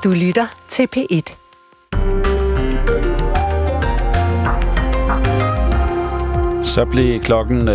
Du lytter til P1. Så blev klokken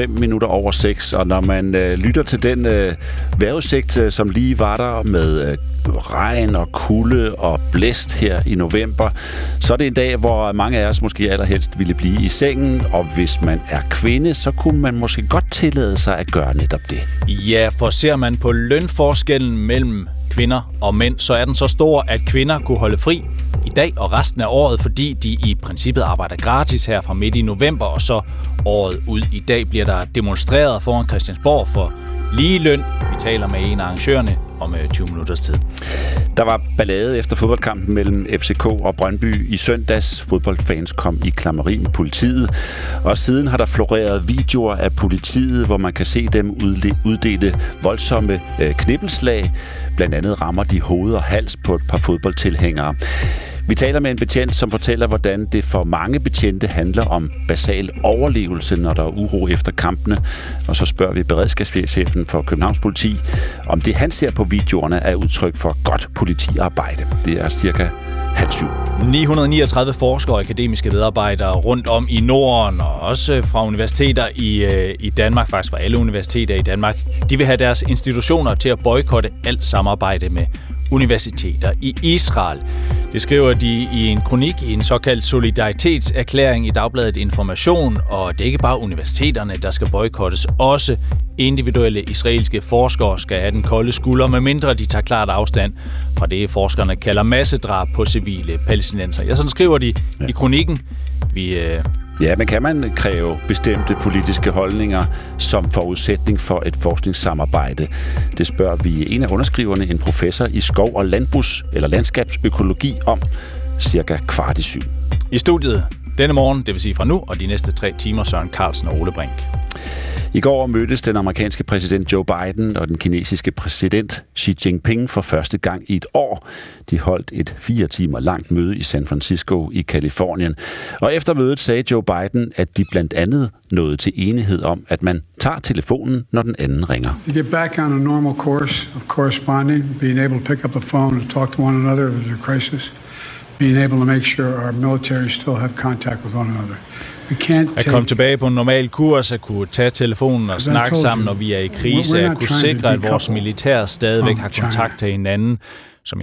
6:05, og når man lytter til den vejrudsigt, som lige var der med regn og kulde og blæst her i november, så er det en dag, hvor mange af os måske allerhelst ville blive i sengen, og hvis man er kvinde, så kunne man måske godt tillade sig at gøre netop det. Ja, for ser man på lønforskellen mellem kvinder og mænd, så er den så stor, at kvinder kunne holde fri i dag og resten af året, fordi de i princippet arbejder gratis her fra midt i november, og så året ud. I dag bliver der demonstreret foran Christiansborg for lige løn. Vi taler med en af arrangørerne om 20 minutters tid. Der var ballade efter fodboldkampen mellem FCK og Brøndby i søndags. Fodboldfans kom i klammeri med politiet, og siden har der floreret videoer af politiet, hvor man kan se dem uddele voldsomme knippelslag. Blandt andet rammer de hoved og hals på et par fodboldtilhængere. Vi taler med en betjent, som fortæller, hvordan det for mange betjente handler om basal overlevelse, når der er uro efter kampene. Og så spørger vi beredskabschefen for Københavns Politi, om det han ser på videoerne er udtryk for godt politiarbejde. Det er cirka 6:30. 939 forskere og akademiske medarbejdere rundt om i Norden, og også fra universiteter i Danmark, faktisk fra alle universiteter i Danmark, de vil have deres institutioner til at boykotte alt samarbejde med universiteter i Israel. Det skriver de i en kronik i en såkaldt solidaritetserklæring i Dagbladet Information, og det er ikke bare universiteterne, der skal boykottes. Også individuelle israelske forskere skal have den kolde skulder, medmindre de tager klart afstand fra det, forskerne kalder massedrab på civile palæstinenser. Ja, sådan skriver de i kronikken. Ja, men kan man kræve bestemte politiske holdninger som forudsætning for et forskningssamarbejde? Det spørger vi en af underskriverne, en professor i skov- og landskabsøkologi om cirka 6:15. I studiet denne morgen, det vil sige fra nu og de næste 3 timer, Søren Carlsen og Ole Brink. I går mødtes den amerikanske præsident Joe Biden og den kinesiske præsident Xi Jinping for første gang i et år. De holdt et 4 timer langt møde i San Francisco i Californien. Og efter mødet sagde Joe Biden, at de blandt andet nåede til enighed om, at man tager telefonen, når den anden ringer. To get back on a normal course of corresponding, being able to pick up a phone and talk to one another if there's a crisis, being able to make sure our military still have contact with one another. At komme tilbage på en normal kurs, at kunne tage telefonen og snakke sammen, når vi er i krise, at kunne sikre, at vores militær stadigvæk har kontakt til hinanden. Som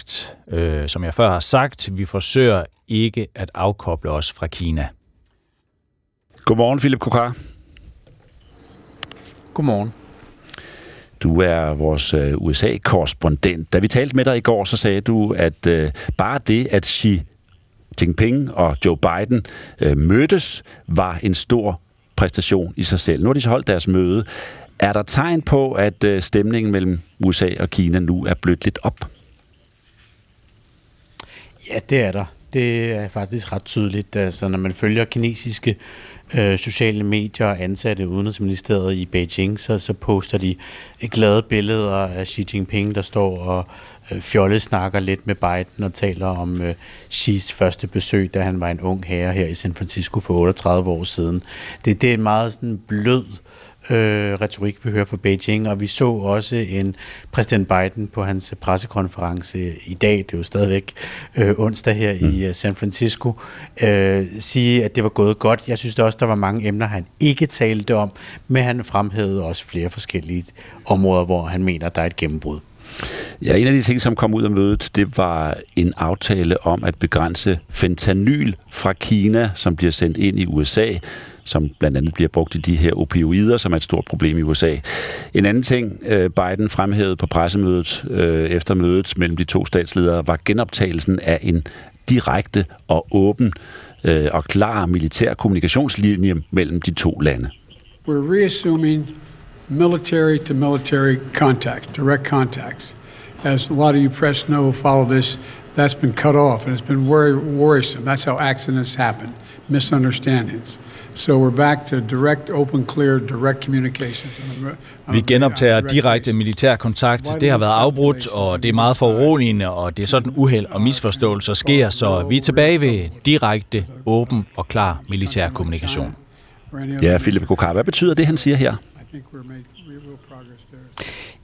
jeg før har sagt, vi forsøger ikke at afkoble os fra Kina. Godmorgen, Philip Kokar. Godmorgen. Du er vores USA-korrespondent. Da vi talte med dig i går, så sagde du, at bare det, at Xi Jinping og Joe Biden mødtes, var en stor præstation i sig selv. Nu har de så holdt deres møde. Er der tegn på, at stemningen mellem USA og Kina nu er blødt lidt op? Ja, det er der. Det er faktisk ret tydeligt. Altså, når man følger kinesiske sociale medier og ansatte udenrigsministeriet i Beijing, så poster de glade billeder af Xi Jinping, der står og fjollet snakker lidt med Biden og taler om Xis første besøg, da han var en ung herre her i San Francisco for 38 år siden. Det er en meget sådan blød retorik, vi hører fra Beijing, og vi så også en præsident Biden på hans pressekonference i dag, det er jo stadigvæk onsdag her i San Francisco, sige, at det var gået godt. Jeg synes også, der var mange emner, han ikke talte om, men han fremhævede også flere forskellige områder, hvor han mener, der er et gennembrud. Ja, en af de ting, som kom ud af mødet, det var en aftale om at begrænse fentanyl fra Kina, som bliver sendt ind i USA, som blandt andet bliver brugt i de her opioider, som er et stort problem i USA. En anden ting, Biden fremhævede på pressemødet efter mødet mellem de to statsledere, var genoptagelsen af en direkte og åben og klar militær kommunikationslinje mellem de to lande. We're reassuming military-to-military contacts, direct contacts. As a lot of you press know, follow this, that's been cut off, and it's been very worrisome. That's how accidents happen, misunderstandings. So we're back to direct, open, clear, direct communications. Vi genoptager direkte militær kontakt. Det har været afbrudt, og det er meget foruroligende, og det er sådan uheld og misforståelser sker, så vi er tilbage ved direkte, åben og klar militær kommunikation. Ja, Philip Kokar, hvad betyder det, han siger her?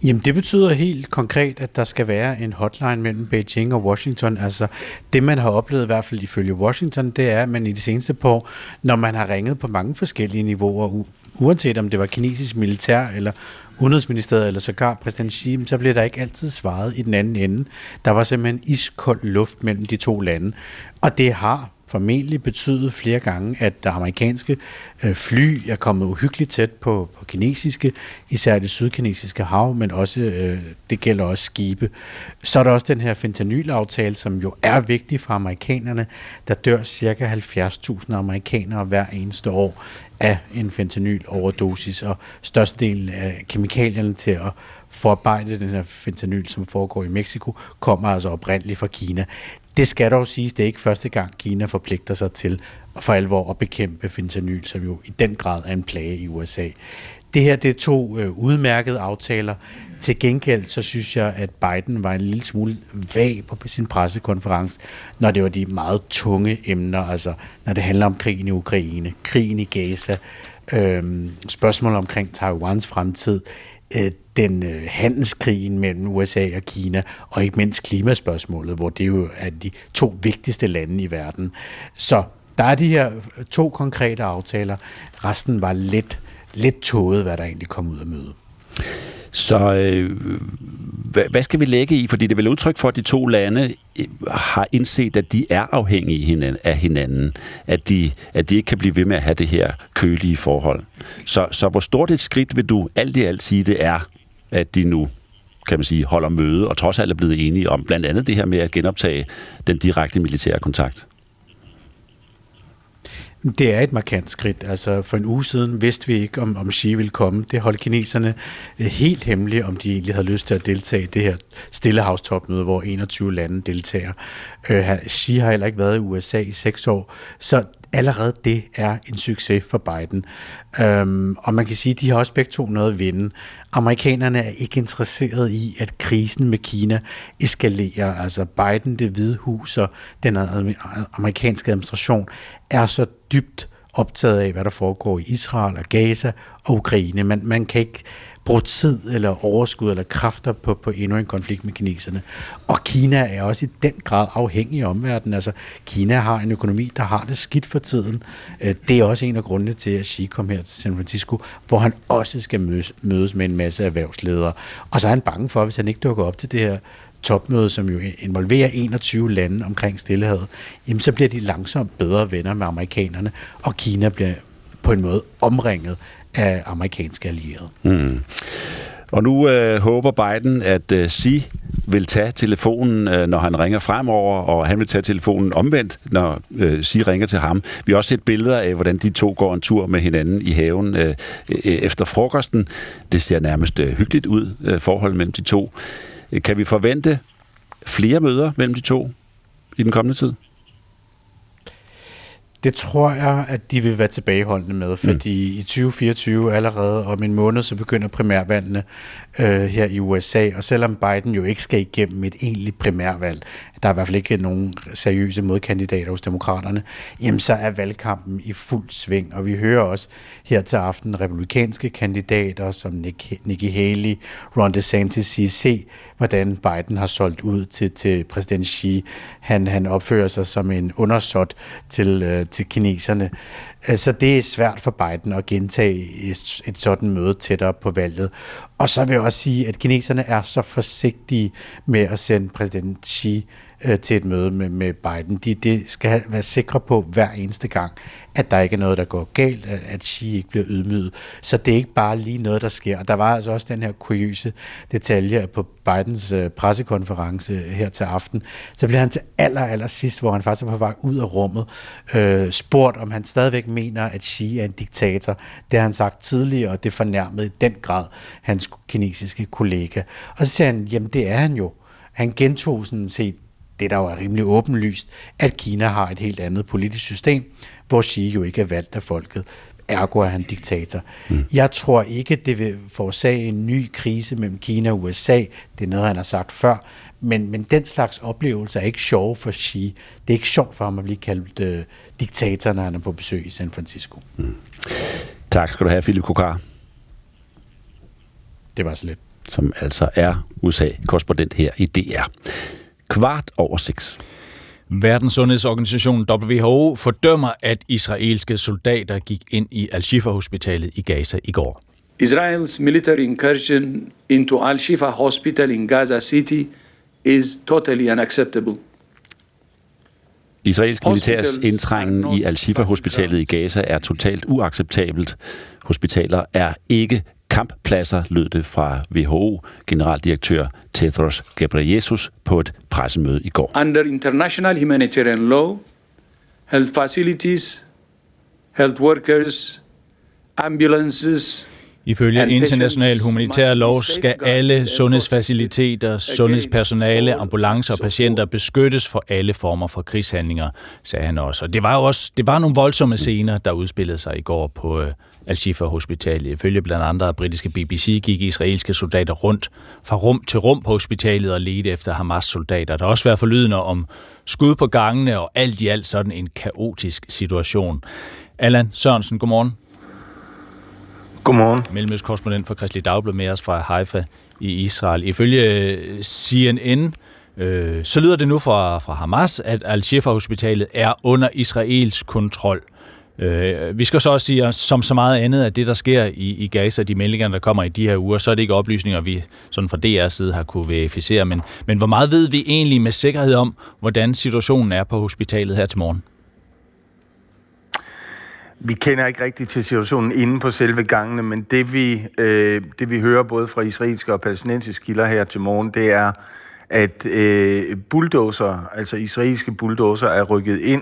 Jamen, det betyder helt konkret, at der skal være en hotline mellem Beijing og Washington. Altså, det man har oplevet, i hvert fald ifølge Washington, det er, at man i de seneste par år, når man har ringet på mange forskellige niveauer, uanset om det var kinesisk militær, eller udenrigsministeriet, eller sågar præsident Xi, så blev der ikke altid svaret i den anden ende. Der var simpelthen iskold luft mellem de to lande. Og det har formentlig betydet flere gange, at der amerikanske fly er kommet uhyggeligt tæt på kinesiske, især det sydkinesiske hav, men også, det gælder også skibe. Så er der også den her fentanylaftale, som jo er vigtig for amerikanerne. Der dør ca. 70.000 amerikanere hver eneste år af en fentanyl-overdosis, og størstedelen af kemikalierne til at forarbejde den her fentanyl, som foregår i Mexico, kommer altså oprindeligt fra Kina. Det skal dog siges, det er ikke første gang, Kina forpligter sig til for alvor at bekæmpe fentanyl, som jo i den grad er en plage i USA. Det her, det er to udmærkede aftaler. Til gengæld, så synes jeg, at Biden var en lille smule vag på sin pressekonference, når det var de meget tunge emner, altså når det handler om krigen i Ukraine, krigen i Gaza, spørgsmål omkring Taiwans fremtid, den handelskrigen mellem USA og Kina, og ikke mindst klimaspørgsmålet, hvor det jo er de to vigtigste lande i verden. Så der er de her to konkrete aftaler. Resten var lidt tåget, hvad der egentlig kom ud af mødet. Så hvad skal vi lægge i? Fordi det er vel udtryk for, at de to lande har indset, at de er afhængige af hinanden. At de ikke kan blive ved med at have det her kølige forhold. Så hvor stort et skridt vil du alt i alt sige, det er, at de nu, kan man sige, holder møde, og trods alt er blevet enige om blandt andet det her med at genoptage den direkte militære kontakt? Det er et markant skridt. Altså for en uge siden vidste vi ikke, om Xi ville komme. Det holdt kineserne helt hemmeligt, om de egentlig havde lyst til at deltage i det her Stillehavstopmøde, hvor 21 lande deltager. Xi har heller ikke været i USA i 6 år, så allerede det er en succes for Biden. Og man kan sige, at de har også begge to noget at vinde. Amerikanerne er ikke interesseret i, at krisen med Kina eskalerer. Altså Biden, Det Hvide Hus og den amerikanske administration er så dybt optaget af, hvad der foregår i Israel og Gaza og Ukraine. Man kan ikke bruge tid eller overskud eller kræfter på endnu en konflikt med kineserne. Og Kina er også i den grad afhængig af omverdenen. Altså, Kina har en økonomi, der har det skidt for tiden. Det er også en af grundene til, at Xi kom her til San Francisco, hvor han også skal mødes med en masse erhvervsledere. Og så er han bange for, hvis han ikke dukker op til det her topmøde, som jo involverer 21 lande omkring Stillehavet, jamen så bliver de langsomt bedre venner med amerikanerne, og Kina bliver på en måde omringet af amerikanske allierede. Mm. Og nu håber Biden, at Xi vil tage telefonen, når han ringer fremover, og han vil tage telefonen omvendt, når Xi ringer til ham. Vi har også set billeder af, hvordan de to går en tur med hinanden i haven efter frokosten. Det ser nærmest hyggeligt ud, forholdet mellem de to. Kan vi forvente flere møder mellem de to i den kommende tid? Det tror jeg, at de vil være tilbageholdende med, fordi i 2024 allerede om en måned, så begynder primærvalgene her i USA, og selvom Biden jo ikke skal igennem et egentligt primærvalg, der er i hvert fald ikke nogen seriøse modkandidater hos demokraterne, jamen så er valgkampen i fuld sving, og vi hører også her til aften republikanske kandidater som Nikki Haley, Ron DeSantis se, hvordan Biden har solgt ud til præsident Xi. Han opfører sig som en undersåt til kineserne. Så det er svært for Biden at gentage et sådan møde tættere på valget. Og så vil jeg også sige, at kineserne er så forsigtige med at sende præsident Xi til et møde med Biden. De skal være sikre på hver eneste gang, at der ikke er noget, der går galt, at Xi ikke bliver ydmyget. Så det er ikke bare lige noget, der sker. Der var altså også den her kuriøse detalje på Bidens pressekonference her til aften. Så blev han til aller sidst, hvor han faktisk er på vej ud af rummet, spurgt, om han stadigvæk mener, at Xi er en diktator. Det har han sagt tidligere, og det fornærmede i den grad hans kinesiske kollega. Og så siger han, jamen det er han jo. Han gentog sådan set det, der jo er rimelig åbenlyst, at Kina har et helt andet politisk system, hvor Xi jo ikke er valgt af folket. Ergo er han diktator. Jeg tror ikke, det vil forårsage en ny krise mellem Kina og USA. Det er noget, han har sagt før. Men den slags oplevelse er ikke sjov for Xi. Det er ikke sjovt for ham at blive kaldt diktator, når han er på besøg i San Francisco. Tak skal du have, Philip Kokar. Det var så lidt. som altså er USA-korrespondent her i DR. 6:15. Verdenssundhedsorganisationen WHO fordømmer, at israelske soldater gik ind i Al-Shifa-hospitalet i Gaza i går. Israel's military incursion into Al-Shifa Hospital in Gaza City is totally unacceptable. Israelsk militærs indtrængen i Al-Shifa-hospitalet i Gaza er totalt uacceptabelt. Hospitaler er ikke kamppladser, lød det fra WHO-generaldirektør Tedros Ghebreyesus på et pressemøde i går. Under international humanitarian law, health facilities, health workers, ambulances. Ifølge international humanitær lov skal alle sundhedsfaciliteter, sundhedspersonale, ambulancer og patienter beskyttes for alle former for krigshandlinger, sagde han også. Og det var nogle voldsomme scener, der udspillede sig i går på Al-Shifa-hospitalet. Ifølge blandt andre britiske BBC gik israelske soldater rundt fra rum til rum på hospitalet og ledte efter Hamas-soldater. Der har også været forlydende om skud på gangene og alt i alt sådan en kaotisk situation. Allan Sørensen, godmorgen. Godmorgen. Mellemøstkorrespondent for Kristeligt Dagblad med os fra Haifa i Israel. Ifølge CNN, så lyder det nu fra Hamas, at Al-Shifa-hospitalet er under israelsk kontrol. Vi skal så også sige, som så meget andet, at det, der sker i Gaza, de meldinger, der kommer i de her uger, så er det ikke oplysninger, vi sådan fra DR's side har kunne verificere. Men hvor meget ved vi egentlig med sikkerhed om, hvordan situationen er på hospitalet her til morgen? Vi kender ikke rigtig til situationen inde på selve gangene, men det vi hører både fra israelske og palæstinensiske kilder her til morgen, det er, at bulldozer, altså israelske bulldozer, er rykket ind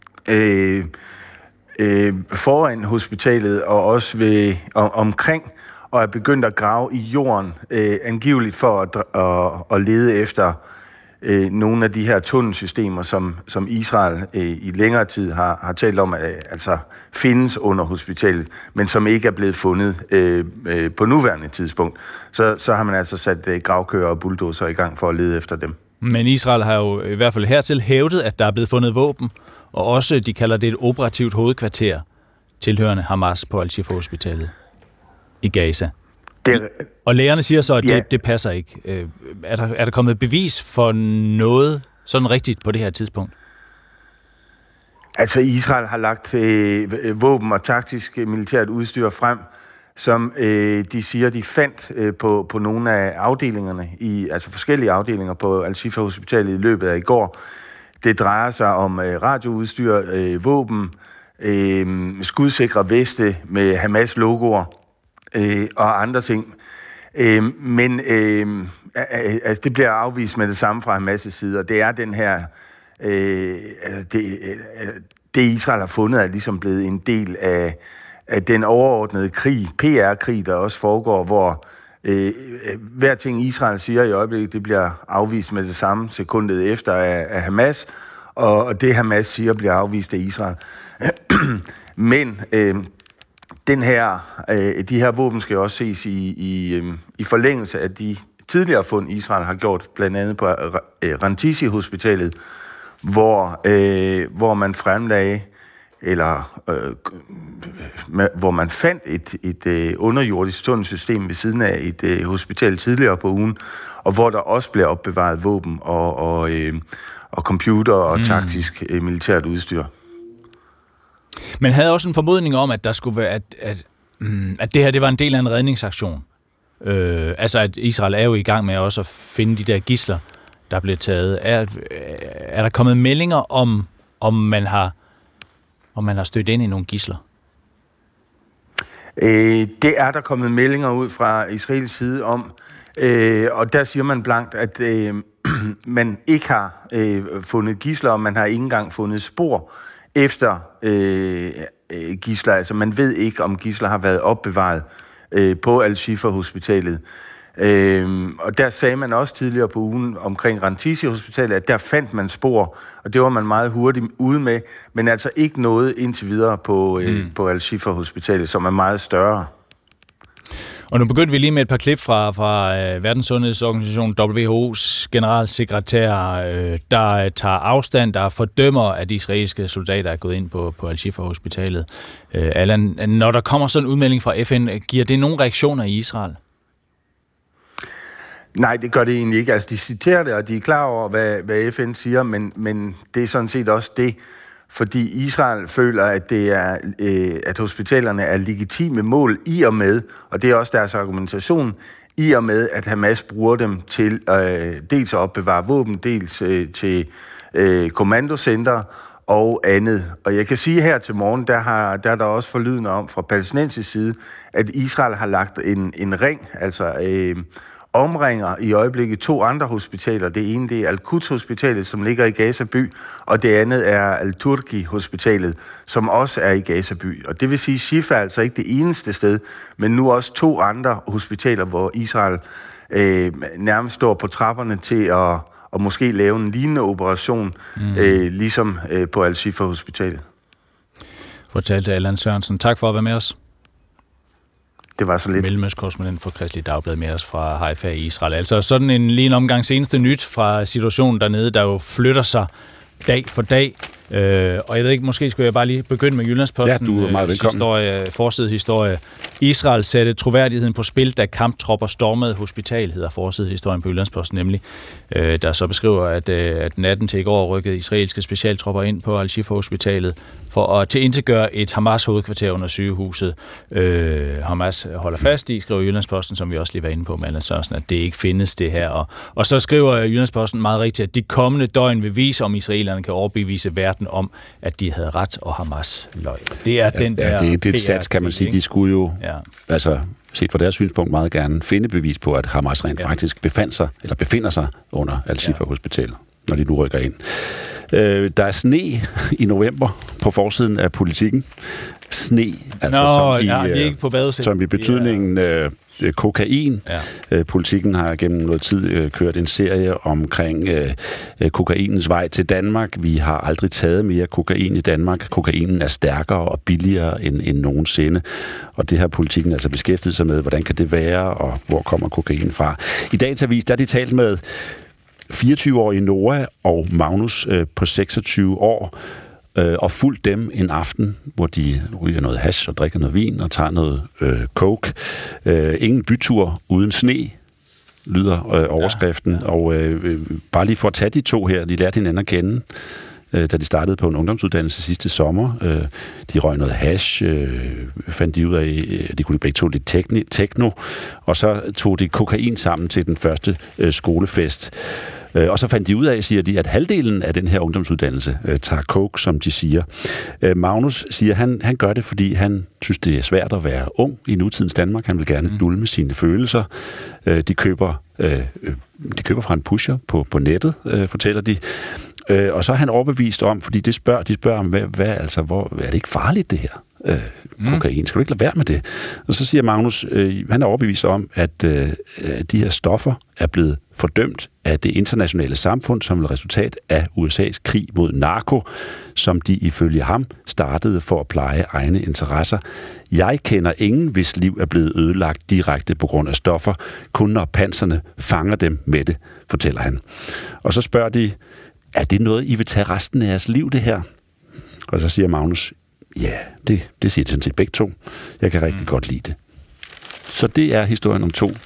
foran hospitalet og også omkring, og er begyndt at grave i jorden, angiveligt for at lede efter nogle af de her tunnelsystemer, som Israel i længere tid har talt om, altså findes under hospitalet, men som ikke er blevet fundet på nuværende tidspunkt. Så har man altså sat gravkører og bulldozer i gang for at lede efter dem. Men Israel har jo i hvert fald hertil hævdet, at der er blevet fundet våben, og også, de kalder det et operativt hovedkvarter, tilhørende Hamas på Al-Shifa-hospitalet i Gaza. Og lægerne siger så, at det passer ikke. Er der kommet bevis for noget sådan rigtigt på det her tidspunkt? Altså Israel har lagt våben og taktisk militært udstyr frem, som de siger, de fandt på nogle af afdelingerne, altså forskellige afdelinger på Al-Shifa-hospitalet i løbet af i går. Det drejer sig om radioudstyr, våben, skudsikre veste med Hamas-logoer og andre ting. Men altså, det bliver afvist med det samme fra Hamas' side, og det er den her, det Israel har fundet, er ligesom blevet en del af den overordnede krig, PR-krig, der også foregår, hvor hver ting Israel siger i øjeblikket, det bliver afvist med det samme sekundet efter af Hamas, og det Hamas siger bliver afvist af Israel. Men de her våben skal også ses i forlængelse af de tidligere fund, Israel har gjort, blandt andet på Rantisi-hospitalet, hvor man fremlagde, hvor man fandt et underjordisk tunnelsystem ved siden af et hospital tidligere på ugen, og hvor der også blev opbevaret våben og computer og taktisk militært udstyr. Men havde også en formodning om, at der skulle være, at det her det var en del af en redningsaktion. Altså at Israel er jo i gang med også at finde de der gidsler, der blev taget. Er der kommet meldinger om man har stødt ind i nogle gidsler? Det er der kommet meldinger ud fra Israels side om, og der siger man blankt, at man ikke har fundet gidsler, og man har ikke engang fundet spor efter gidsler. Altså man ved ikke, om gidsler har været opbevaret på Al-Shifa-hospitalet. Og der sagde man også tidligere på ugen omkring Rantisi-hospitalet, at der fandt man spor, og det var man meget hurtigt ude med, men altså ikke noget indtil videre på Al-Shifa-hospitalet, som er meget større. Og nu begyndte vi lige med et par klip fra Verdenssundhedsorganisationen WHO's generalsekretær, der tager afstand, der fordømmer, at de israelske soldater er gået ind på Al-Shifa-hospitalet. Allan, når der kommer sådan en udmelding fra FN, giver det nogle reaktioner i Israel? Nej, det gør det egentlig ikke. Altså, de citerer det, og de er klar over, hvad FN siger, men det er sådan set også det, fordi Israel føler, at det er, at hospitalerne er legitime mål i og med, og det er også deres argumentation, i og med, at Hamas bruger dem til dels at opbevare våben, dels til kommandocenter og andet. Og jeg kan sige her til morgen, der er der også forlydende om fra palæstinensisk side, at Israel har lagt en ring, altså omringer i øjeblikket 2 andre hospitaler. Det ene, det er Al-Quds-hospitalet, som ligger i Gaza by, og det andet er Al-Turki-hospitalet, som også er i Gaza by. Og det vil sige, at Shifa er altså ikke det eneste sted, men nu også 2 andre hospitaler, hvor Israel nærmest står på trapperne til at måske lave en lignende operation, ligesom på Al-Shifa-hospitalet. Fortalte Allan Sørensen. Tak for at være med os. Det var så lidt. Mellemøstkorrespondent for Kristeligt Dagblad med os fra Haifa i Israel. Altså sådan lige en omgang seneste nyt fra situationen dernede, der jo flytter sig dag for dag. Og jeg ved ikke, måske skulle jeg bare lige begynde med Jyllandsposten. Ja, du er meget velkommen. Forsidehistorie. Israel satte troværdigheden på spil, da kamptropper stormede hospital, hedder forsidehistorien på Jyllandsposten nemlig. Der så beskriver, at natten til i går rykkede israelske specialtropper ind på Al-Shifa-hospitalet for at tilintetgøre et Hamas-hovedkvarter under sygehuset. Hamas holder fast i, skriver Jyllandsposten, som vi også lige var inde på med Allan Sørensen, at det ikke findes det her. Og så skriver Jyllandsposten meget rigtigt, at de kommende døgn vil vise, om israelerne kan overbevise verden om, at de havde ret, og Hamas løg. Det er den der... Ja, det er et sats, kan man sige. De skulle jo, altså set fra deres synspunkt, meget gerne finde bevis på, at Hamas rent faktisk befinder sig under Al-Shifa-hospitalet, når de nu rykker ind. Der er sne i november på forsiden af Politikken. Sne, altså som i betydningen kokain. Ja. Politikken har gennem noget tid kørt en serie omkring kokainens vej til Danmark. Vi har aldrig taget mere kokain i Danmark. Kokainen er stærkere og billigere end nogensinde. Og det har Politikken altså beskæftiget sig med, hvordan kan det være, og hvor kommer kokain fra. I dagens avis, der er de talt med 24-årige Noah og Magnus på 26 år, og fulgt dem en aften, hvor de ryger noget hash og drikker noget vin og tager noget coke. Ingen bytur uden sne, lyder overskriften. Ja. Og bare lige for at tage de to her, de lærte hinanden at kende, da de startede på en ungdomsuddannelse sidste sommer. De røg noget hash, fandt de ud af, at de kunne begge to lidt techno, og så tog de kokain sammen til den første skolefest. Og så fandt de ud af, siger de, at halvdelen af den her ungdomsuddannelse tager coke, som de siger. Magnus siger, han gør det, fordi han synes, det er svært at være ung i nutidens Danmark. Han vil gerne dulme sine følelser. De køber fra en pusher på nettet, fortæller de. Og så er han overbevist om, fordi de spørger om, hvor er det ikke farligt det her? Kokain, skal du ikke lade være med det? Og så siger Magnus, han er overbevist om, at de her stoffer er blevet fordømt af det internationale samfund som et resultat af USA's krig mod narko, som de ifølge ham startede for at pleje egne interesser. Jeg kender ingen, hvis liv er blevet ødelagt direkte på grund af stoffer, kun når panserne fanger dem med det, fortæller han. Og så spørger de, er det noget, I vil tage resten af jeres liv, det her? Og så siger Magnus, ja, det siger sådan set begge to. Jeg kan rigtig godt lide det. Så det er historien om 2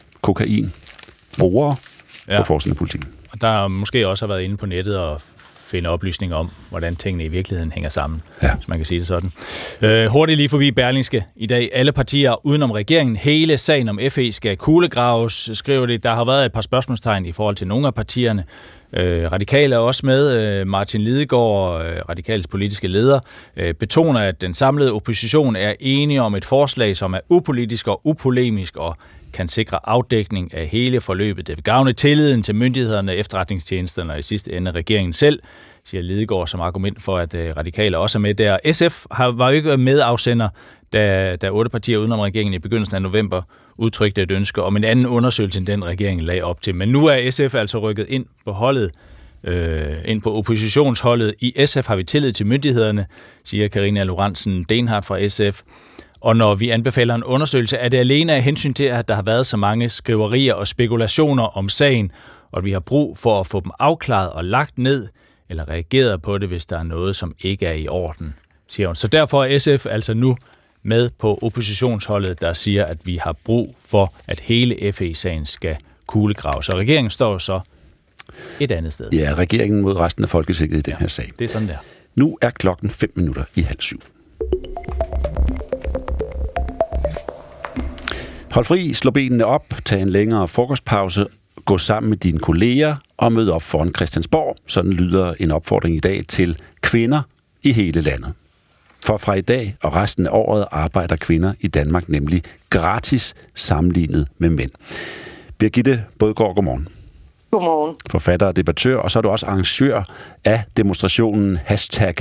kokainbrugere på forsiden af Politikken. Og der måske også har været inde på nettet og finde oplysninger om, hvordan tingene i virkeligheden hænger sammen, hvis man kan sige det sådan. Hurtigt lige forbi Berlingske i dag. Alle partier udenom regeringen, hele sagen om FE skal kuglegraves, skriver det. Der har været et par spørgsmålstegn i forhold til nogle af partierne. Radikale er også med. Martin Lidegaard, Radikales politiske leder, betoner, at den samlede opposition er enige om et forslag, som er upolitisk og upolemisk og kan sikre afdækning af hele forløbet. Det vil gavne tilliden til myndighederne, efterretningstjenesterne og i sidste ende regeringen selv, siger Lidegaard som argument for, at Radikale også er med der. SF var jo ikke medafsender, da 8 partier udenom regeringen i begyndelsen af november udtrykte et ønske om en anden undersøgelse, end den regeringen lagde op til. Men nu er SF altså rykket ind på holdet, ind på oppositionsholdet. I SF har vi tillid til myndighederne, siger Karina Lorentzen Dehnhardt fra SF. Og når vi anbefaler en undersøgelse, er det alene af hensyn til, at der har været så mange skriverier og spekulationer om sagen, og vi har brug for at få dem afklaret og lagt ned, eller reageret på det, hvis der er noget, som ikke er i orden, siger hun. Så derfor er SF altså nu med på oppositionsholdet, der siger, at vi har brug for, at hele FE-sagen skal kulegrav. Så regeringen står så et andet sted. Ja, regeringen mod resten af Folketinget i den her sag. Det er sådan der. Nu er klokken 6:05. Hold fri, slå benene op, tag en længere frokostpause, gå sammen med dine kolleger og mød op foran Christiansborg. Sådan lyder en opfordring i dag til kvinder i hele landet. For fra i dag og resten af året arbejder kvinder i Danmark nemlig gratis sammenlignet med mænd. Birgitte Bådgaard, godmorgen. Godmorgen. Forfatter og debattør, og så er du også arrangør af demonstrationen hashtag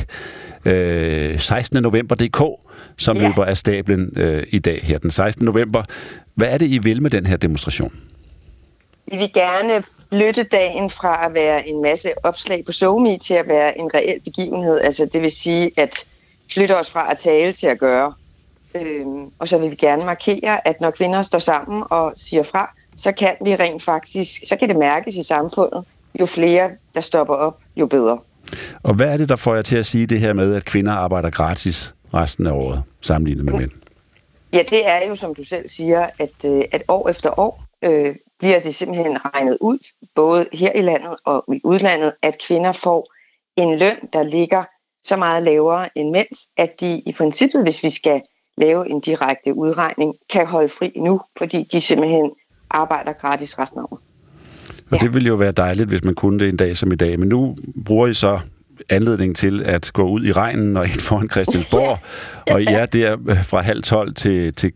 16. november.dk, som løber af stablen i dag her den 16. november. Hvad er det, I vil med den her demonstration? Vi vil gerne flytte dagen fra at være en masse opslag på SoMe til at være en reel begivenhed. Altså det vil sige at flytte os fra at tale til at gøre. Og så vil vi gerne markere, at når kvinder står sammen og siger fra, så kan vi rent faktisk, så kan det mærkes i samfundet. Jo flere, der stopper op, jo bedre. Og hvad er det, der får jer til at sige det her med, at kvinder arbejder gratis resten af året, sammenlignet med mænd? Ja, det er jo, som du selv siger, at år efter år bliver det simpelthen regnet ud, både her i landet og i udlandet, at kvinder får en løn, der ligger så meget lavere end mænds, at de i princippet, hvis vi skal lave en direkte udregning, kan holde fri nu, fordi de simpelthen arbejder gratis resten af året. Og det ville jo være dejligt, hvis man kunne det en dag som i dag. Men nu bruger I så anledning til at gå ud i regnen og ind foran Christiansborg, og I er der fra 11:30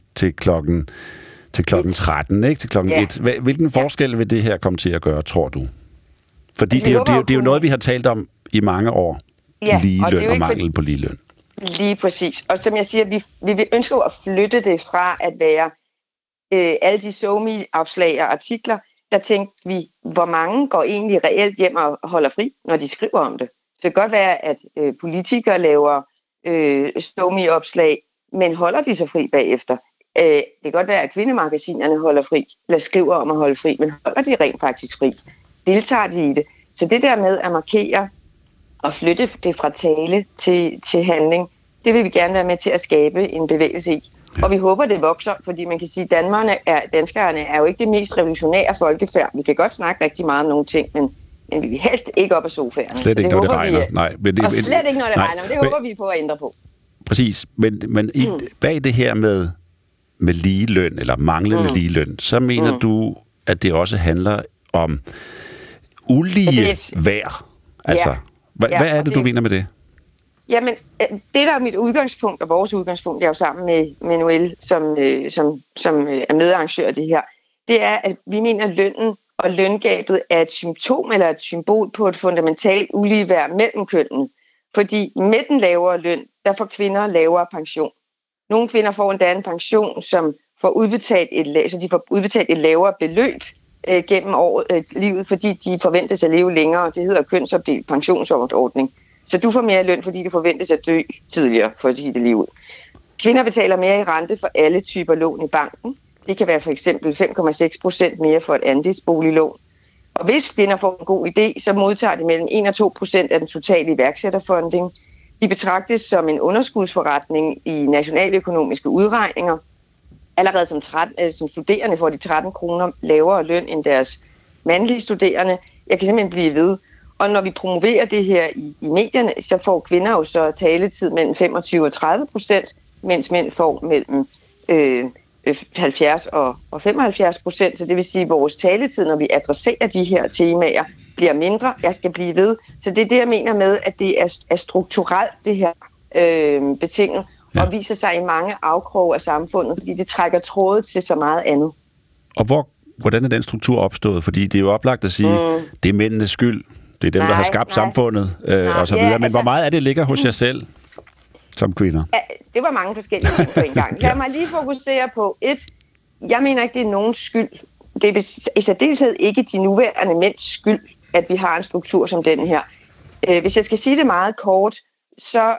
til klokken 13, ikke? Til klokken 1. Hvilken forskel vil det her komme til at gøre, tror du? Fordi det er jo noget, vi har talt om i mange år. Ligeløn og mangel på ligeløn. Lige præcis. Og som jeg siger, vi ønsker at flytte det fra at være alle de SoMe-opslag og artikler, der tænkte vi, hvor mange går egentlig reelt hjem og holder fri, når de skriver om det. Så det kan godt være, at politikere laver SoMe-opslag, men holder de så fri bagefter? Det kan godt være, at kvindemagasinerne holder fri, eller skriver om at holde fri, men holder de rent faktisk fri? Deltager de i det? Så det der med at markere og flytte det fra tale til handling, det vil vi gerne være med til at skabe en bevægelse i. Og vi håber, det vokser, fordi man kan sige, at danskerne er jo ikke det mest revolutionære folkefærd. Vi kan godt snakke rigtig meget om nogle ting, men vi vil helst ikke op af sofaerne. Slet ikke, når det regner. Nej, og slet ikke, når det regner. Det håber vi på at ændre på. Præcis. Men bag det her med ligeløn, eller manglende ligeløn, så mener du, at det også handler om ulige værd? Altså, hvad er det, du mener med det? Jamen, det der er mit udgangspunkt, og vores udgangspunkt, jeg er jo sammen med Noel, som er medarrangør af det her, det er, at vi mener, at lønnen og løngabet er et symptom eller et symbol på et fundamentalt uligeværd mellem kønnene. Fordi med den lavere løn, der får kvinder lavere pension. Nogle kvinder får endda en pension, som får udbetalt et lavere beløb gennem livet, fordi de forventes at leve længere. Det hedder kønsopdelt pensionsordning. Så du får mere løn, fordi du forventes at dø tidligere, for at sige det lige ud. Kvinder betaler mere i rente for alle typer lån i banken. Det kan være for eksempel 5,6% mere for et andelsboliglån. Og hvis kvinder får en god idé, så modtager de mellem 1 og 2% af den totale iværksætterfunding. De betragtes som en underskudsforretning i nationaløkonomiske udregninger. Allerede som studerende får de 13 kroner lavere løn end deres mandlige studerende. Jeg kan simpelthen blive ved. Og når vi promoverer det her i medierne, så får kvinder jo så taletid mellem 25 og 30%, mens mænd får mellem 70 og 75%. Så det vil sige, at vores taletid, når vi adresserer de her temaer, bliver mindre. Jeg skal blive ved. Så det er det, jeg mener med, at det er strukturelt, det her betinget, og viser sig i mange afkroge af samfundet, fordi det trækker tråde til så meget andet. Og hvordan er den struktur opstået? Fordi det er jo oplagt at sige, det er mændenes skyld. Det er dem, der har skabt samfundet, og så videre. Men hvor meget af det ligger hos jer selv som kvinder? Ja, det var mange forskellige ting på en gang. Lad mig lige fokusere på jeg mener ikke, det er nogens skyld. Det er i særdeleshed ikke de nuværende mænds skyld, at vi har en struktur som den her. Hvis jeg skal sige det meget kort, så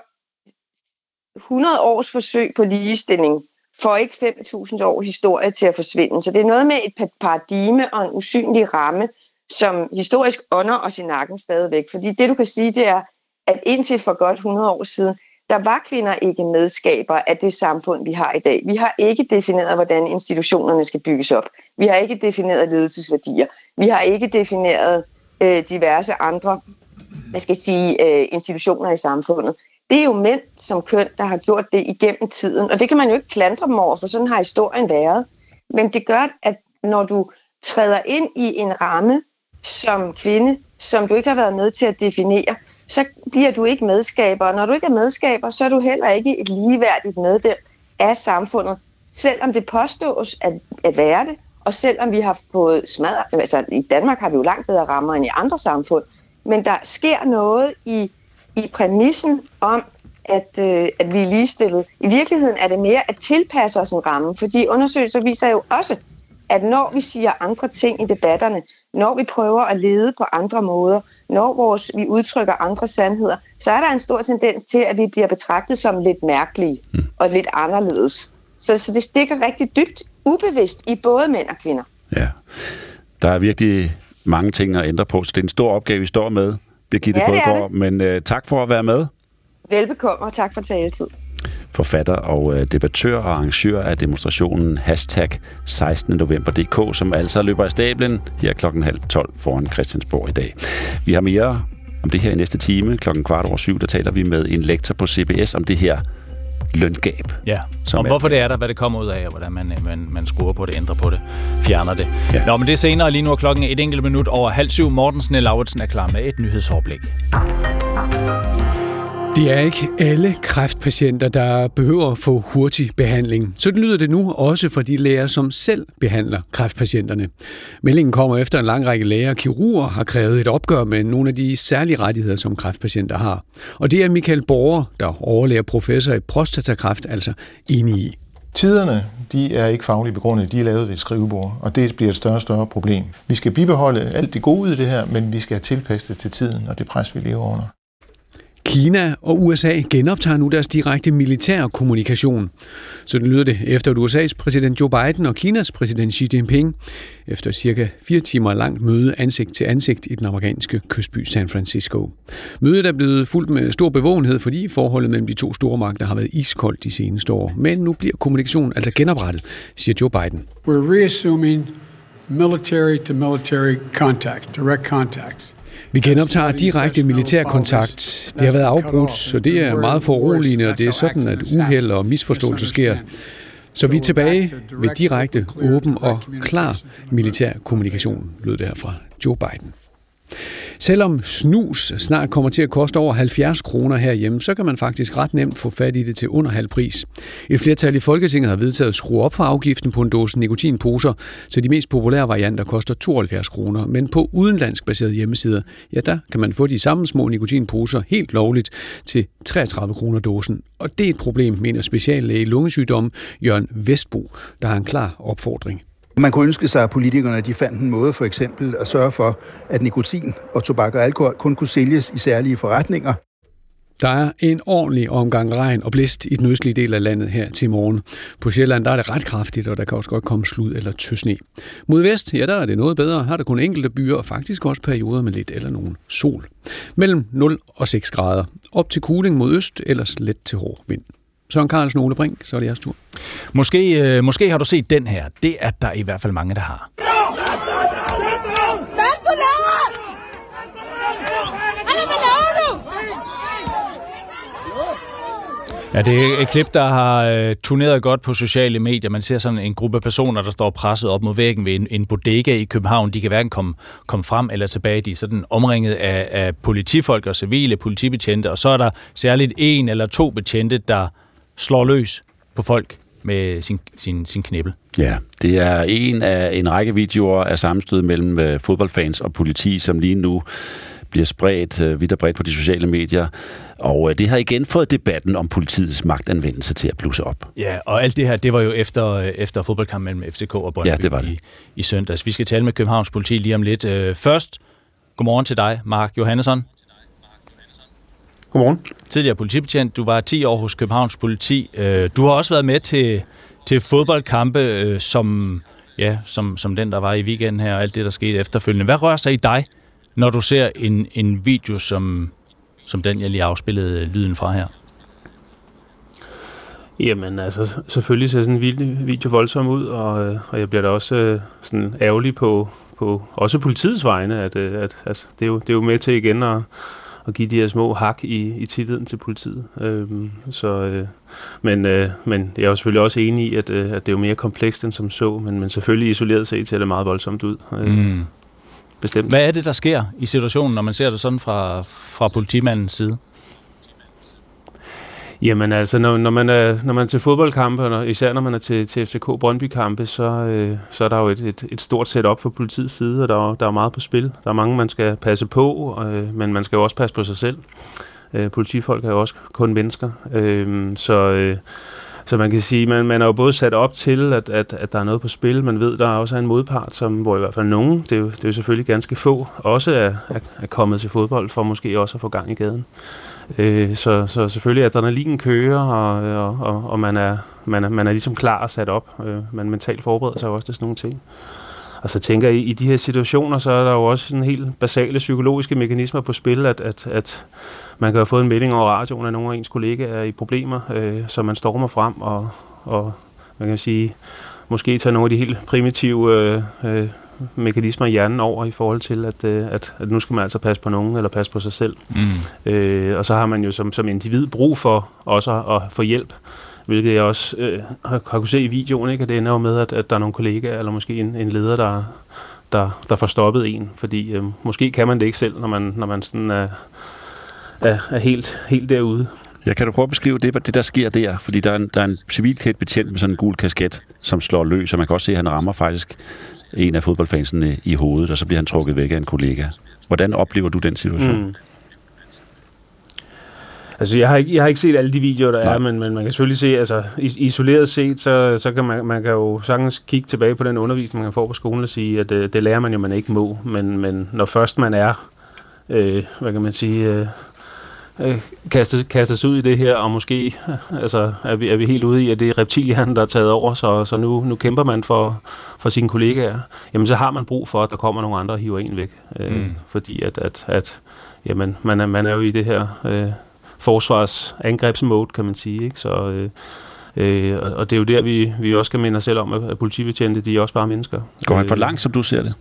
100 års forsøg på ligestilling får ikke 5.000 år historie til at forsvinde. Så det er noget med et paradigme og en usynlig ramme, som historisk ånder os i nakken stadigvæk. Fordi det, du kan sige, det er, at indtil for godt 100 år siden, der var kvinder ikke medskaber af det samfund, vi har i dag. Vi har ikke defineret, hvordan institutionerne skal bygges op. Vi har ikke defineret ledelsesværdier. Vi har ikke defineret diverse andre, institutioner i samfundet. Det er jo mænd som køn, der har gjort det igennem tiden, og det kan man jo ikke klandre dem over, for sådan har historien været. Men det gør, at når du træder ind i en ramme som kvinde, som du ikke har været med til at definere, så bliver du ikke medskaber. Og når du ikke er medskaber, så er du heller ikke et ligeværdigt medlem af samfundet, selvom det påstås at være det, og selvom vi har fået smadret, altså i Danmark har vi jo langt bedre rammer end i andre samfund, men der sker noget i præmissen om, at vi er ligestillet. I virkeligheden er det mere at tilpasse os en ramme, fordi undersøgelser viser jo også, at når vi siger andre ting i debatterne, når vi prøver at lede på andre måder, når vi udtrykker andre sandheder, så er der en stor tendens til, at vi bliver betragtet som lidt mærkelige og lidt anderledes. Så det stikker rigtig dybt ubevidst i både mænd og kvinder. Ja, der er virkelig mange ting at ændre på, så det er en stor opgave, vi står med, Birgitte Bådgaard. Men tak for at være med. Velbekomme, og tak for taletid. Forfatter og debattør og arrangør af demonstrationen #16november.dk, som altså løber af stablen her 11:30 foran Christiansborg i dag. Vi har mere om det her i næste time. 7:15, der taler vi med en lektor på CBS om det her løngab. Ja, om hvorfor det er der, hvad det kommer ud af, og hvordan man skruer på det, ændrer på det, fjerner det. Ja. Nå, men det er senere. Lige nu er klokken 7:01. Mortensen Lauritsen er klar med et nyhedsoverblik. Det er ikke alle kræftpatienter, der behøver at få hurtig behandling. Sådan lyder det nu også for de læger, som selv behandler kræftpatienterne. Meldingen kommer efter en lang række læger og kirurger har krævet et opgør med nogle af de særlige rettigheder, som kræftpatienter har. Og det er Michael Borger, der overlæger professor i prostatakræft, altså enig i. Tiderne, de er ikke fagligt begrundet, de er lavet ved et skrivebord, og det bliver et større og større problem. Vi skal bibeholde alt det gode i det her, men vi skal have tilpasset det til tiden og det pres, vi lever under. Kina og USA genoptager nu deres direkte militære kommunikation. Sådan lyder det efter at USA's præsident Joe Biden og Kinas præsident Xi Jinping efter cirka 4 timer langt møde ansigt til ansigt i den amerikanske kystby San Francisco. Mødet er blevet fuldt med stor bevågenhed, fordi forholdet mellem de to stormagter har været iskoldt de seneste år. Men nu bliver kommunikationen altså genoprettet, siger Joe Biden. We're reassuming military-to-military contacts, direct contacts. Vi genoptager direkte militær kontakt. Det har været afbrudt, så det er meget foruroligende, og det er sådan, at uheld og misforståelse sker. Så vi er tilbage ved direkte, åben og klar militær kommunikation, lød det her fra Joe Biden. Selvom snus snart kommer til at koste over 70 kroner herhjemme, så kan man faktisk ret nemt få fat i det til under halv pris. Et flertal i Folketinget har vedtaget at skrue op for afgiften på en dåse nikotinposer, så de mest populære varianter koster 72 kroner. Men på udenlandsk baserede hjemmesider, ja, der kan man få de samme små nikotinposer helt lovligt til 33 kroner dåsen. Og det er et problem, mener speciallæge i lungesygdomme Jørgen Vestbo, der har en klar opfordring. Man kunne ønske sig, at politikerne de fandt en måde for eksempel at sørge for, at nikotin og tobak og alkohol kun kunne sælges i særlige forretninger. Der er en ordentlig omgang regn og blæst i den østlige del af landet her til morgen. På Sjælland der er det ret kraftigt, og der kan også godt komme slud eller tøsne. Mod vest, ja, der er det noget bedre. Her er der kun enkelte byer og faktisk også perioder med lidt eller nogen sol. Mellem 0 og 6 grader. Op til kuling mod øst, ellers let til hård vind. Søren Carlsen, Ole Brink, så er det jeres tur. Måske har du set den her. Det er der i hvert fald mange, der har. Ja, det er et klip, der har turneret godt på sociale medier. Man ser sådan en gruppe personer, der står presset op mod væggen ved en bodega i København. De kan hverken komme frem eller tilbage. De er sådan omringet af politifolk og civile politibetjente, og så er der særligt 1 eller 2 betjente, der slår løs på folk med sin knibbel. Ja, det er en af en række videoer af sammenstød mellem fodboldfans og politi, som lige nu bliver spredt vidt og bredt på de sociale medier. Og det har igen fået debatten om politiets magtanvendelse til at blusse op. Ja, og alt det her, det var jo efter fodboldkampen mellem FCK og Brøndby, ja, det var det. I søndags. Vi skal tale med Københavns politi lige om lidt. Først, godmorgen til dig, Mark Johannesson. Godmorgen. Tidligere politibetjent. Du var 10 år hos Københavns politi. Du har også været med til fodboldkampe, som den, der var i weekenden her, og alt det, der skete efterfølgende. Hvad rører sig i dig, når du ser en video som den, jeg lige afspillede lyden fra her? Jamen altså, selvfølgelig ser sådan en video voldsom ud, og jeg bliver da også sådan ærgerlig på også politiets vegne, at det er jo med til igen at give de her små hak i tilliden til politiet. Men jeg er jo selvfølgelig også enig i, at det er jo mere komplekst end som så, men selvfølgelig isoleret set ser det meget voldsomt ud. Bestemt. Hvad er det, der sker i situationen, når man ser det sådan fra politimandens side? Jamen altså, når man er til fodboldkampe, og især når man er til FCK Brøndby-kampe, så er der jo et stort setup fra politiets side, og der er meget på spil. Der er mange, man skal passe på, men man skal jo også passe på sig selv. Politifolk er jo også kun mennesker. Så man kan sige, man er jo både sat op til, at der er noget på spil. Man ved, der også er en modpart, hvor i hvert fald nogen, det er jo selvfølgelig ganske få, også er kommet til fodbold for måske også at få gang i gaden. Så selvfølgelig adrenalin kører, og man er ligesom klar og sat op. Man mentalt forbereder sig også til sådan nogle ting. Og så tænker jeg, i de her situationer, så er der jo også sådan helt basale psykologiske mekanismer på spil, at man kan have fået en melding over radioen, at nogle af ens kollegaer er i problemer, så man stormer frem, og man kan sige, måske tager nogle af de helt primitive mekanismer i hjernen over i forhold til, at nu skal man altså passe på nogen, eller passe på sig selv. Og så har man jo som individ brug for også at få hjælp, hvilket jeg også har kunne se i videoen, ikke? At det ender jo med, at der er nogle kollegaer, eller måske en leder, der får stoppet en, fordi måske kan man det ikke selv, når man sådan er helt derude. Ja, kan du prøve at beskrive det der sker der? Fordi der er en civilklædt betjent med sådan en gul kasket, som slår løs, og man kan også se, at han rammer faktisk en af fodboldfansene i hovedet, og så bliver han trukket væk af en kollega. Hvordan oplever du den situation? Altså, jeg har ikke set alle de videoer, der er, men man kan selvfølgelig se, altså isoleret set, så kan man kan jo sagtens kigge tilbage på den undervisning, man får på skolen og sige, at det lærer man jo, man ikke må. Men når først man er, hvad kan man sige, kastes ud i det her, og måske altså, er vi helt ude i, at det er reptilhjernen, der er taget over, så nu kæmper man for sine kollegaer. Jamen, så har man brug for, at der kommer nogle andre og hiver en væk. Fordi at jamen, man er jo i det her forsvarsangrebsmode, kan man sige, ikke? Så, og det er jo der, vi også skal minde os selv om, at politibetjente, de er også bare mennesker. Går han for langt, som du ser det?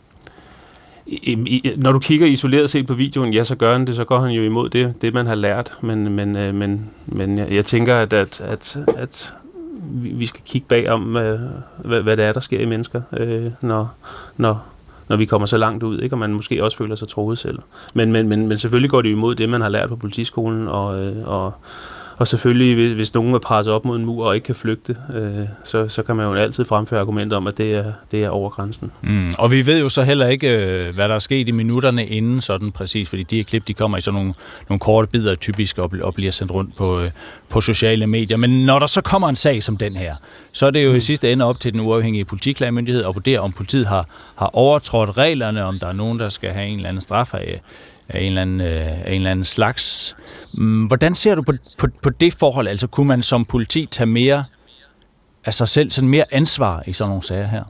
Når du kigger isoleret set på videoen, ja, så gør han det, så går han jo imod det man har lært, men jeg tænker, at vi skal kigge bag om, hvad det er, der sker i mennesker, når vi kommer så langt ud, ikke? Og man måske også føler sig troet selv. Men selvfølgelig går det imod det, man har lært på politiskolen, og selvfølgelig, hvis nogen er presset op mod en mur og ikke kan flygte, så kan man jo altid fremføre argumenter om, at det er over grænsen. Og vi ved jo så heller ikke, hvad der er sket i minutterne inden sådan præcis, fordi de her klip, de kommer i sådan nogle korte bidder typisk og bliver sendt rundt på sociale medier. Men når der så kommer en sag som den her, så er det jo i sidste ende op til den uafhængige politiklagemyndighed at vurdere, om politiet har overtrådt reglerne, om der er nogen, der skal have en eller anden straf af en eller anden slags. Hvordan ser du på det forhold? Altså, kunne man som politi tage mere af sig selv, sådan mere ansvar i sådan nogle sager her?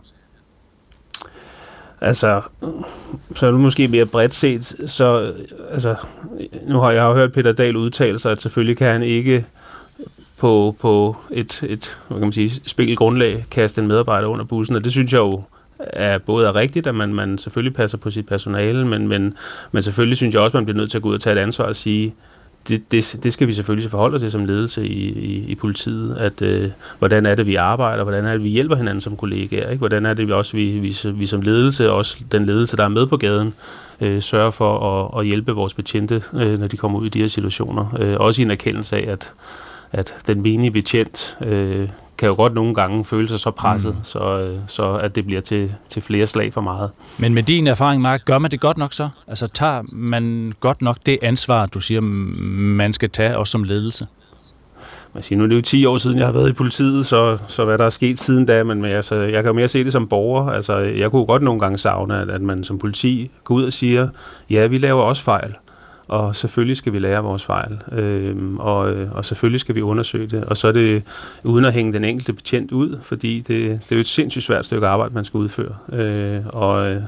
Altså, så er du måske mere bredt set, så altså, nu har jeg jo hørt Peter Dahl udtale sig, at selvfølgelig kan han ikke på et hvad kan man sige, spilgrundlag kaste en medarbejder under bussen, og det synes jeg jo både er rigtigt, at man selvfølgelig passer på sit personale, men selvfølgelig synes jeg også, at man bliver nødt til at gå ud og tage et ansvar og sige, det skal vi selvfølgelig forholde os til som ledelse i politiet, at hvordan er det, vi arbejder, hvordan er det, vi hjælper hinanden som kollegaer, ikke? Hvordan er det, vi som ledelse, også den ledelse, der er med på gaden, sørger for at hjælpe vores betjente, når de kommer ud i de her situationer. Også i en erkendelse af, at den menige betjent kan jo godt nogle gange føle sig så presset, så at det bliver til flere slag for meget. Men med din erfaring, Mark, gør man det godt nok så? Altså tager man godt nok det ansvar, du siger, man skal tage, også som ledelse? Man siger, nu er det jo 10 år siden, jeg har været i politiet, så hvad der er sket siden da, men altså, jeg kan jo mere se det som borger. Altså, jeg kunne godt nogle gange savne, at man som politi går ud og siger, ja, vi laver også fejl. Og selvfølgelig skal vi lære vores fejl, og selvfølgelig skal vi undersøge det. Og så er det uden at hænge den enkelte betjent ud, fordi det er jo et sindssygt svært stykke arbejde, man skal udføre.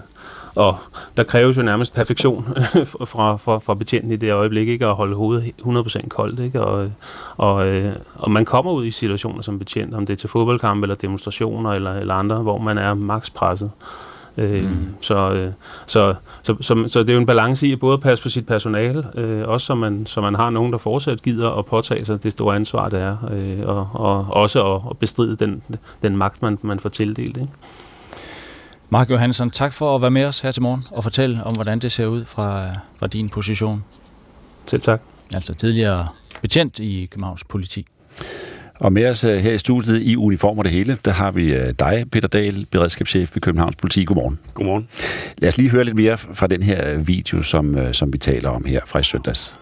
Og der kræves jo nærmest perfektion fra betjenten i det øjeblik, ikke? At holde hovedet 100% koldt, ikke? Og man kommer ud i situationer som betjent, om det er til fodboldkamp eller demonstrationer eller andre, hvor man er maks presset. Så det er jo en balance i at både passe på sit personale, også så man har nogen, der fortsat gider at påtage sig det store ansvar, det er, og også at bestride den magt, man får tildelt. Ikke? Mark Johansson, tak for at være med os her til morgen og fortælle om, hvordan det ser ud fra din position. Selv tak. Altså tidligere betjent i Københavns Politi. Og med os her i studiet i uniform og det hele, der har vi dig, Peter Dahl, beredskabschef ved Københavns Politi. Godmorgen. Godmorgen. Lad os lige høre lidt mere fra den her video, som vi taler om her fra i søndags.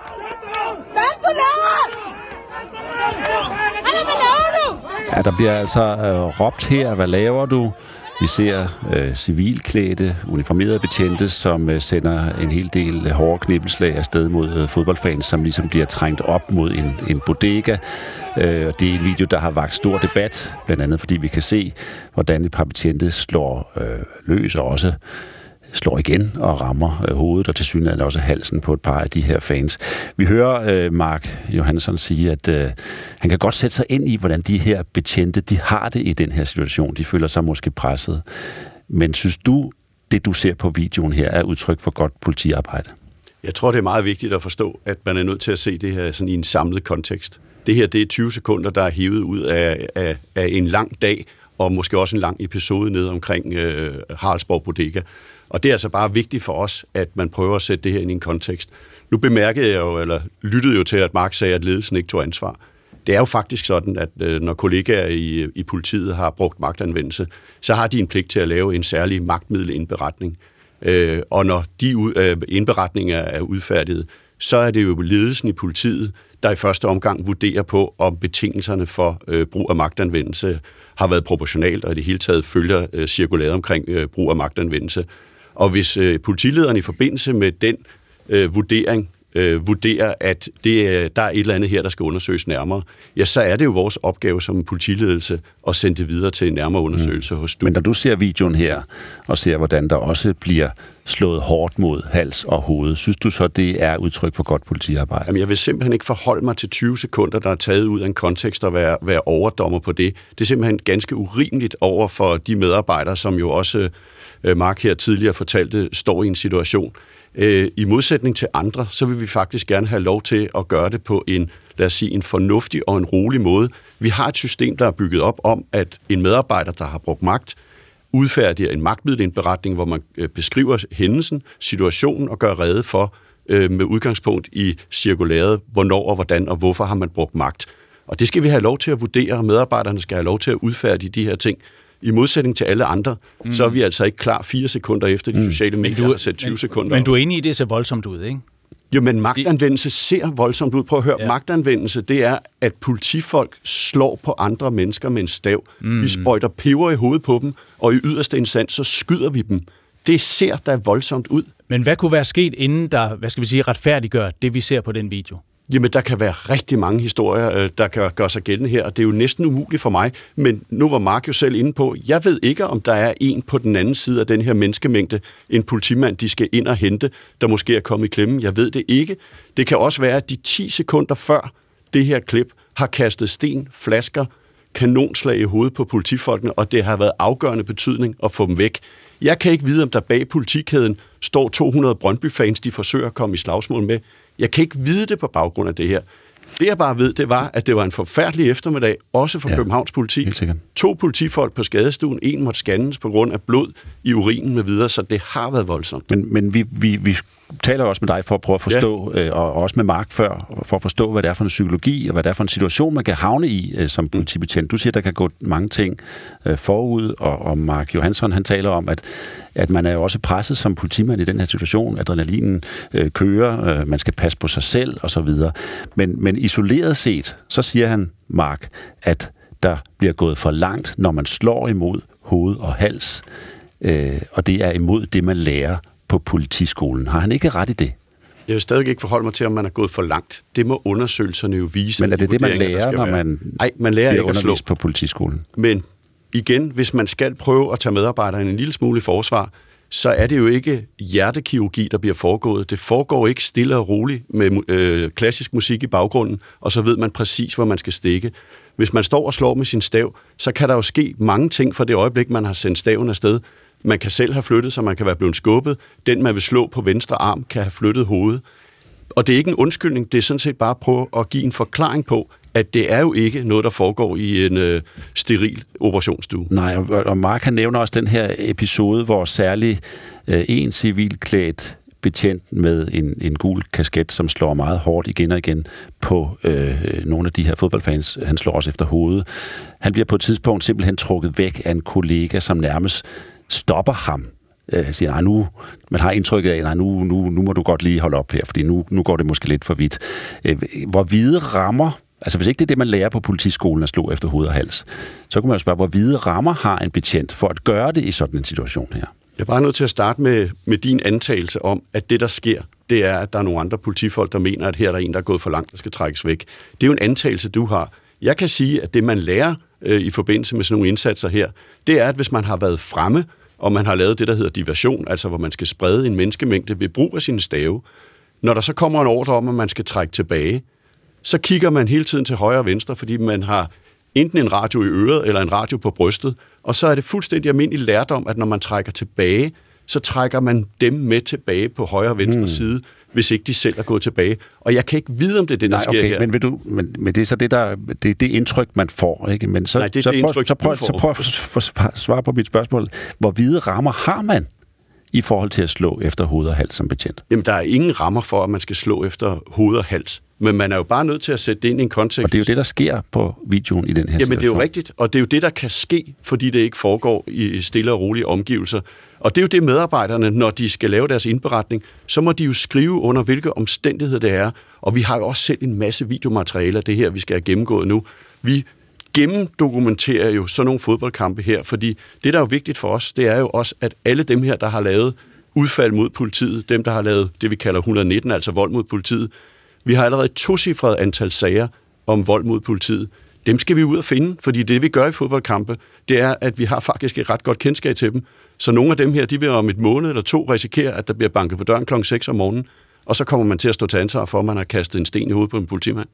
Ja, der bliver altså råbt her, hvad laver du? Vi ser civilklædte, uniformerede betjente, som sender en hel del hårde knippelslag afsted mod fodboldfans, som ligesom bliver trængt op mod en bodega. Det er en video, der har vakt stor debat, blandt andet fordi vi kan se, hvordan et par betjente slår løs og også slår igen og rammer hovedet og tilsyneladende også halsen på et par af de her fans. Vi hører Mark Johansson sige, at han kan godt sætte sig ind i, hvordan de her betjente, de har det i den her situation. De føler sig måske presset. Men synes du, det du ser på videoen her, er udtryk for godt politiarbejde? Jeg tror, det er meget vigtigt at forstå, at man er nødt til at se det her sådan i en samlet kontekst. Det her, det er 20 sekunder, der er hivet ud af en lang dag, og måske også en lang episode nede omkring Haraldsborg Bodega. Og det er altså bare vigtigt for os, at man prøver at sætte det her ind i en kontekst. Nu bemærkede jeg jo, eller lyttede jo til, at Mark sagde, at ledelsen ikke tog ansvar. Det er jo faktisk sådan, at når kollegaer i politiet har brugt magtanvendelse, så har de en pligt til at lave en særlig magtmiddelindberetning. Og når de indberetninger er udfærdiget, så er det jo ledelsen i politiet, der i første omgang vurderer på, om betingelserne for brug af magtanvendelse har været proportionalt, og i det hele taget følger cirkulæret omkring brug af magtanvendelse. Og hvis politilederen i forbindelse med den vurdering vurderer, at der er et eller andet her, der skal undersøges nærmere, ja, så er det jo vores opgave som politiledelse at sende det videre til en nærmere undersøgelse hos DUP. Men når du ser videoen her, og ser, hvordan der også bliver slået hårdt mod hals og hoved, synes du så, det er udtryk for godt politiarbejde? Jamen, jeg vil simpelthen ikke forholde mig til 20 sekunder, der er taget ud af en kontekst og være overdommer på det. Det er simpelthen ganske urimeligt over for de medarbejdere, som jo også Mark her tidligere fortalte, står i en situation. I modsætning til andre, så vil vi faktisk gerne have lov til at gøre det på en, lad os sige, en fornuftig og en rolig måde. Vi har et system, der er bygget op om, at en medarbejder, der har brugt magt, udfærdiger en magtmiddelindberetning, hvor man beskriver hændelsen, situationen og gør rede for, med udgangspunkt i cirkulæret, hvornår og hvordan og hvorfor har man brugt magt. Og det skal vi have lov til at vurdere, og medarbejderne skal have lov til at udfærdige de her ting. I modsætning til alle andre, så er vi altså ikke klar 4 sekunder efter de sociale medier har sat 20 sekunder. Men du er enig i, det ser voldsomt ud, ikke? Jo, men magtanvendelse ser voldsomt ud. Prøv at høre, magtanvendelse, det er, at politifolk slår på andre mennesker med en stav. Vi sprøjter peber i hovedet på dem, og i yderste instans, så skyder vi dem. Det ser da voldsomt ud. Men hvad kunne være sket, inden der, retfærdiggør det, vi ser på den video? Jamen, der kan være rigtig mange historier, der kan gøre sig gældende her, og det er jo næsten umuligt for mig. Men nu var Mark jo selv inde på, jeg ved ikke, om der er en på den anden side af den her menneskemængde, en politimand, de skal ind og hente, der måske er kommet i klemme. Jeg ved det ikke. Det kan også være, at de 10 sekunder før det her klip har kastet sten, flasker, kanonslag i hovedet på politifolkene, og det har været afgørende betydning at få dem væk. Jeg kan ikke vide, om der bag politikæden står 200 Brøndby-fans, de forsøger at komme i slagsmål med. Jeg kan ikke vide det på baggrund af det her. Det jeg bare ved, det var, at det var en forfærdelig eftermiddag, også for Københavns Politi. 2 politifolk på skadestuen, en måtte scannes på grund af blod i urinen med videre, så det har været voldsomt. Men vi taler også med dig for at prøve at forstå, og også med Mark før, for at forstå, hvad det er for en psykologi, og hvad det er for en situation, man kan havne i som politibetjent. Du siger, der kan gå mange ting forud, og Mark Johansson, han taler om, at man er jo også presset som politimand i den her situation. Adrenalinen kører, man skal passe på sig selv, og så videre. Men isoleret set, så siger han, Mark, at der bliver gået for langt, når man slår imod hoved og hals, og det er imod det, man lærer på politiskolen. Har han ikke ret i det? Jeg vil stadig ikke forholde mig til, om man er gået for langt. Det må undersøgelserne jo vise. Men er det det, man lærer, når man lærer bliver ikke at slå på politiskolen? Men igen, hvis man skal prøve at tage medarbejderne en lille smule i forsvar, så er det jo ikke hjertekirurgi, der bliver foregået. Det foregår ikke stille og roligt med klassisk musik i baggrunden, og så ved man præcis, hvor man skal stikke. Hvis man står og slår med sin stav, så kan der jo ske mange ting fra det øjeblik, man har sendt staven afsted. Man kan selv have flyttet sig, man kan være blevet skubbet. Den, man vil slå på venstre arm, kan have flyttet hovedet. Og det er ikke en undskyldning, det er sådan set bare at prøve at give en forklaring på, at det er jo ikke noget, der foregår i en steril operationsstue. Nej, og Mark han nævner også den her episode, hvor særlig en civilklædt betjent med en gul kasket, som slår meget hårdt igen og igen på nogle af de her fodboldfans. Han slår også efter hovedet. Han bliver på et tidspunkt simpelthen trukket væk af en kollega, som nærmest stopper ham. Siger, nu, man har indtrykket af, nu må du godt lige holde op her, fordi nu går det måske lidt for vidt. Hvor vide rammer, altså hvis ikke det er det, man lærer på politiskolen at slå efter hoved og hals, så kunne man jo spørge, hvor vide rammer har en betjent for at gøre det i sådan en situation her? Jeg er bare nødt til at starte med din antagelse om, at det, der sker, det er, at der er nogle andre politifolk, der mener, at her er der en, der er gået for langt, der skal trækkes væk. Det er jo en antagelse, du har. Jeg kan sige, at det, man lærer i forbindelse med sådan nogle indsatser her, det er, at hvis man har været fremme, og man har lavet det, der hedder diversion, altså hvor man skal sprede en menneskemængde ved brug af sine stave. Når der så kommer en ordre om, at man skal trække tilbage, så kigger man hele tiden til højre og venstre, fordi man har enten en radio i øret eller en radio på brystet, og så er det fuldstændig almindelig lærdom, at når man trækker tilbage, så trækker man dem med tilbage på højre og venstre side, hvis ikke de selv er gået tilbage. Og jeg kan ikke vide, om det er det, der sker her. Men det er så det indtryk, man får, ikke? Men så, prøv at svare på mit spørgsmål. Hvor vide rammer har man i forhold til at slå efter hoved og hals som betjent? Jamen, der er ingen rammer for, at man skal slå efter hoved og hals. Men man er jo bare nødt til at sætte det ind i en kontekst. Og det er jo det, der sker på videoen i den her situation. Jamen, det er jo rigtigt, og det er jo det, der kan ske, fordi det ikke foregår i stille og rolige omgivelser. Og det er jo det, medarbejderne, når de skal lave deres indberetning, så må de jo skrive under, hvilke omstændigheder det er. Og vi har jo også selv en masse videomaterialer, det her, vi skal have gennemgået nu. Vi gennemdokumenterer jo sådan nogle fodboldkampe her, fordi det, der er jo vigtigt for os, det er jo også, at alle dem her, der har lavet udfald mod politiet, dem, der har lavet det, vi kalder 119, altså vold mod politiet, vi har allerede et tocifret antal sager om vold mod politiet. Dem skal vi ud og finde, fordi det, vi gør i fodboldkampe, det er, at vi har faktisk et ret godt kendskab til dem. Så nogle af dem her, de vil om et måned eller to risikere, at der bliver banket på døren kl. 6 om morgenen, og så kommer man til at stå til ansvar for, at man har kastet en sten i hovedet på en politimand.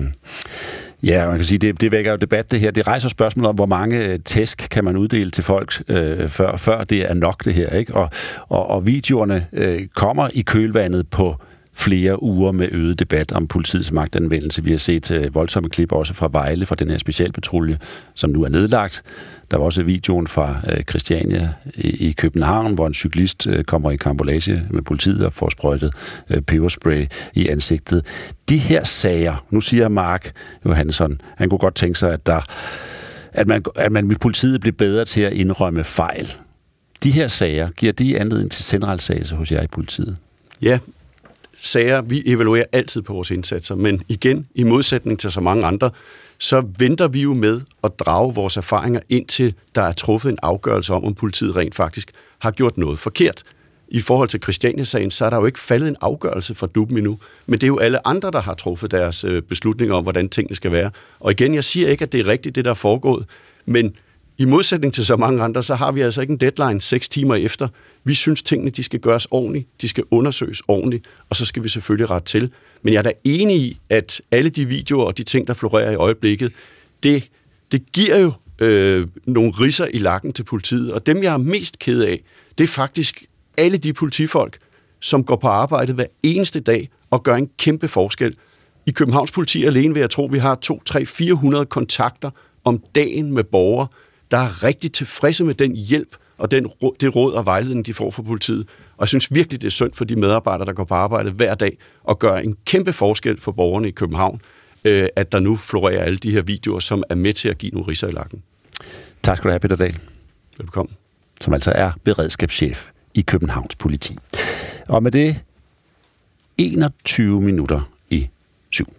Ja, man kan sige, det vækker jo debat det her. Det rejser spørgsmål om, hvor mange tæsk kan man uddele til folk, før det er nok det her, ikke? Og videoerne kommer i kølvandet på flere uger med øget debat om politiets magtanvendelse. Vi har set voldsomme klip også fra Vejle, fra den her specialpatrulje, som nu er nedlagt. Der var også videoen fra Christiania i København, hvor en cyklist kommer i karambolage med politiet og får sprøjtet peberspray i ansigtet. De her sager, nu siger Mark Johansson, han kunne godt tænke sig, at man med politiet bliver bedre til at indrømme fejl. De her sager, giver de anledning til centralsagelse hos jer i politiet? Ja, sager, vi evaluerer altid på vores indsatser, men igen, i modsætning til så mange andre, så venter vi jo med at drage vores erfaringer indtil der er truffet en afgørelse om politiet rent faktisk har gjort noget forkert. I forhold til Christiania-sagen, så er der jo ikke faldet en afgørelse fra DUP'en endnu, men det er jo alle andre, der har truffet deres beslutninger om, hvordan tingene skal være. Og igen, jeg siger ikke, at det er rigtigt, det der er foregået, men i modsætning til så mange andre, så har vi altså ikke en deadline 6 timer efter. Vi synes, tingene de skal gøres ordentligt, de skal undersøges ordentligt, og så skal vi selvfølgelig rette til. Men jeg er da enig i, at alle de videoer og de ting, der florerer i øjeblikket, det giver jo nogle ridser i lakken til politiet. Og dem, jeg er mest ked af, det er faktisk alle de politifolk, som går på arbejde hver eneste dag og gør en kæmpe forskel. I Københavns politi alene vil jeg tro, vi har 200-400 kontakter om dagen med borgere, der er rigtig tilfredse med den hjælp og det råd og vejledning, de får fra politiet. Og jeg synes virkelig, det er synd for de medarbejdere, der går på arbejde hver dag og gør en kæmpe forskel for borgerne i København, at der nu florerer alle de her videoer, som er med til at give nogle ridser i lakken. Tak skal du have, Peter Dahl. Velkommen. Som altså er beredskabschef i Københavns politi. Og med det 21 minutter i 7.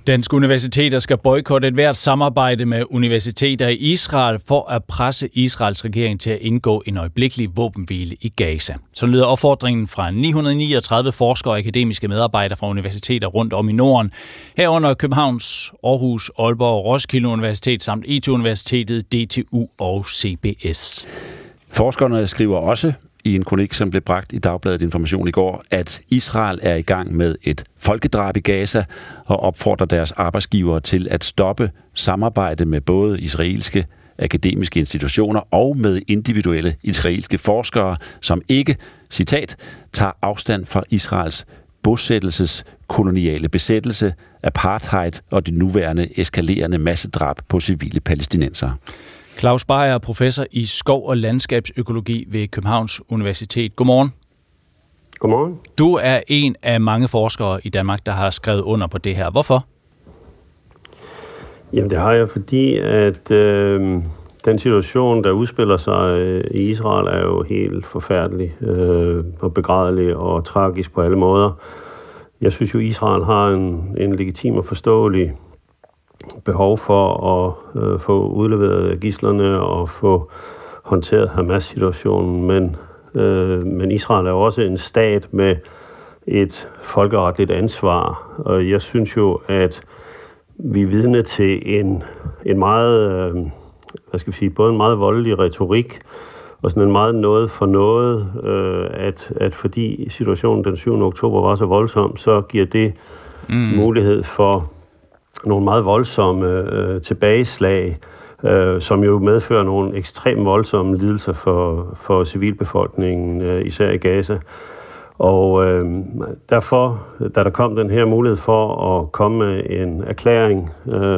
Danske universiteter skal boykotte et hvert samarbejde med universiteter i Israel for at presse Israels regering til at indgå en øjeblikkelig våbenhvile i Gaza. Så lyder opfordringen fra 939 forskere og akademiske medarbejdere fra universiteter rundt om i Norden, herunder Københavns, Aarhus, Aalborg, Roskilde Universitet samt IT-universitetet, DTU og CBS. Forskerne skriver også i en kronik, som blev bragt i Dagbladet Information i går, at Israel er i gang med et folkedrab i Gaza og opfordrer deres arbejdsgivere til at stoppe samarbejde med både israelske akademiske institutioner og med individuelle israelske forskere, som ikke, citat, tager afstand fra Israels bosættelseskoloniale besættelse, apartheid og det nuværende eskalerende massedrab på civile palæstinensere. Claus Beyer er professor i skov- og landskabsøkologi ved Københavns Universitet. Godmorgen. Godmorgen. Du er en af mange forskere i Danmark, der har skrevet under på det her. Hvorfor? Jamen det har jeg, fordi at den situation, der udspiller sig i Israel, er jo helt forfærdelig og begrædelig og tragisk på alle måder. Jeg synes jo, Israel har en legitim og forståelig behov for at få udleveret gidslerne og få håndteret Hamas-situationen, men Israel er jo også en stat med et folkeretligt ansvar, og jeg synes jo, at vi er vidne til en meget, både en meget voldelig retorik og sådan en meget noget for noget, at fordi situationen den 7. oktober var så voldsom, så giver det mulighed for nogle meget voldsomme tilbageslag, som jo medfører nogle ekstremt voldsomme lidelser for civilbefolkningen, især i Gaza. Og derfor, da der kom den her mulighed for at komme med en erklæring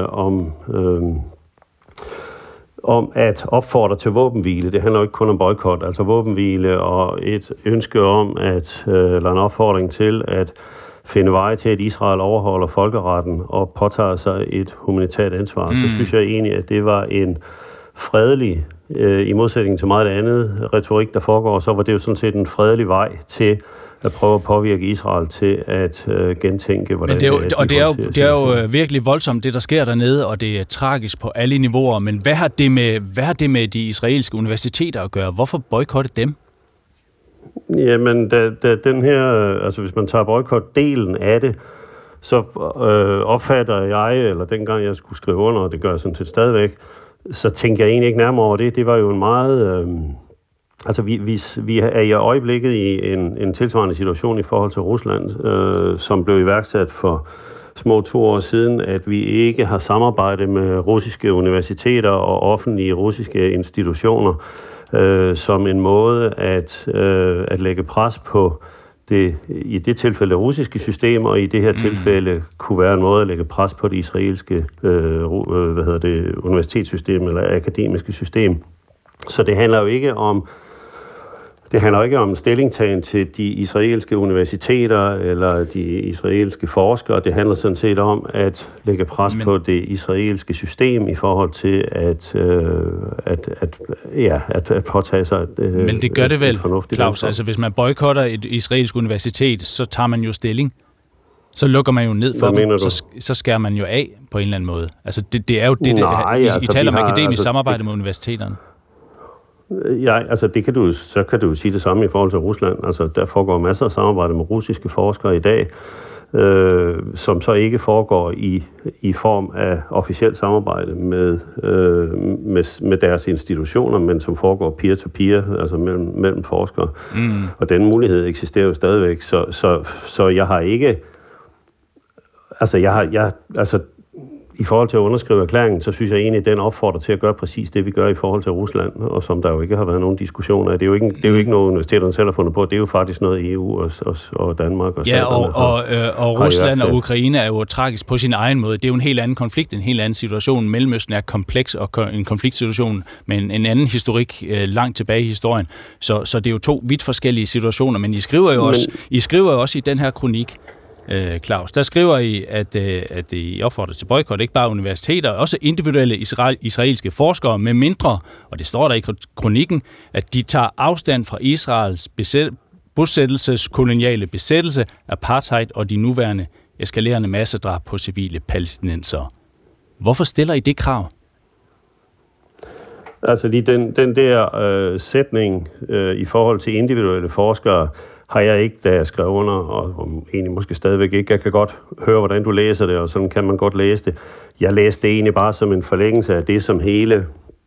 om at opfordre til våbenhvile, det handler jo ikke kun om boykot, altså våbenhvile og et ønske om, eller en opfordring til at finde veje til, at Israel overholder folkeretten og påtager sig et humanitært ansvar, så synes jeg egentlig, at det var en fredelig, i modsætning til meget andet retorik, der foregår, så var det jo sådan set en fredelig vej til at prøve at påvirke Israel til at gentænke, hvordan det er jo virkelig voldsomt, det der sker dernede, og det er tragisk på alle niveauer, men hvad har det med de israelske universiteter at gøre? Hvorfor boykotte dem? Jamen, da den her, altså hvis man tager boykot-delen af det, så opfatter jeg, eller dengang jeg skulle skrive under, og det gør jeg sådan set stadigvæk, så tænker jeg egentlig ikke nærmere over det. Det var jo en meget... vi er i øjeblikket i en tilsvarende situation i forhold til Rusland, som blev iværksat for små 2 år siden, at vi ikke har samarbejdet med russiske universiteter og offentlige russiske institutioner, som en måde at lægge pres på det, i det tilfælde russiske system, og i det her tilfælde kunne være en måde at lægge pres på det israelske universitetssystem eller akademiske system. Så det handler jo ikke om stillingtagen til de israelske universiteter eller de israelske forskere. Det handler sådan set om at lægge pres på det israelske system i forhold til at påtage sig men det gør det vel, Claus? Altså hvis man boykotter et israelsk universitet, så tager man jo stilling. Så lukker man jo ned for dem, så skærer man jo af på en eller anden måde. Altså det er jo det, I taler om akademisk samarbejde med universiteterne. Ja, altså så kan du sige det samme i forhold til Rusland. Altså der foregår masser af samarbejde med russiske forskere i dag, som så ikke foregår i form af officielt samarbejde med deres institutioner, men som foregår peer-to-peer, altså mellem forskere. Og den mulighed eksisterer jo stadigvæk. Så jeg har ikke... I forhold til at underskrive erklæringen, så synes jeg egentlig, at den opfordrer til at gøre præcis det, vi gør i forhold til Rusland, og som der jo ikke har været nogen diskussioner af. Det er jo ikke noget, universiteterne selv har fundet på. Det er jo faktisk noget EU og Danmark og og Rusland og Ukraine er jo tragisk på sin egen måde. Det er jo en helt anden konflikt, en helt anden situation. Mellemøsten er kompleks og en konfliktsituation med en anden historik langt tilbage i historien. Så det er jo 2 vidt forskellige situationer, men I skriver jo også i den her kronik, Claus, der skriver I, at I opfordrer til boykot, ikke bare universiteter, også individuelle israelske forskere, med mindre, og det står der i kronikken, at de tager afstand fra Israels bosættelseskoloniale besættelse, apartheid og de nuværende eskalerende massedrab på civile palæstinensere. Hvorfor stiller I det krav? Altså lige den der sætning i forhold til individuelle forskere, har jeg ikke, da jeg skrev under, og egentlig måske stadigvæk ikke. Jeg kan godt høre, hvordan du læser det, og sådan kan man godt læse det. Jeg læste det egentlig bare som en forlængelse af det, som hele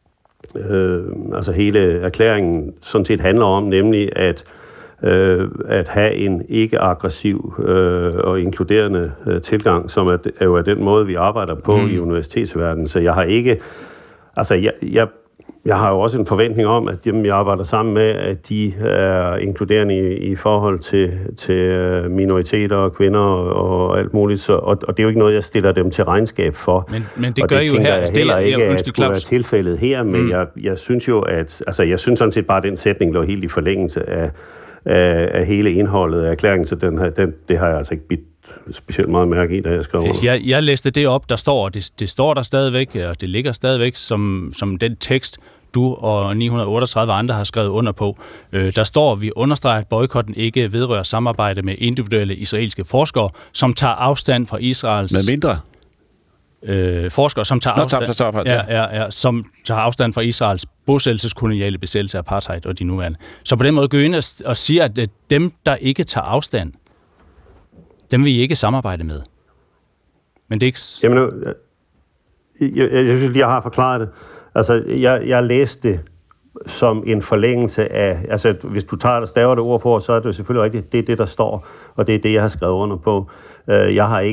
erklæringen sådan set handler om, nemlig at have en ikke-aggressiv og inkluderende tilgang, som er jo den måde, vi arbejder på i universitetsverdenen. Så jeg har ikke... Altså, jeg har jo også en forventning om, at dem, jeg arbejder sammen med, at de er inkluderende i forhold til minoriteter og kvinder og alt muligt. Så, og det er jo ikke noget, jeg stiller dem til regnskab for. Men det gør I jo her. Jeg heller ikke, at det skulle være tilfældet her, men jeg synes jo, at... Altså, jeg synes sådan set bare, at den sætning lå helt i forlængelse af hele indholdet af erklæringen, så det har jeg altså ikke bidt specielt meget mærke i, da jeg skrev under. Jeg læste det op, der står, og det står der stadigvæk, og det ligger stadigvæk som den tekst, du og 938 andre har skrevet under på. Der står, vi understreger, at boykotten ikke vedrører samarbejde med individuelle israelske forskere, som tager afstand fra Israels... Med mindre? Forskere, som tager som tager afstand fra Israels bosættelseskoloniale besættelse af apartheid og de nuværende. Så på den måde går I ind og siger, at dem, der ikke tager afstand, dem vil I ikke samarbejde med. Men det er ikke... Jamen, jeg synes lige, jeg har forklaret det. Altså, jeg læste det som en forlængelse af... Altså, hvis du staver det ord på, så er det selvfølgelig rigtigt. Det er det, der står, og det er det, jeg har skrevet under på. Jeg har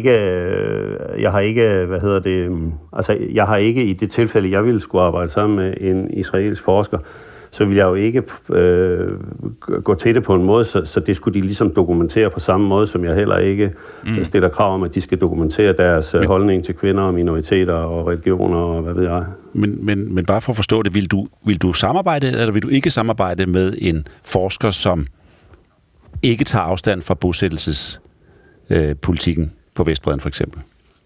ikke i det tilfælde, jeg ville skulle arbejde sammen med en israelsk forsker, så ville jeg jo ikke gå til det på en måde, så det skulle de ligesom dokumentere på samme måde, som jeg heller ikke stiller krav om, at de skal dokumentere deres holdning til kvinder og minoriteter og religioner og hvad ved jeg. Men bare for at forstå det, vil du samarbejde, eller vil du ikke samarbejde med en forsker, som ikke tager afstand fra bosættelsespolitikken på Vestbredden for eksempel?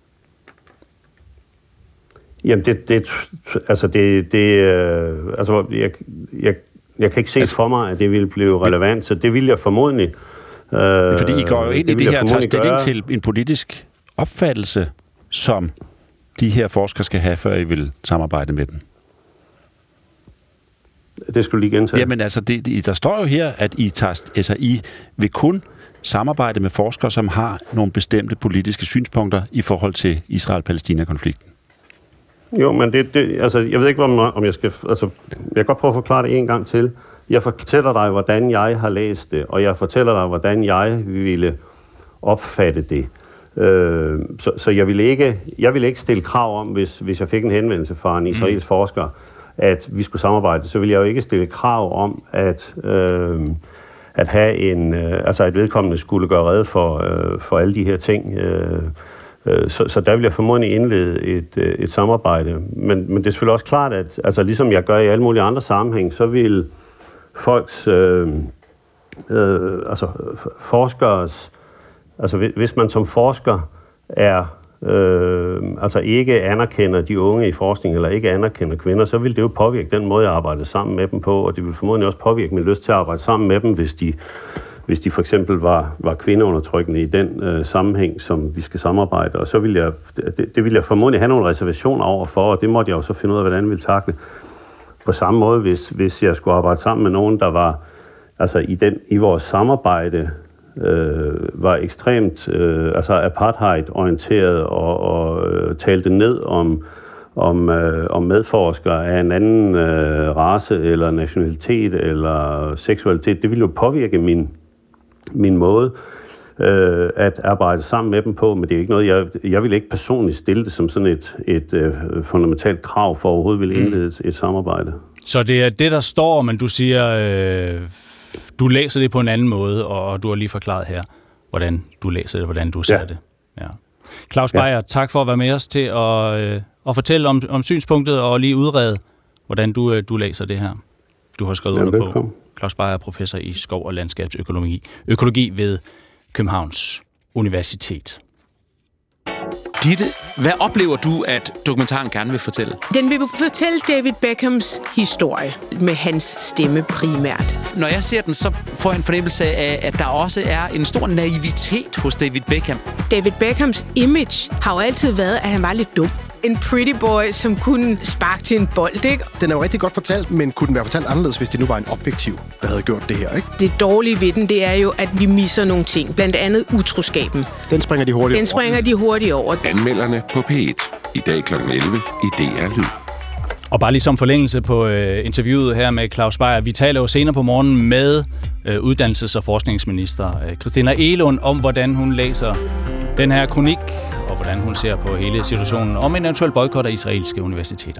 Jamen, jeg kan ikke se for mig, at det ville blive relevant, så det vil jeg formodentlig. Fordi I går jo ind i det her og tager stilling til en politisk opfattelse, som de her forskere skal have, før I vil samarbejde med dem. Det skulle lige gentage. Jamen altså, der står jo her, at I vil kun samarbejde med forskere, som har nogle bestemte politiske synspunkter i forhold til Israel-Palæstina-konflikten. Jo, men altså, jeg ved ikke, om jeg skal... Altså, jeg kan godt prøve at forklare det en gang til. Jeg fortæller dig, hvordan jeg har læst det, og jeg fortæller dig, hvordan jeg ville opfatte det. Så jeg ville ikke stille krav om, hvis jeg fik en henvendelse fra en israelsk forsker, at vi skulle samarbejde, så ville jeg jo ikke stille krav om, at have at vedkommende skulle gøre rede for alle de her ting. Så der vil jeg formodentlig indlede et samarbejde. Men det er selvfølgelig også klart, at altså, ligesom jeg gør i alle mulige andre sammenhæng, så vil folks, forskers, altså hvis man som forsker ikke anerkender de unge i forskning, eller ikke anerkender kvinder, så vil det jo påvirke den måde, jeg arbejder sammen med dem på, og det vil formodentlig også påvirke min lyst til at arbejde sammen med dem, hvis de for eksempel var kvindeundertrykkende i den sammenhæng, som vi skal samarbejde. Og så vil jeg formodentlig have nogle reservationer overfor, og det måtte jeg jo så finde ud af, hvordan jeg ville takle. På samme måde, hvis jeg skulle arbejde sammen med nogen, der var i vores samarbejde var ekstremt apartheid-orienteret og talte ned om medforskere af en anden race eller nationalitet eller seksualitet. Det ville jo påvirke min måde at arbejde sammen med dem på, men det er ikke noget, jeg vil ikke personligt stille det som sådan et fundamentalt krav for overhovedet vil indlede et samarbejde. Så det er det, der står, men du siger, du læser det på en anden måde, og du har lige forklaret her, hvordan du læser det, hvordan du ser det. Ja. Claus Beier, tak for at være med os til at fortælle om synspunktet og lige udrede, hvordan du læser det her. Du har skrevet under på. Claus Beier, professor i skov- og landskabsøkologi ved Københavns Universitet. Ditte, hvad oplever du, at dokumentaren gerne vil fortælle? Den vil fortælle David Beckhams historie med hans stemme primært. Når jeg ser den, så får jeg en fornemmelse af, at der også er en stor naivitet hos David Beckham. David Beckhams image har jo altid været, at han var lidt dum. En pretty boy, som kunne sparke til en bold, ikke? Den er jo rigtig godt fortalt, men kunne den være fortalt anderledes, hvis det nu var en objektiv, der havde gjort det her, ikke? Det dårlige ved den, det er jo, at vi misser nogle ting. Blandt andet utroskaben. Den springer de hurtigt over. Anmelderne på P1. I dag kl. 11 i DR Lyd. Og bare lige som forlængelse på interviewet her med Claus Beier, vi taler jo senere på morgenen med uddannelses- og forskningsminister Christina Egelund om, hvordan hun læser den her kronik, og hvordan hun ser på hele situationen om en eventuel boykot af israelske universiteter.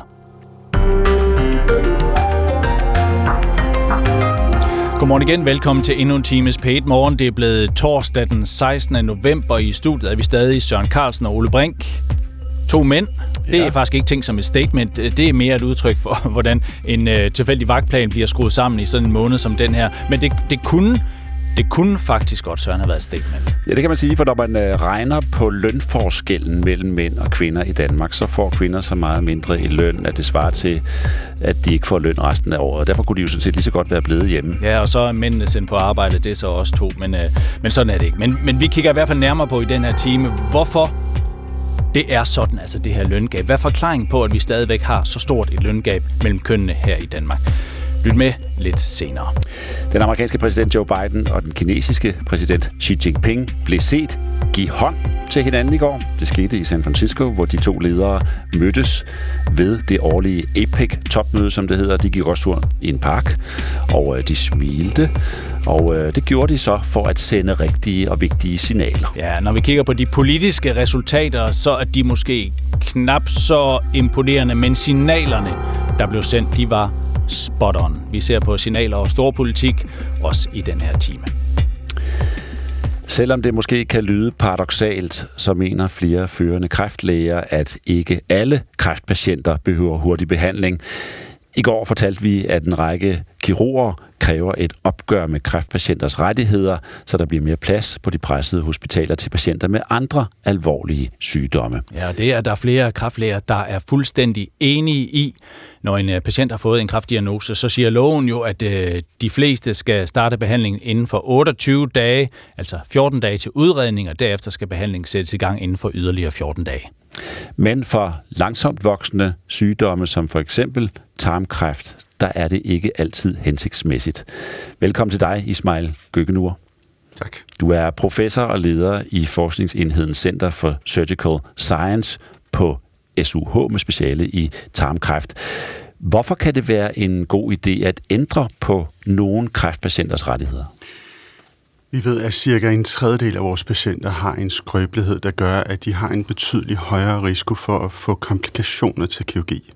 Godmorgen igen. Velkommen til endnu en times P1 Morgen. Det er blevet torsdag den 16. november. I studiet er vi stadig Søren Carlsen og Ole Brink. 2 mænd. Det er faktisk ikke tænkt som et statement. Det er mere et udtryk for, hvordan en tilfældig vagtplan bliver skruet sammen i sådan en måned som den her. Men det kunne faktisk godt, Søren, have været et statement. Ja, det kan man sige, for når man regner på lønforskellen mellem mænd og kvinder i Danmark, så får kvinder så meget mindre i løn, at det svarer til, at de ikke får løn resten af året. Derfor kunne de jo sådan set lige så godt være blevet hjemme. Ja, og så er mændene sendt på arbejde, det er så også 2, men sådan er det ikke. Men vi kigger i hvert fald nærmere på i den her time, hvorfor det er sådan, altså det her løngab. Hvad er forklaringen på, at vi stadigvæk har så stort et løngab mellem kønnene her i Danmark? Lyt med lidt senere. Den amerikanske præsident Joe Biden og den kinesiske præsident Xi Jinping blev set give hånd til hinanden i går. Det skete i San Francisco, hvor de 2 ledere mødtes ved det årlige APEC-topmøde, som det hedder. De gik også tur i en park, og de smilte. Og det gjorde de så for at sende rigtige og vigtige signaler. Ja, når vi kigger på de politiske resultater, så er de måske knap så imponerende, men signalerne, der blev sendt, de var spot on. Vi ser på signaler og storpolitik, også i den her time. Selvom det måske kan lyde paradoksalt, så mener flere førende kræftlæger, at ikke alle kræftpatienter behøver hurtig behandling. I går fortalte vi, at en række kirurger kræver et opgør med kræftpatienters rettigheder, så der bliver mere plads på de pressede hospitaler til patienter med andre alvorlige sygdomme. Ja, det er der flere kræftlæger, der er fuldstændig enige i. Når en patient har fået en kræftdiagnose, så siger loven jo, at de fleste skal starte behandlingen inden for 28 dage, altså 14 dage til udredning, og derefter skal behandlingen sættes i gang inden for yderligere 14 dage. Men for langsomt voksende sygdomme, som for eksempel tarmkræft, der er det ikke altid hensigtsmæssigt. Velkommen til dig, Ismail Göknur. Tak. Du er professor og leder i forskningsenheden Center for Surgical Science på SUH med speciale i tarmkræft. Hvorfor kan det være en god idé at ændre på nogle kræftpatienters rettigheder? Vi ved, at cirka 1/3 af vores patienter har en skrøbelighed, der gør, at de har en betydelig højere risiko for at få komplikationer til kirurgi.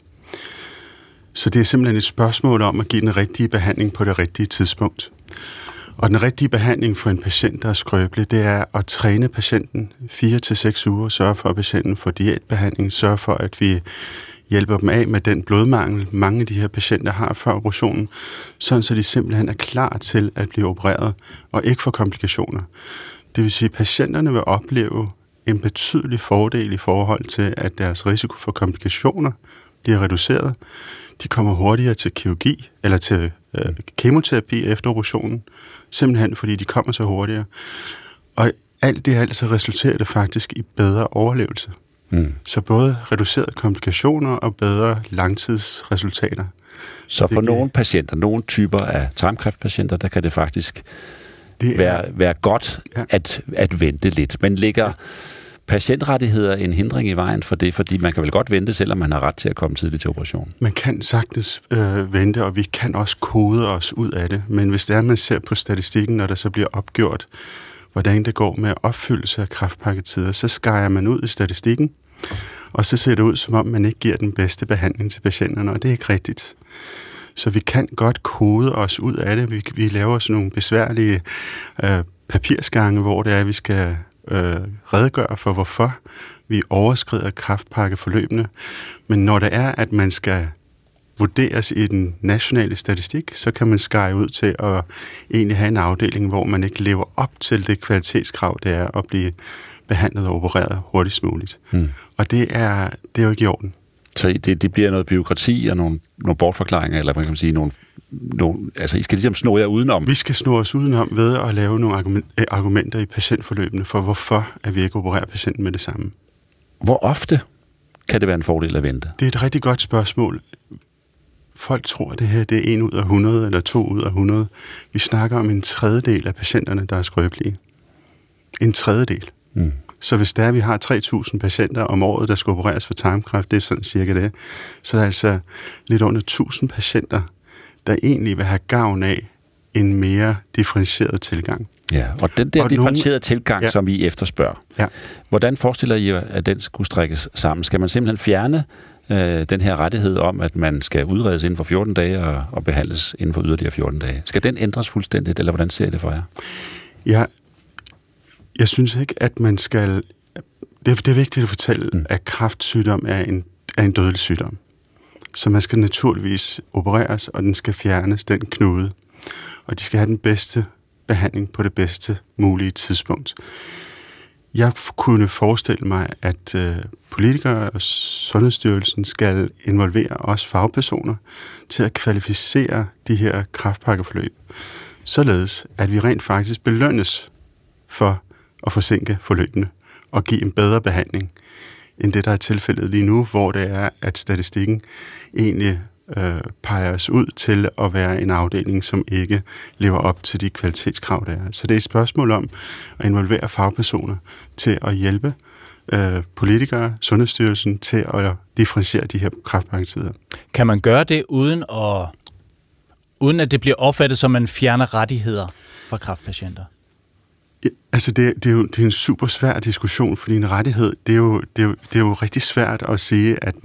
Så det er simpelthen et spørgsmål om at give den rigtige behandling på det rigtige tidspunkt. Og den rigtige behandling for en patient, der er skrøbelig, det er at træne patienten 4 til 6 uger, sørge for, at patienten får diætbehandling, sørge for, at vi hjælper dem af med den blodmangel, mange af de her patienter har før operationen, sådan så de simpelthen er klar til at blive opereret og ikke få komplikationer. Det vil sige, at patienterne vil opleve en betydelig fordel i forhold til, at deres risiko for komplikationer bliver reduceret. De kommer hurtigere til kirurgi eller til kemoterapi efter operationen, simpelthen fordi de kommer så hurtigere. Og alt det alt så resulterer det faktisk i bedre overlevelse. Så både reducerede komplikationer og bedre langtidsresultater. Så for nogle patienter, nogle typer af tarmkræftpatienter, der kan det faktisk være godt at vente lidt. Men ligger patientrettigheder en hindring i vejen for det? Fordi man kan vel godt vente, selvom man har ret til at komme tidligt til operation. Man kan sagtens vente, og vi kan også kode os ud af det. Men hvis det er, man ser på statistikken, når der så bliver opgjort, hvordan det går med opfyldelse af kræftpakketider, så skærer man ud i statistikken, og så ser det ud, som om man ikke giver den bedste behandling til patienterne, og det er ikke rigtigt. Så vi kan godt kode os ud af det. Vi laver sådan nogle besværlige papirsgange, hvor det er, at vi skal redegøre for, hvorfor vi overskrider kræftpakkeforløbene. Men når det er, at man skal vurderes i den nationale statistik, så kan man skære ud til at egentlig have en afdeling, hvor man ikke lever op til det kvalitetskrav, det er at blive behandlet og opereret hurtigst muligt. Og det er jo ikke i orden. Så det bliver noget byråkrati og nogle bortforklaringer, eller hvad kan man sige, altså I skal ligesom snurre jer udenom? Vi skal snurre os udenom ved at lave nogle argumenter i patientforløbene for, hvorfor at vi ikke opererer patienten med det samme. Hvor ofte kan det være en fordel at vente? Det er et rigtig godt spørgsmål. Folk tror, at det her det er 1 ud af 100 eller 2 ud af 100. Vi snakker om en tredjedel af patienterne, der er skrøbelige. En tredjedel. Så hvis der vi har 3.000 patienter om året, der skal opereres for tarmkræft, det er sådan cirka det, så er der altså lidt under 1.000 patienter, der egentlig vil have gavn af en mere differentieret tilgang. Ja, og den der differentierede tilgang, som vi efterspørger, hvordan forestiller I, at den skulle strækkes sammen? Skal man simpelthen fjerne den her rettighed om, at man skal udredes inden for 14 dage og behandles inden for yderligere 14 dage? Skal den ændres fuldstændigt, eller hvordan ser I det for jer? Ja, jeg synes ikke, at man skal... Det er vigtigt at fortælle, at kræftsygdom er en dødelig sygdom. Så man skal naturligvis opereres, og den skal fjernes, den knude. Og de skal have den bedste behandling på det bedste mulige tidspunkt. Jeg kunne forestille mig, at politikere og Sundhedsstyrelsen skal involvere os fagpersoner til at kvalificere de her kræftpakkeforløb, således at vi rent faktisk belønnes for at forsinke forløbene og give en bedre behandling end det, der er tilfældet lige nu, hvor det er, at statistikken egentlig peger os ud til at være en afdeling, som ikke lever op til de kvalitetskrav, der er. Så det er et spørgsmål om at involvere fagpersoner til at hjælpe politikere, Sundhedsstyrelsen til at differentiere de her kræftpakketider. Kan man gøre det uden at det bliver opfattet som, man fjerner rettigheder fra kræftpatienter? Altså, det er en super svær diskussion, fordi en rettighed, det er jo rigtig svært at sige, at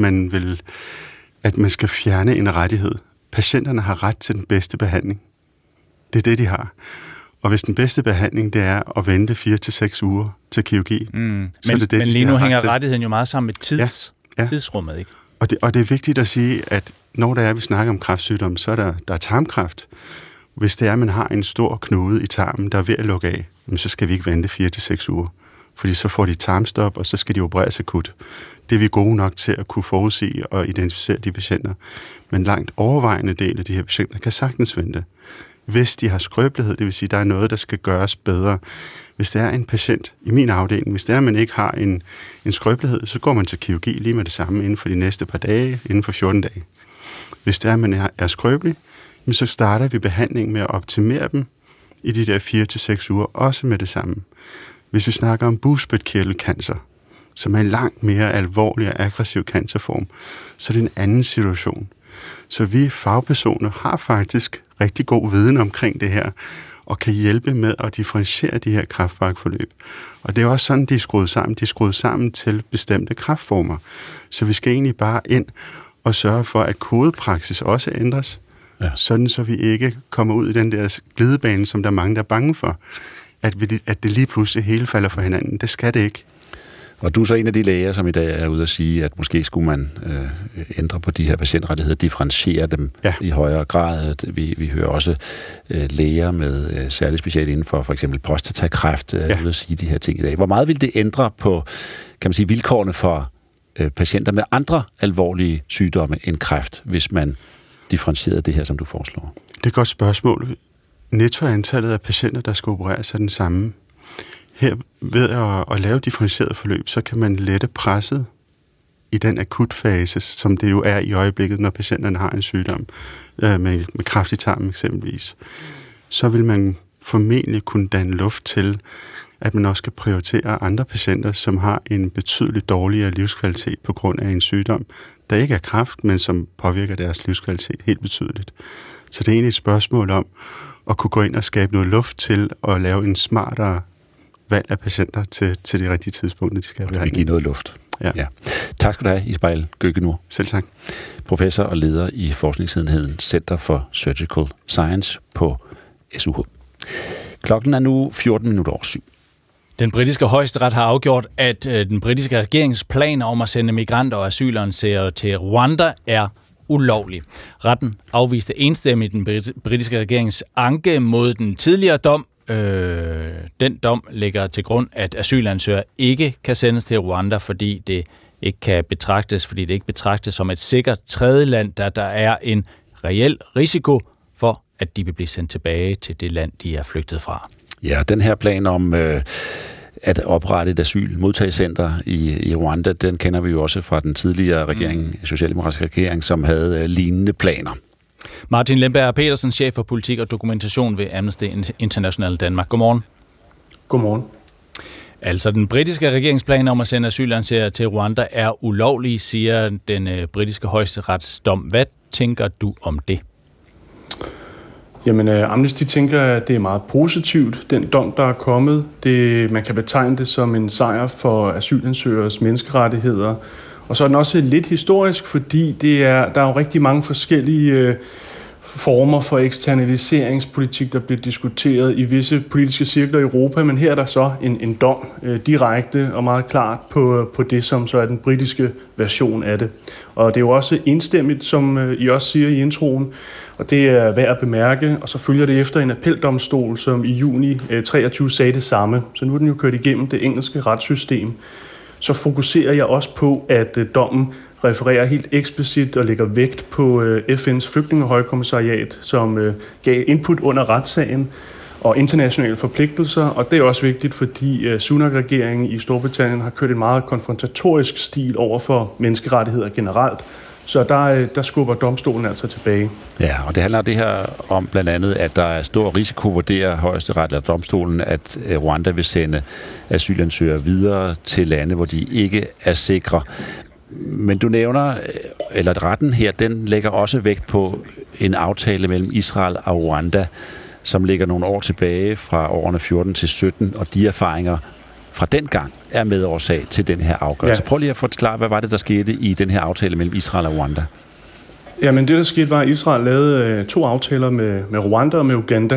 man skal fjerne en rettighed. Patienterne har ret til den bedste behandling. Det er det, de har. Og hvis den bedste behandling, det er at vente 4 til 6 uger til kirurgi, så er det det, men lige nu hænger rettigheden jo meget sammen med tidsrummet, ikke? Og det er vigtigt at sige, at når der er, vi snakker om kræftsygdom, så er der tarmkræft. Hvis det er, at man har en stor knude i tarmen, der er ved at lukke af, så skal vi ikke vente 4 til 6 uger. Fordi så får de tarmstop, og så skal de opereres akut. Det er vi gode nok til at kunne forudsige og identificere de patienter. Men langt overvejende del af de her patienter kan sagtens vente. Hvis de har skrøbelighed, det vil sige, at der er noget, der skal gøres bedre. Hvis der er en patient i min afdeling, hvis det er, at man ikke har en skrøbelighed, så går man til kirurgi lige med det samme inden for de næste par dage, inden for 14 dage. Hvis det er, at man er skrøbelig, så starter vi behandlingen med at optimere dem i de der 4 til 6 uger, også med det samme. Hvis vi snakker om bugspytkirtelcancer, som er en langt mere alvorlig og aggressiv cancerform, så er det en anden situation. Så vi fagpersoner har faktisk rigtig god viden omkring det her, og kan hjælpe med at differentiere de her kræftpakkeforløb. Og det er også sådan, de er skruet sammen. De er skruet sammen til bestemte kræftformer. Så vi skal egentlig bare ind og sørge for, at kodepraksis også ændres, sådan så vi ikke kommer ud i den der glidebane, som der er mange, der er bange for, at det lige pludselig hele falder fra hinanden. Det skal det ikke. Og du er så en af de læger, som i dag er ude at sige, at måske skulle man ændre på de her patientrettigheder, differentiere dem i højere grad. Vi hører også læger med særlig specielt inden for eksempel prostatakræft ude at sige de her ting i dag. Hvor meget vil det ændre på, kan man sige, vilkårene for patienter med andre alvorlige sygdomme end kræft, hvis man differentierede det her, som du foreslår? Det er et godt spørgsmål. Nettoantallet af patienter, der skal opereres, er den samme. Her ved at lave differentieret forløb, så kan man lette presset i den akutfase, som det jo er i øjeblikket, når patienterne har en sygdom, med kræft i tarmen eksempelvis. Så vil man formentlig kunne danne luft til, at man også skal prioritere andre patienter, som har en betydeligt dårligere livskvalitet på grund af en sygdom, der ikke er kræft, men som påvirker deres livskvalitet helt betydeligt. Så det er egentlig et spørgsmål om at kunne gå ind og skabe noget luft til at lave en smartere valg af patienter til de rigtige tidspunkter, de skal have behandling. Vi giver noget luft. Ja. Tak skal du have, Ismail Göknur. Selv tak. Professor og leder i forskningsenheden Center for Surgical Science på SUH. Klokken er nu 7:14. Den britiske højesteret har afgjort, at den britiske regerings planer om at sende migranter og asylansøgere til Rwanda er ulovlig. Retten afviste enstemmigt den britiske regerings anke mod den tidligere dom, Den dom lægger til grund, at asylansøgere ikke kan sendes til Rwanda, fordi det ikke betragtes som et sikkert tredjeland, da der er en reel risiko for, at de vil blive sendt tilbage til det land, de er flygtet fra. Ja, den her plan om at oprette et asylmodtagelsescenter i Rwanda, den kender vi jo også fra den tidligere regering, socialdemokratiske regering, som havde lignende planer. Martin Lemberg Petersen, chef for politik og dokumentation ved Amnesty International Danmark. Godmorgen. Godmorgen. Altså, den britiske regeringsplan om at sende asylansøgere til Rwanda er ulovlig, siger den britiske højesteretsdom. Hvad tænker du om det? Jamen, Amnesty tænker, at det er meget positivt, den dom, der er kommet. Man kan betegne det som en sejr for asylansøgeres menneskerettigheder. Og så er den også lidt historisk, fordi der er jo rigtig mange forskellige former for eksternaliseringspolitik, der bliver diskuteret i visse politiske cirkler i Europa, men her er der så en dom direkte og meget klart på det, som så er den britiske version af det. Og det er jo også enstemmigt, som I også siger i introen, og det er værd at bemærke, og så følger det efter en appeldomstol, som i juni 23 sagde det samme. Så nu er den jo kørt igennem det engelske retssystem. Så fokuserer jeg også på, at dommen refererer helt eksplicit og lægger vægt på FN's flygtningehøjkommissariat, som gav input under retssagen og internationale forpligtelser. Og det er også vigtigt, fordi Sunak-regeringen i Storbritannien har kørt en meget konfrontatorisk stil over for menneskerettigheder generelt. Så der skubber domstolen altså tilbage. Ja, og det handler det her om blandt andet, at der er stor risiko, vurderer højesteret eller domstolen, at Rwanda vil sende asylansøgere videre til lande, hvor de ikke er sikre. Men du nævner, eller retten her, den lægger også vægt på en aftale mellem Israel og Rwanda, som ligger nogle år tilbage fra årene 14 til 17, og de erfaringer fra den gang er medårsag til den her afgørelse. Ja. Prøv lige at forklare, hvad var det, der skete i den her aftale mellem Israel og Rwanda? Jamen det, der skete, var, at Israel lavede 2 aftaler med Rwanda og med Uganda.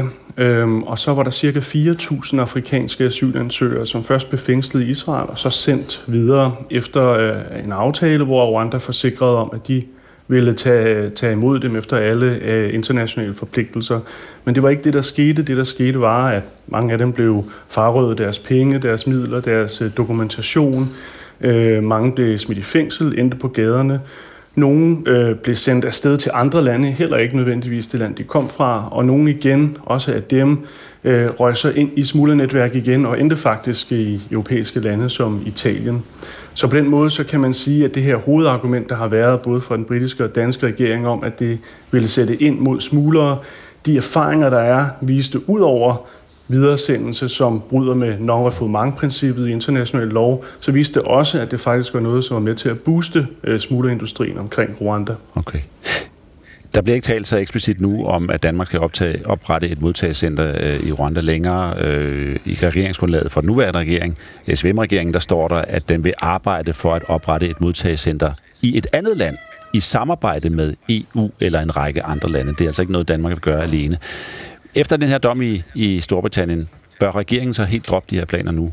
Og så var der cirka 4.000 afrikanske asylansøgere, som først blev fængslet i Israel, og så sendt videre efter en aftale, hvor Rwanda forsikrede om, at de ville tage imod dem efter alle internationale forpligtelser. Men det var ikke det, der skete. Det, der skete, var, at mange af dem blev frarøvet deres penge, deres midler, deres dokumentation. Mange blev smidt i fængsel, endte på gaderne. Nogle blev sendt afsted til andre lande, heller ikke nødvendigvis det land, de kom fra. Og nogle igen, også af dem, røg så ind i smuglernetværk igen og endte faktisk i europæiske lande som Italien. Så på den måde så kan man sige, at det her hovedargument, der har været både fra den britiske og danske regering om, at det ville sætte ind mod smuglere, de erfaringer, der er, viste ud over videresendelse, som bryder med non-refoulement-princippet i international lov, så viste det også, at det faktisk var noget, som var med til at booste smuglerindustrien omkring Rwanda. Okay. Der bliver ikke talt så eksplicit nu om, at Danmark skal oprette et modtagelsescenter i Rwanda længere. I regeringsgrundlaget for den nuværende regering, SVM-regeringen, der står der, at den vil arbejde for at oprette et modtagelsescenter i et andet land, i samarbejde med EU eller en række andre lande. Det er altså ikke noget, Danmark vil gøre alene. Efter den her dom i Storbritannien, bør regeringen så helt droppe de her planer nu?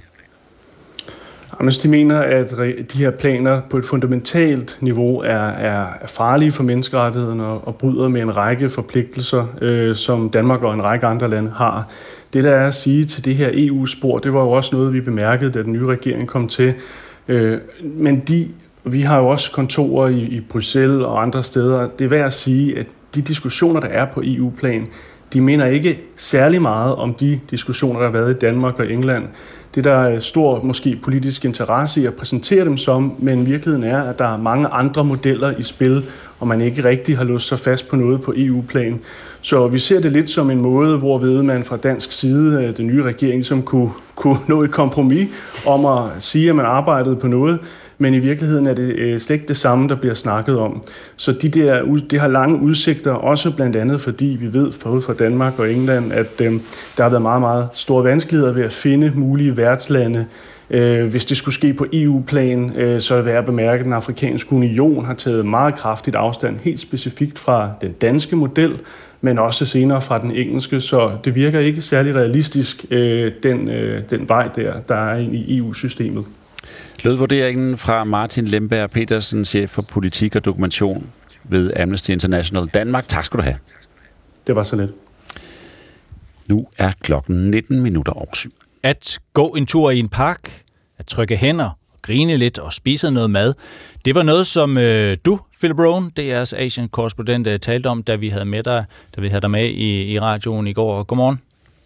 Amnesty mener, at de her planer på et fundamentalt niveau er farlige for menneskerettighederne og bryder med en række forpligtelser, som Danmark og en række andre lande har. Det, der er at sige til det her EU-spor, det var jo også noget, vi bemærkede, da den nye regering kom til. Men vi har jo også kontorer i Bruxelles og andre steder. Det er værd at sige, at de diskussioner, der er på EU-plan, de mener ikke særlig meget om de diskussioner, der har været i Danmark og England. Det, der er stor måske politisk interesse i at præsentere dem som, men virkeligheden er, at der er mange andre modeller i spil, og man ikke rigtig har låst sig fast på noget på EU-plan. Så vi ser det lidt som en måde, hvorved man fra dansk side, den nye regering, som kunne nå et kompromis om at sige, at man arbejdede på noget, men i virkeligheden er det slet ikke det samme, der bliver snakket om. Så det har lange udsigter, også blandt andet fordi vi ved, både fra Danmark og England, at der har været meget, meget store vanskeligheder ved at finde mulige værtslande. Hvis det skulle ske på EU-plan, så er det værd at bemærke, at den afrikanske union har taget meget kraftigt afstand, helt specifikt fra den danske model, men også senere fra den engelske, så det virker ikke særlig realistisk, den vej der er ind i EU-systemet. Lød vurderingen fra Martin Lemberg Petersen, chef for politik og dokumentation ved Amnesty International Danmark. Tak skal du have. Det var så lidt. Nu er klokken 19:19. At gå en tur i en park, at trykke hænder, grine lidt og spise noget mad, det var noget, som du, Philip Rowan, DR's Asian-korrespondent, talte om, da vi havde dig med i radioen i går. Godmorgen.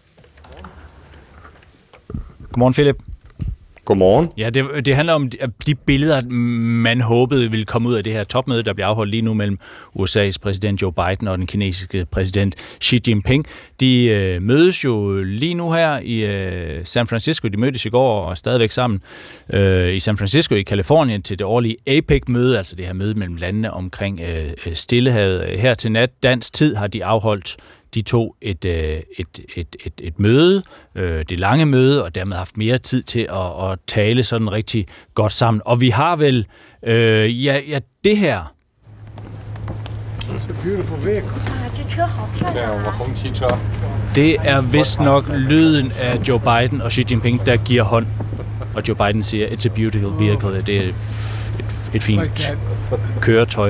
Godmorgen, Philip. Godmorgen. Ja, det handler om de billeder, man håbede ville komme ud af det her topmøde, der bliver afholdt lige nu mellem USA's præsident Joe Biden og den kinesiske præsident Xi Jinping. De mødes jo lige nu her i San Francisco. De mødtes i går og er stadigvæk sammen i San Francisco i Californien til det årlige APEC-møde, altså det her møde mellem landene omkring Stillehavet. Her til nat dansk tid har de afholdt de to et møde, det lange møde, og dermed haft mere tid til at tale sådan rigtig godt sammen. Og vi har vel, det her. Det er vist nok lyden af Joe Biden og Xi Jinping, der giver hånd. Og Joe Biden siger, it's a beautiful vehicle. Det er et fint køretøj.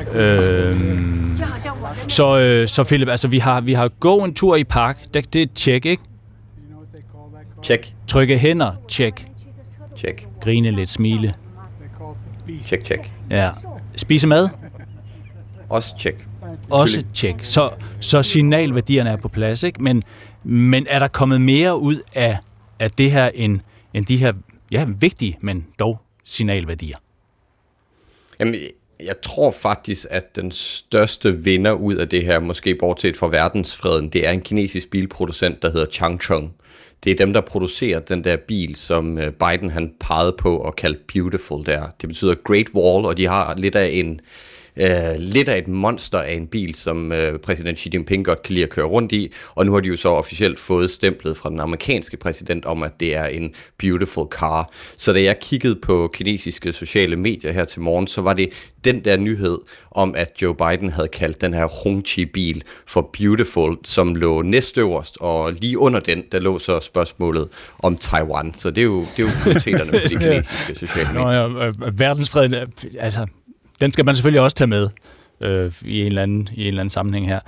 Så Philip, altså vi har gå en tur i park. Det er et check, ikke? Check. Trykke hænder, check. Check. Grine lidt, smile. Check. Ja. Spise mad? Også check. Også check. Så signalværdierne er på plads, ikke? Men er der kommet mere ud af det her end de her vigtige, men dog signalværdier? Jamen, jeg tror faktisk, at den største vinder ud af det her, måske bortset fra verdensfreden, det er en kinesisk bilproducent, der hedder Changchun. Det er dem, der producerer den der bil, som Biden han pegede på og kaldte beautiful der. Det betyder Great Wall, og de har lidt af et monster af en bil, som præsident Xi Jinping godt kan lide at køre rundt i, og nu har de jo så officielt fået stemplet fra den amerikanske præsident om, at det er en beautiful car. Så da jeg kiggede på kinesiske sociale medier her til morgen, så var det den der nyhed om, at Joe Biden havde kaldt den her Hongqi-bil for beautiful, som lå næstøverst, og lige under den, der lå så spørgsmålet om Taiwan. Så det er jo prioriteterne på de kinesiske sociale medier. Verdensfreden, altså den skal man selvfølgelig også tage med i en eller anden sammenhæng her.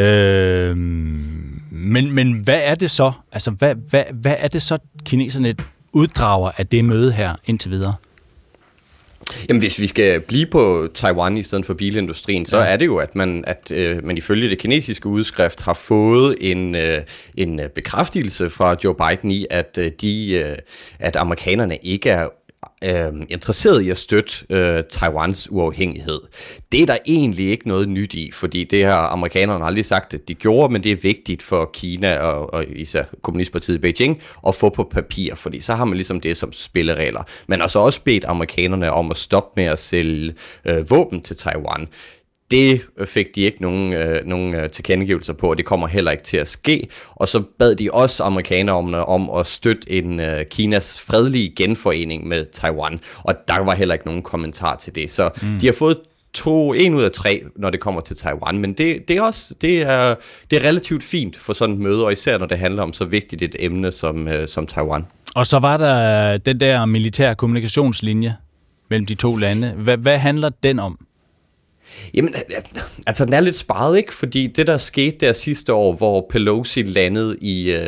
Men hvad er det så? Altså hvad er det så kineserne uddrager af det møde her indtil videre? Jamen, hvis vi skal blive på Taiwan i stedet for bilindustrien, så er det jo, at man ifølge det kinesiske udskrift har fået en bekræftelse fra Joe Biden i, at amerikanerne ikke er interesseret i at støtte Taiwans uafhængighed. Det er der egentlig ikke noget nyt i, fordi det har amerikanerne aldrig sagt, at de gjorde, men det er vigtigt for Kina og især kommunistpartiet i Beijing at få på papir, fordi så har man ligesom det som spilleregler. Man har så også bedt amerikanerne om at stoppe med at sælge våben til Taiwan. Det fik de ikke nogen tilkendegivelser på, og det kommer heller ikke til at ske. Og så bad de også amerikanerne om at støtte Kinas fredelige genforening med Taiwan, og der var heller ikke nogen kommentar til det. Så de har fået 1 ud af 3, når det kommer til Taiwan, men det er relativt fint for sådan et møde, og især når det handler om så vigtigt et emne som Taiwan. Og så var der den der militære kommunikationslinje mellem de to lande. Hvad handler den om? Jamen, altså den er lidt sparet, ikke? Fordi det, der skete der sidste år, hvor Pelosi landede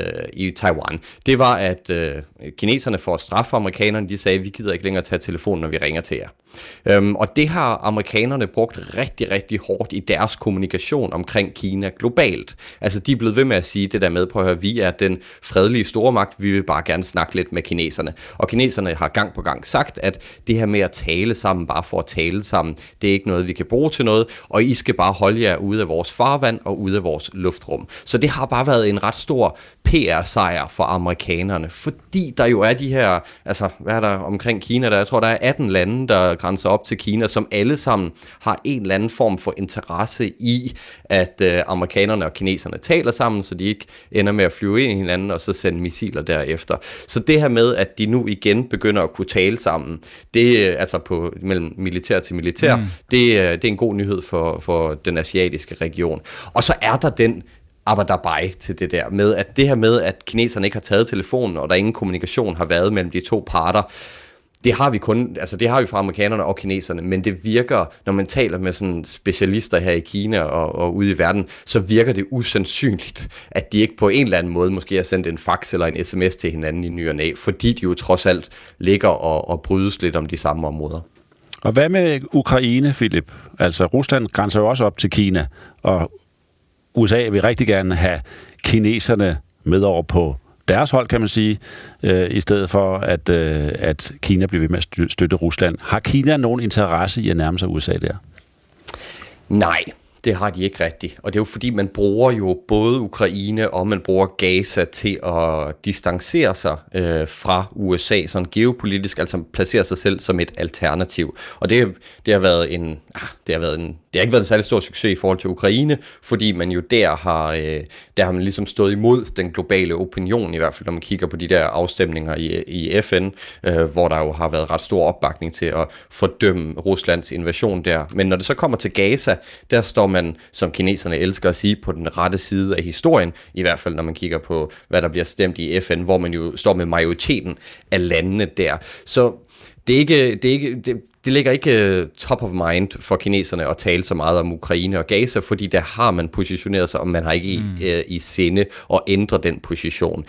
i Taiwan, det var, at kineserne for at straffe amerikanerne, de sagde, vi gider ikke længere tage telefonen, når vi ringer til jer. Og det har amerikanerne brugt rigtig, rigtig hårdt i deres kommunikation omkring Kina globalt. Altså, de er blevet ved med at sige det der med på at høre, vi er den fredelige stormagt, vi vil bare gerne snakke lidt med kineserne. Og kineserne har gang på gang sagt, at det her med at tale sammen, bare for at tale sammen, det er ikke noget, vi kan bruge til noget, og I skal bare holde jer ude af vores farvand og ude af vores luftrum. Så det har bare været en ret stor PR-sejr for amerikanerne, fordi der jo er de her, altså hvad er der omkring Kina, jeg tror der er 18 lande, der grænser op til Kina, som alle sammen har en eller anden form for interesse i, at amerikanerne og kineserne taler sammen, så de ikke ender med at flyve ind i hinanden og så sende missiler derefter. Så det her med, at de nu igen begynder at kunne tale sammen, det altså mellem militær til militær, det er en god nyhed for den asiatiske region. Og så er der den arbejde til det der med, at det her med, at kineserne ikke har taget telefonen, og der ingen kommunikation har været mellem de to parter, det har vi fra amerikanerne og kineserne, men det virker, når man taler med sådan specialister her i Kina og ude i verden, så virker det usandsynligt, at de ikke på en eller anden måde måske har sendt en fax eller en sms til hinanden i ny og næ, fordi de jo trods alt ligger og brydes lidt om de samme områder. Og hvad med Ukraine, Philip? Altså, Rusland grænser jo også op til Kina, og USA vil rigtig gerne have kineserne med over på deres hold, kan man sige, i stedet for, at Kina bliver ved med at støtte Rusland. Har Kina nogen interesse i at nærme sig USA der? Nej, det har de ikke rigtigt. Og det er jo fordi, man bruger jo både Ukraine og man bruger Gaza til at distancere sig fra USA, sådan geopolitisk, altså placere sig selv som et alternativ. Og det har ikke været en særlig stor succes i forhold til Ukraine, fordi man jo der har man ligesom stået imod den globale opinion, i hvert fald når man kigger på de der afstemninger i FN, hvor der jo har været ret stor opbakning til at fordømme Ruslands invasion der. Men når det så kommer til Gaza, der står man, som kineserne elsker at sige, på den rette side af historien, i hvert fald når man kigger på, hvad der bliver stemt i FN, hvor man jo står med majoriteten af landene der. Så det ligger ikke top of mind for kineserne at tale så meget om Ukraine og Gaza, fordi der har man positioneret sig, og man har ikke i sinde at ændre den position.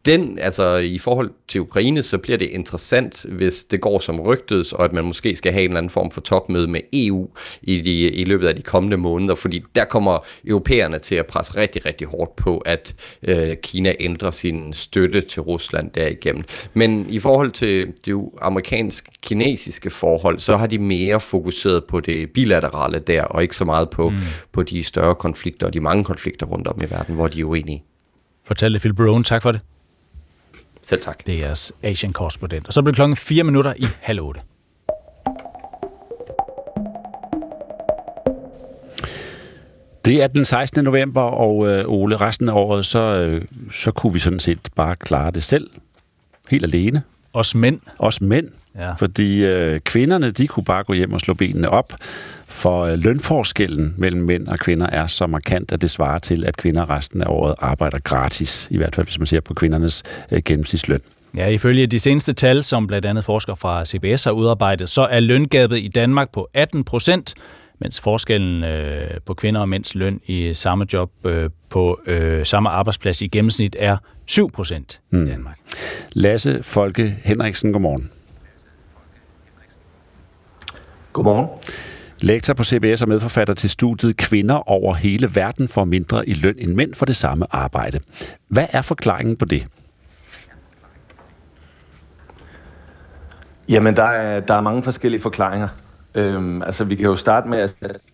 I forhold til Ukraine, så bliver det interessant, hvis det går som rygtedes, og at man måske skal have en eller anden form for topmøde med EU i løbet af de kommende måneder, fordi der kommer europæerne til at presse rigtig, rigtig hårdt på, at Kina ændrer sin støtte til Rusland derigennem. Men i forhold til det amerikansk-kinesiske forhold, så har de mere fokuseret på det bilaterale der, og ikke så meget på de større konflikter og de mange konflikter rundt om i verden, hvor de er uenige. Fortæl det, Phil Broen. Tak for det. Selv tak. Det er jeres Asian-korrespondent. Og så bliver det klokken 7:04. Det er den 16. november, og Ole, resten af året, så kunne vi sådan set bare klare det selv. Helt alene. Os mænd. Ja. Fordi kvinderne, de kunne bare gå hjem og slå benene op, for lønforskellen mellem mænd og kvinder er så markant, at det svarer til, at kvinder resten af året arbejder gratis, i hvert fald hvis man ser på kvindernes gennemsnitsløn. Ja, ifølge de seneste tal, som blandt andet forskere fra CBS har udarbejdet, så er løngabet i Danmark på 18%, mens forskellen på kvinder og mænds løn i samme job på samme arbejdsplads i gennemsnit er 7% i Danmark. Lasse Folke Henriksen, godmorgen. Godmorgen. Lektor på CBS og medforfatter til studiet Kvinder over hele verden får mindre i løn end mænd for det samme arbejde. Hvad er forklaringen på det? Jamen, der er mange forskellige forklaringer. Vi kan jo starte med at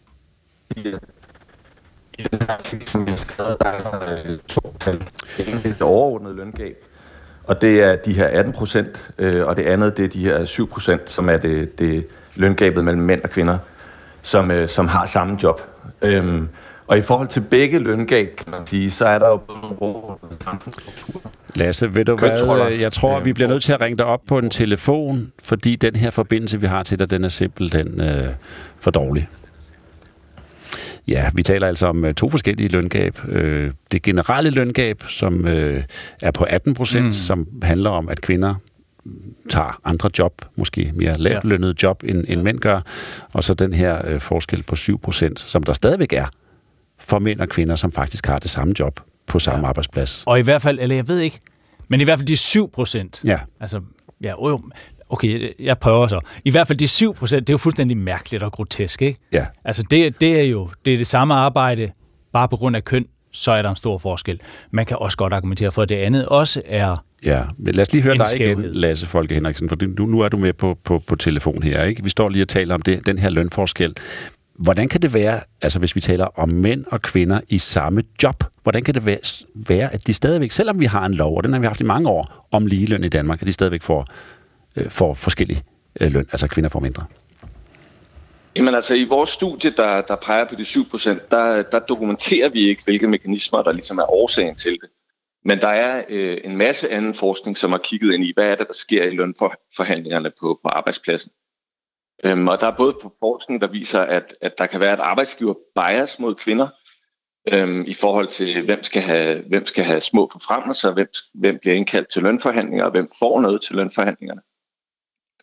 i den her artikel, som jeg har skrevet, der er 2 tal. Det ene er det overordnede løngab, og det er de her 18%, og det andet det er de her 7%, som er det løngabet mellem mænd og kvinder, som har samme job. Og i forhold til begge løngab, kan man sige, så er der jo både nogle samfundsstrukturer. Lasse, ved du hvad? Jeg tror, vi bliver nødt til at ringe dig op på en telefon, fordi den her forbindelse, vi har til dig, den er simpelthen for dårlig. Ja, vi taler altså om 2 forskellige løngab. Det generelle løngab, som er på 18%, som handler om, at kvinder tager andre job, måske mere lavtlønnede job, end mænd gør. Og så den her forskel på 7%, som der stadigvæk er for mænd og kvinder, som faktisk har det samme job på samme arbejdsplads. Og i hvert fald, eller jeg ved ikke, men i hvert fald de 7%. Ja. Altså, okay, jeg prøver så. I hvert fald de 7%, det er jo fuldstændig mærkeligt og grotesk, ikke? Ja. Altså, det er jo det samme arbejde, bare på grund af køn, så er der en stor forskel. Man kan også godt argumentere for, at det andet også er. Ja, men lad os lige høre dig igen, Lasse Folke Henriksen, for nu er du med på telefon her, ikke? Vi står lige og taler om den her lønforskel. Hvordan kan det være, altså hvis vi taler om mænd og kvinder i samme job, hvordan kan det være, at de stadigvæk, selvom vi har en lov, og den har vi haft i mange år, om ligeløn i Danmark, at de stadigvæk får forskellig løn, altså kvinder får mindre? Jamen altså i vores studie, der peger på de 7%, der dokumenterer vi ikke, hvilke mekanismer, der ligesom er årsagen til det. Men der er en masse anden forskning, som har kigget ind i, hvad er det, der sker i lønforhandlingerne på arbejdspladsen. Og der er både forskning, der viser, at der kan være et arbejdsgiver bias mod kvinder, i forhold til, hvem skal have små forfremmelser, hvem bliver indkaldt til lønforhandlinger, og hvem får noget til lønforhandlingerne.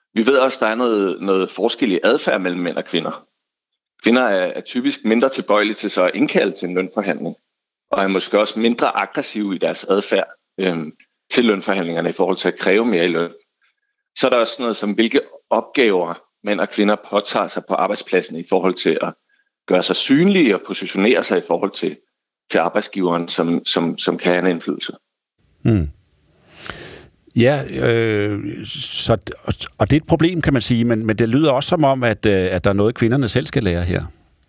Vi ved også, at der er noget forskel i adfærd mellem mænd og kvinder. Kvinder er typisk mindre tilbøjelige til så at indkalde til en lønforhandling, og er måske også mindre aggressive i deres adfærd til lønforhandlingerne i forhold til at kræve mere i løn. Så er der også noget som, hvilke opgaver mænd og kvinder påtager sig på arbejdspladsen i forhold til at gøre sig synlige og positionere sig i forhold til arbejdsgiveren, som kan have en indflydelse. Mm. Ja, og det er et problem, kan man sige, men det lyder også som om, at der er noget, kvinderne selv skal lære her.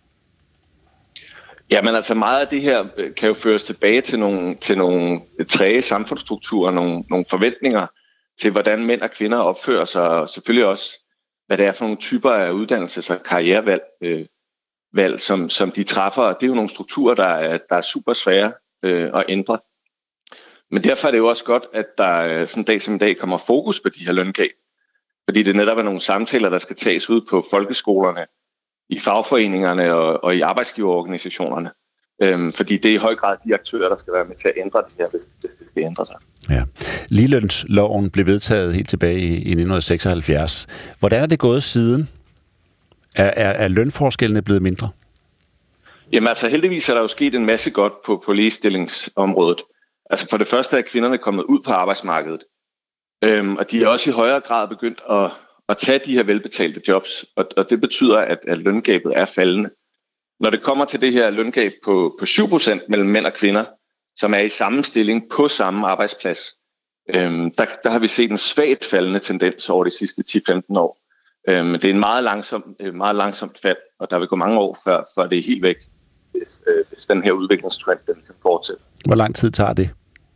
Ja, men altså meget af det her kan jo føres tilbage til nogle træge samfundsstrukturer, nogle forventninger til, hvordan mænd og kvinder opfører sig, og selvfølgelig også, hvad det er for nogle typer af uddannelses- og karrierevalg, som de træffer. Og det er jo nogle strukturer, der er super svære at ændre. Men derfor er det jo også godt, at der sådan en dag som i dag kommer fokus på de her løngab. Fordi det netop er nogle samtaler, der skal tages ud på folkeskolerne, i fagforeningerne og i arbejdsgiverorganisationerne. Fordi det er i høj grad de aktører, der skal være med til at ændre det her, hvis det skal ændre sig. Ja. Ligelønsloven blev vedtaget helt tilbage i 1976. Hvordan er det gået siden? Er lønforskellene blevet mindre? Jamen altså heldigvis er der jo sket en masse godt på ligestillingsområdet. Altså for det første er kvinderne kommet ud på arbejdsmarkedet. Og de er også i højere grad begyndt at tage de her velbetalte jobs. Og det betyder, at løngabet er faldende. Når det kommer til det her løngab på 7% mellem mænd og kvinder, som er i samme stilling på samme arbejdsplads, der har vi set en svagt faldende tendens over de sidste 10-15 år. Men det er en meget langsomt fald, og der vil gå mange år, før det er helt væk, hvis den her udviklingstrend den kan fortsætte. Hvor lang tid tager det?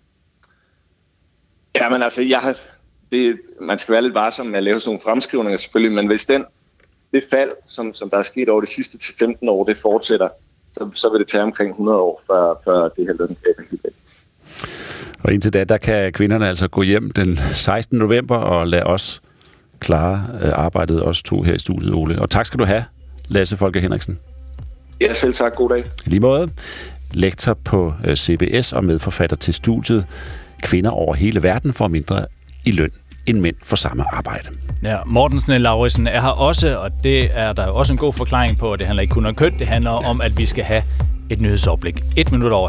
Ja, men altså, man skal være lidt varsom med at lave sådan nogle fremskrivninger selvfølgelig, men hvis det fald, som der er sket over de sidste 15 år, det fortsætter, så vil det tage omkring 100 år, før det her løngab er helt væk. Og indtil da, der kan kvinderne altså gå hjem den 16. november og lade os klare arbejdet, os to her i studiet, Ole. Og tak skal du have, Lasse Folke Henriksen. Ja, selv tak. God dag. I lige måde. Lektor på CBS og medforfatter til studiet. Kvinder over hele verden får mindre i løn end mænd for samme arbejde. Ja, Mortensen Lauritsen er her også, og det er der også en god forklaring på. Det handler ikke kun om køn, det handler om, at vi skal have et nyhedsoverblik. 1 minut over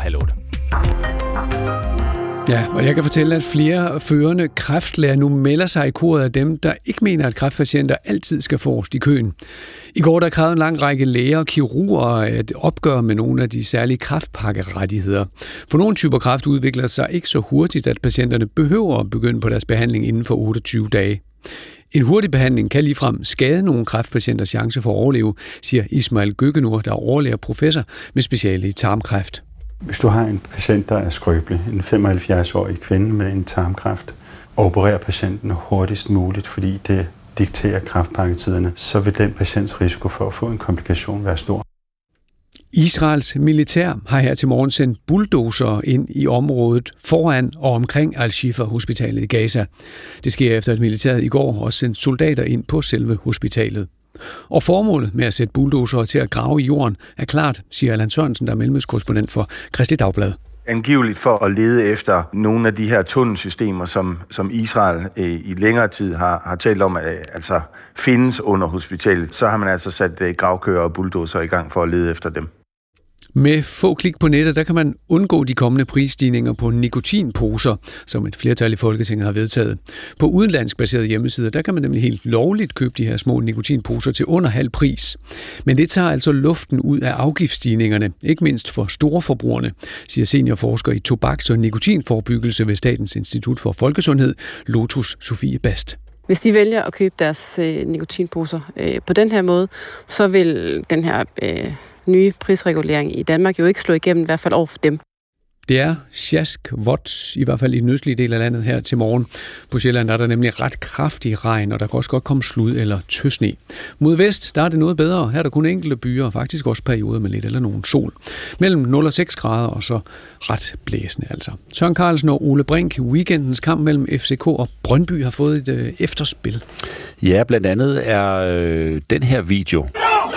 7:30. Ja, og jeg kan fortælle, at flere førende kræftlæger nu melder sig i koret af dem, der ikke mener, at kræftpatienter altid skal forrest i køen. I går der krævede en lang række læger og kirurger at opgøre med nogle af de særlige kræftpakkerettigheder. For nogle typer kræft udvikler sig ikke så hurtigt, at patienterne behøver at begynde på deres behandling inden for 28 dage. En hurtig behandling kan ligefrem skade nogle kræftpatienters chance for at overleve, siger Ismail Göknur, der er overlæge og professor med speciale i tarmkræft. Hvis du har en patient, der er skrøbelig, en 75-årig kvinde med en tarmkræft, og opererer patienten hurtigst muligt, fordi det dikterer kræftpakketiderne, så vil den patients risiko for at få en komplikation være stor. Israels militær har her til morgen sendt bulldozer ind i området foran og omkring Al-Shifa-hospitalet i Gaza. Det sker efter, at militæret i går også sendte soldater ind på selve hospitalet. Og formålet med at sætte bulldozer til at grave i jorden er klart, siger Allan Sørensen, der er mellemøstkorrespondent for Kristi Dagblad. Angiveligt for at lede efter nogle af de her tunnelsystemer, som Israel i længere tid har talt om, altså findes under hospitalet. Så har man altså sat gravkører og bulldozer i gang for at lede efter dem. Med få klik på nettet, der kan man undgå de kommende prisstigninger på nikotinposer, som et flertal i Folketinget har vedtaget. På udenlandsk baserede hjemmesider, der kan man nemlig helt lovligt købe de her små nikotinposer til under halv pris. Men det tager altså luften ud af afgiftsstigningerne, ikke mindst for store forbrugerne, siger seniorforsker i tobaks- og nikotinforebyggelse ved Statens Institut for Folkesundhed, Lotus Sofie Bast. Hvis de vælger at købe deres nikotinposer på den her måde, så vil den her nye prisregulering i Danmark jo ikke slå igennem, i hvert fald over for dem. Det er sjask vådt, i hvert fald i den østlige del af landet her til morgen. På Sjælland er der nemlig ret kraftig regn, og der kan også godt komme slud eller tøsne. Mod vest, der er det noget bedre. Her er der kun enkelte byer, og faktisk også perioder med lidt eller nogen sol. Mellem 0 og 6 grader, og så ret blæsende altså. Søren Carlsen og Ole Brink, weekendens kamp mellem FCK og Brøndby har fået et efterspil. Ja, blandt andet er den her video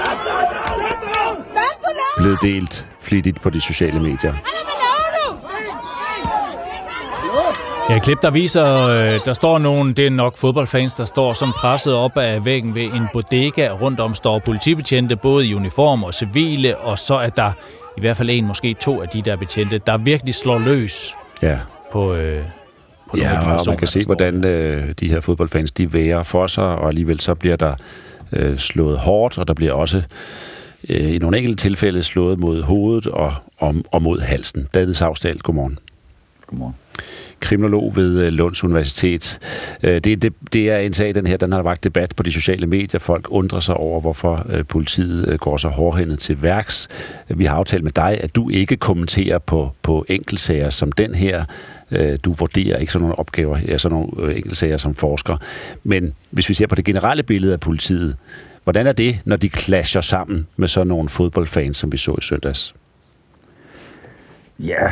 blevet delt flittigt på de sociale medier. Ja, et klip, der viser, der står nogen, det er nok fodboldfans, der står som presset op af væggen ved en bodega. Rundt om står politibetjente, både i uniform og civile, og så er der i hvert fald en, måske to af de der betjente, der virkelig slår løs på ja, og man kan se, hvordan de her fodboldfans, de værer for sig, og alligevel så bliver der slået hårdt, og der bliver også i nogle enkelte tilfælde slået mod hovedet og mod halsen. David Sausdal, godmorgen. Godmorgen. Kriminolog ved Lunds Universitet. Det er en sag, den har vagt debat på de sociale medier. Folk undrer sig over, hvorfor politiet går så hårdhændet til værks. Vi har aftalt med dig, at du ikke kommenterer på enkeltsager som den her. Du vurderer ikke sådan nogle opgaver, sådan nogle enkeltsager som forsker. Men hvis vi ser på det generelle billede af politiet, hvordan er det, når de clasher sammen med sådan nogle fodboldfans, som vi så i søndags? Ja,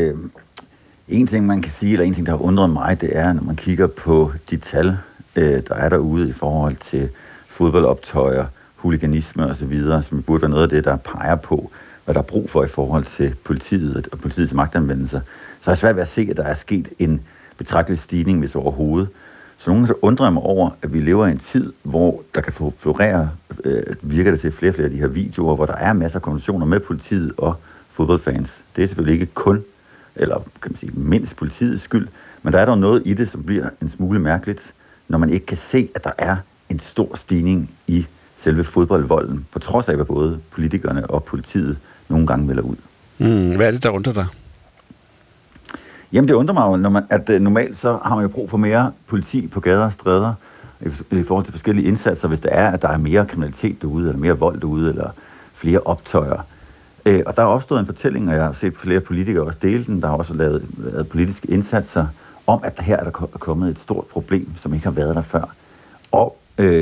en ting man kan sige, eller en ting, der har undret mig, det er, når man kigger på de tal, der er derude i forhold til fodboldoptøjer, huliganisme osv., som burde være noget af det, der peger på, hvad der er brug for i forhold til politiet og politiets magtanvendelser. Så er det svært ved at se, at der er sket en betragtelig stigning, hvis overhovedet. Så nogen så undrer jeg mig over, at vi lever i en tid, hvor der kan florere, virker det til flere af de her videoer, hvor der er masser af konversationer med politiet og fodboldfans. Det er selvfølgelig ikke kun, eller kan man sige, mindst politiets skyld, men der er dog noget i det, som bliver en smule mærkeligt, når man ikke kan se, at der er en stor stigning i selve fodboldvolden, på trods af, hvad både politikerne og politiet nogle gange melder ud. Hvad er det, der undrer dig? Jamen det undrer mig jo, at normalt så har man jo brug for mere politi på gader og stræder i forhold til forskellige indsatser, hvis det er, at der er mere kriminalitet derude, eller mere vold derude, eller flere optøjer. Og der er opstået en fortælling, og jeg har set flere politikere også dele den, der har også lavet politiske indsatser, om at her er der kommet et stort problem, som ikke har været der før. Og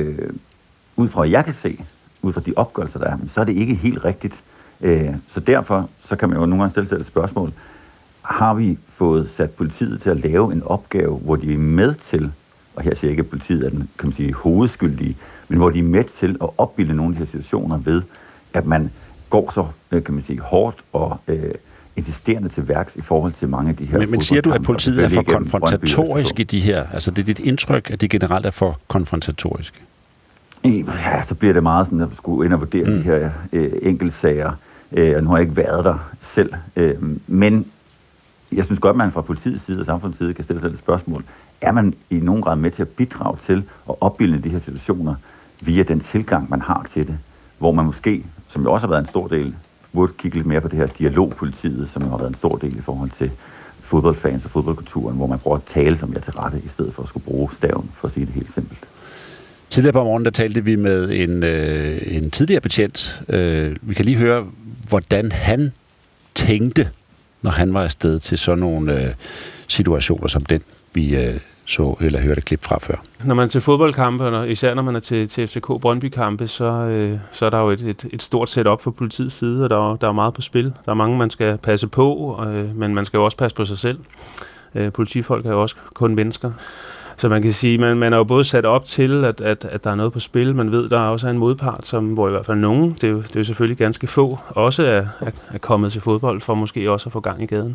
ud fra hvad jeg kan se, ud fra de opgørelser, der er, så er det ikke helt rigtigt. Så derfor så kan man jo nogle gange stille sig et spørgsmål. Har vi fået sat politiet til at lave en opgave, hvor de er med til, og her siger jeg ikke, at politiet er den, kan man sige, hovedskyldige, men hvor de er med til at opbilde nogle af de her situationer ved, at man går så, kan man sige, hårdt og insisterende til værks i forhold til mange af de her... Men siger du, at politiet er for konfrontatorisk i de her? Altså det er dit indtryk, at de generelt er for konfrontatoriske? Ja, så bliver det meget sådan, at skulle ind og vurdere de her enkeltsager. Og nu har jeg ikke været der selv. Men jeg synes godt, at man fra politiets side og samfundets side kan stille sig et spørgsmål. Er man i nogen grad med til at bidrage til at opbilde de her situationer via den tilgang, man har til det? Hvor man måske, som jo også har været en stor del, burde kigge lidt mere på det her dialogpolitiet, som jo har været en stor del i forhold til fodboldfans og fodboldkulturen, hvor man prøver at tale som jeg til rette, i stedet for at skulle bruge staven, for at sige det helt simpelt. Tidligere på morgenen, der talte vi med en tidligere betjent. Vi kan lige høre, hvordan han tænkte, når han var afsted til sådan nogle situationer som den, vi så eller hørte et klip fra før. Når man er til fodboldkampe, og især når man er til FCK Brøndby-kampe, så er der jo et stort setup for politiets side, og der er meget på spil. Der er mange, man skal passe på, men man skal jo også passe på sig selv. Politifolk er jo også kun mennesker. Så man kan sige, man er jo både sat op til, at der er noget på spil. Man ved, der også er en modpart, hvor i hvert fald nogen, det er jo selvfølgelig ganske få, også er kommet til fodbold for måske også at få gang i gaden.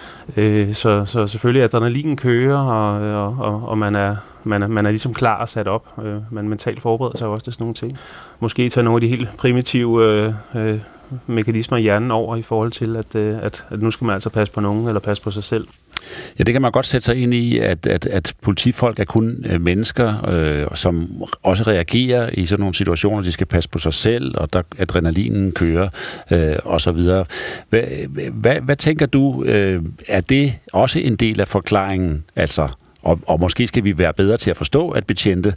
Så selvfølgelig adrenalin kører, og man er ligesom klar og sat op. Man mentalt forbereder sig også til sådan nogle ting. Måske tage nogle af de helt primitive mekanismer i hjernen over i forhold til, at nu skal man altså passe på nogen eller passe på sig selv. Ja, det kan man godt sætte sig ind i, at politifolk er kun mennesker, som også reagerer i sådan nogle situationer. De skal passe på sig selv, og der adrenalinen kører, og så videre. Hvad tænker du, er det også en del af forklaringen? Altså, og måske skal vi være bedre til at forstå, at betjente,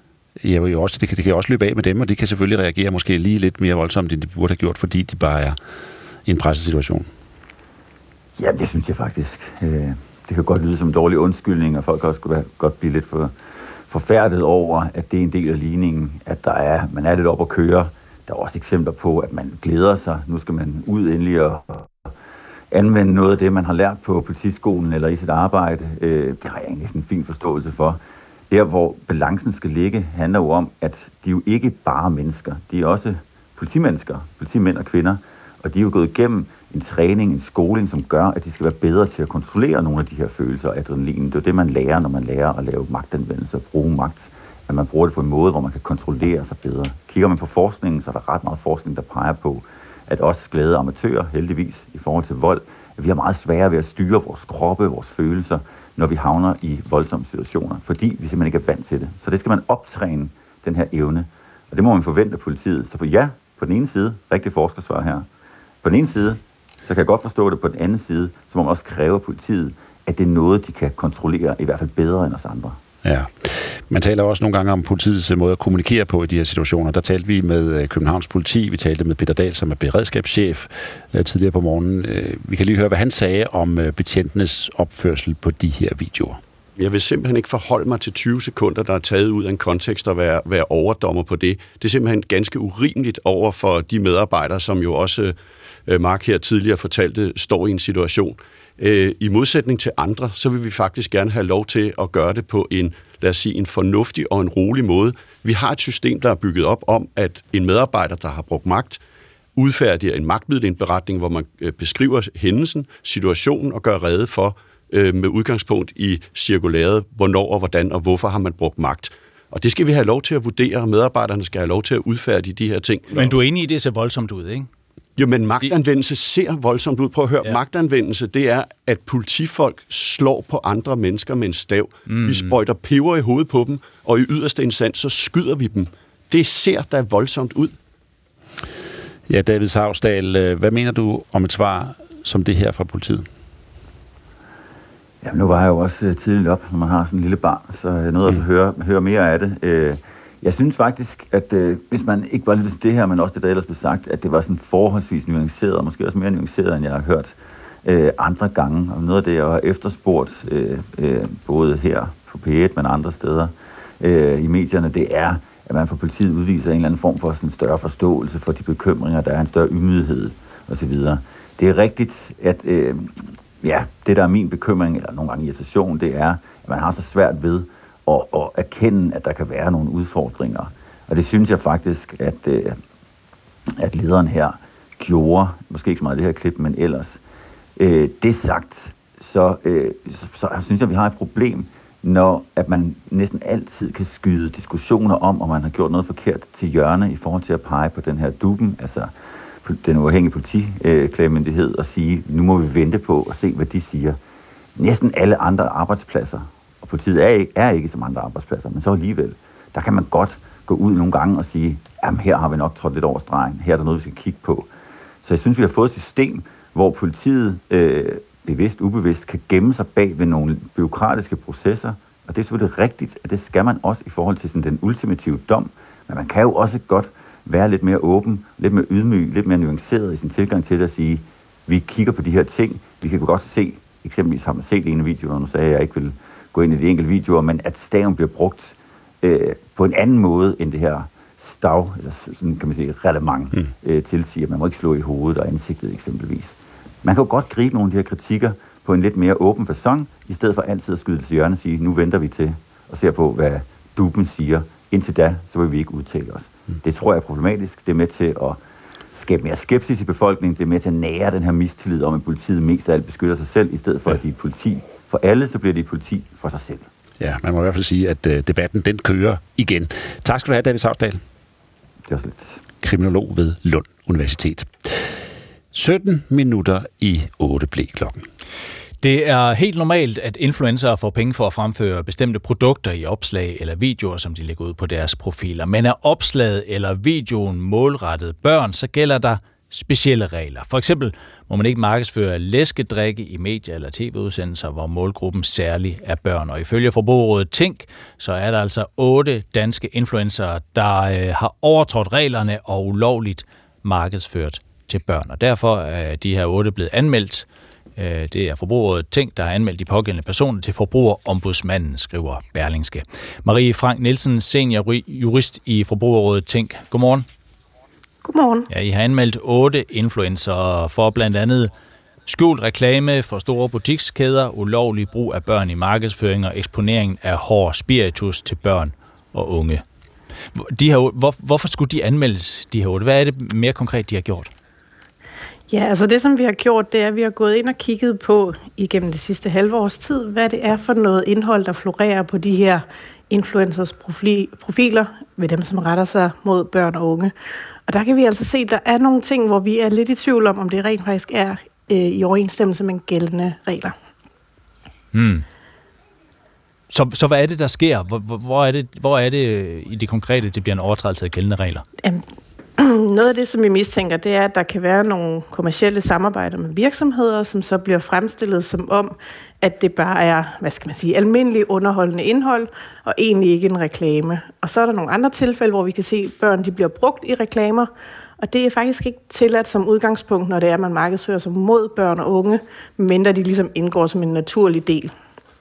det kan også løbe af med dem, og de kan selvfølgelig reagere måske lige lidt mere voldsomt, end de burde have gjort, fordi de bare er i en pressesituation. Ja, det synes jeg faktisk. Det kan godt lyde som en dårlig undskyldning, og folk også godt blive lidt forfærdet over, at det er en del af ligningen, at man er lidt op at køre. Der er også eksempler på, at man glæder sig. Nu skal man ud endelig og anvende noget af det, man har lært på politiskolen eller i sit arbejde. Det har jeg egentlig en fin forståelse for. Der, hvor balancen skal ligge, handler jo om, at de jo ikke bare mennesker. De er også politimennesker, politimænd og kvinder, Og de er jo gået igennem en træning, en skoling, som gør, at de skal være bedre til at kontrollere nogle af de her følelser og adrenalin. Det er jo det, man lærer, når man lærer at lave magtanvendelse og bruge magt. At man bruger det på en måde, hvor man kan kontrollere sig bedre. Kigger man på forskningen, så er der ret meget forskning, der peger på, at os glade amatører, heldigvis, i forhold til vold, at vi har meget sværere ved at styre vores kroppe, vores følelser, når vi havner i voldsomme situationer, fordi vi simpelthen ikke er vant til det. Så det skal man optræne, den her evne. Og det må man forvente af politiet. Så på den ene side, rigtig forskersvar her. På den ene side, så kan jeg godt forstå det. På den anden side, så må man også kræve af politiet, at det er noget, de kan kontrollere, i hvert fald bedre end os andre. Ja. Man taler også nogle gange om politiets måde at kommunikere på i de her situationer. Der talte vi med Københavns politi, vi talte med Peter Dahl, som er beredskabschef tidligere på morgenen. Vi kan lige høre, hvad han sagde om betjentenes opførsel på de her videoer. Jeg vil simpelthen ikke forholde mig til 20 sekunder, der er taget ud af en kontekst og være overdommer på det. Det er simpelthen ganske urimeligt over for de medarbejdere, som jo også Mark her tidligere fortalte, står i en situation. I modsætning til andre, så vil vi faktisk gerne have lov til at gøre det på en, lad os sige, en fornuftig og en rolig måde. Vi har et system, der er bygget op om, at en medarbejder, der har brugt magt, udfærdiger en magtmiddelindberetning, hvor man beskriver hændelsen, situationen og gør rede for, med udgangspunkt i cirkulæret, hvornår og hvordan og hvorfor har man brugt magt. Og det skal vi have lov til at vurdere, og medarbejderne skal have lov til at udfærdige de her ting. Men du er enig i, det ser voldsomt ud, ikke? Jo, men magtanvendelse ser voldsomt ud. Prøv at høre, magtanvendelse, det er, at politifolk slår på andre mennesker med en stav. Vi sprøjter peber i hovedet på dem, og i yderste instans, så skyder vi dem. Det ser da voldsomt ud. Ja, David Sausdal, hvad mener du om et svar som det her fra politiet? Jamen, nu var jeg jo også tidligt op, når man har sådan en lille barn, så jeg nåede også at høre mere af det. Jeg synes faktisk, at hvis man ikke bare lytter til det her, men også det, der ellers blev sagt, at det var sådan forholdsvis nuanceret, og måske også mere nuanceret, end jeg har hørt andre gange. Og noget af det, jeg har efterspurgt, både her på P1, men andre steder i medierne, det er, at man fra politiet udviser en eller anden form for sådan en større forståelse for de bekymringer, der er en større ydmyghed osv. Det er rigtigt, at det, der er min bekymring, eller nogle gange irritation, det er, at man har så svært ved at erkende, at der kan være nogle udfordringer. Og det synes jeg faktisk, at lederen her gjorde, måske ikke så meget det her klip, men ellers. Det sagt, så synes jeg, at vi har et problem, når at man næsten altid kan skyde diskussioner om man har gjort noget forkert til hjørne i forhold til at pege på den her DUP'en, altså den uafhængige politiklagemyndighed, og sige, nu må vi vente på og se, hvad de siger. Næsten alle andre arbejdspladser, og politiet er ikke som andre arbejdspladser, men så alligevel, der kan man godt gå ud nogle gange og sige, jamen her har vi nok trådt lidt over stregen, her er der noget, vi skal kigge på. Så jeg synes, vi har fået et system, hvor politiet bevidst, ubevidst, kan gemme sig bag ved nogle bureaukratiske processer, og det er selvfølgelig rigtigt, at det skal man også i forhold til sådan den ultimative dom, men man kan jo også godt være lidt mere åben, lidt mere ydmyg, lidt mere nuanceret i sin tilgang til det at sige, vi kigger på de her ting, vi kan godt se, eksempelvis har man set en af videoerne, nu sagde jeg, at jeg ikke vil gå ind i de enkelte videoer, men at staven bliver brugt på en anden måde end det her stav, eller sådan kan man sige, relevant tilsiger. Man må ikke slå i hovedet og ansigtet eksempelvis. Man kan jo godt gribe nogle af de her kritikker på en lidt mere åben facon, i stedet for altid at skyde det til hjørne og sige, nu venter vi til og ser på, hvad DUP'en siger. Indtil da, så vil vi ikke udtale os. Det tror jeg er problematisk. Det er med til at skabe mere skepsis i befolkningen. Det er med til at nære den her mistillid om, at politiet mest af alt beskytter sig selv, i stedet for at de er politi for alle, så bliver de politi for sig selv. Ja, man må i hvert fald sige, at debatten den kører igen. Tak skal du have, David Sausdal. Det er også lidt. Kriminolog ved Lund Universitet. 17 minutter i 8 blev klokken. Det er helt normalt, at influencere får penge for at fremføre bestemte produkter i opslag eller videoer, som de lægger ud på deres profiler. Men er opslaget eller videoen målrettet børn, så gælder der specielle regler. For eksempel må man ikke markedsføre læskedrikke i medier eller tv-udsendelser, hvor målgruppen særligt er børn. Og ifølge Forbrugerrådet Tænk, så er der altså 8 danske influencere, der har overtrådt reglerne og ulovligt markedsført til børn. Og derfor er de her 8 blevet anmeldt. Det er Forbrugerrådet Tænk, der har anmeldt de pågældende personer til Forbrugerombudsmanden, skriver Berlingske. Marie Frank Nielsen, senior jurist i Forbrugerrådet Tænk. Godmorgen. Godmorgen. Ja, I har anmeldt 8 influencer for blandt andet skjult reklame for store butikskæder, ulovlig brug af børn i markedsføring og eksponering af hård spiritus til børn og unge. Hvorfor skulle de anmeldes, de her 8? Hvad er det mere konkret, de har gjort? Ja, altså det, som vi har gjort, det er, at vi har gået ind og kigget på igennem det sidste halve års tid, hvad det er for noget indhold, der florerer på de her influencers profiler, ved dem, som retter sig mod børn og unge. Og der kan vi altså se, at der er nogle ting, hvor vi er lidt i tvivl om det rent faktisk er i overensstemmelse med gældende regler. Så hvad er det, der sker? Hvor er det i det konkrete, det bliver en overtrædelse af gældende regler? Noget af det, som vi mistænker, det er, at der kan være nogle kommercielle samarbejder med virksomheder, som så bliver fremstillet som om, at det bare er, almindelig underholdende indhold, og egentlig ikke en reklame. Og så er der nogle andre tilfælde, hvor vi kan se, at børn de bliver brugt i reklamer, og det er faktisk ikke tilladt som udgangspunkt, når det er, at man markedsfører sig mod børn og unge, medmindre de ligesom indgår som en naturlig del.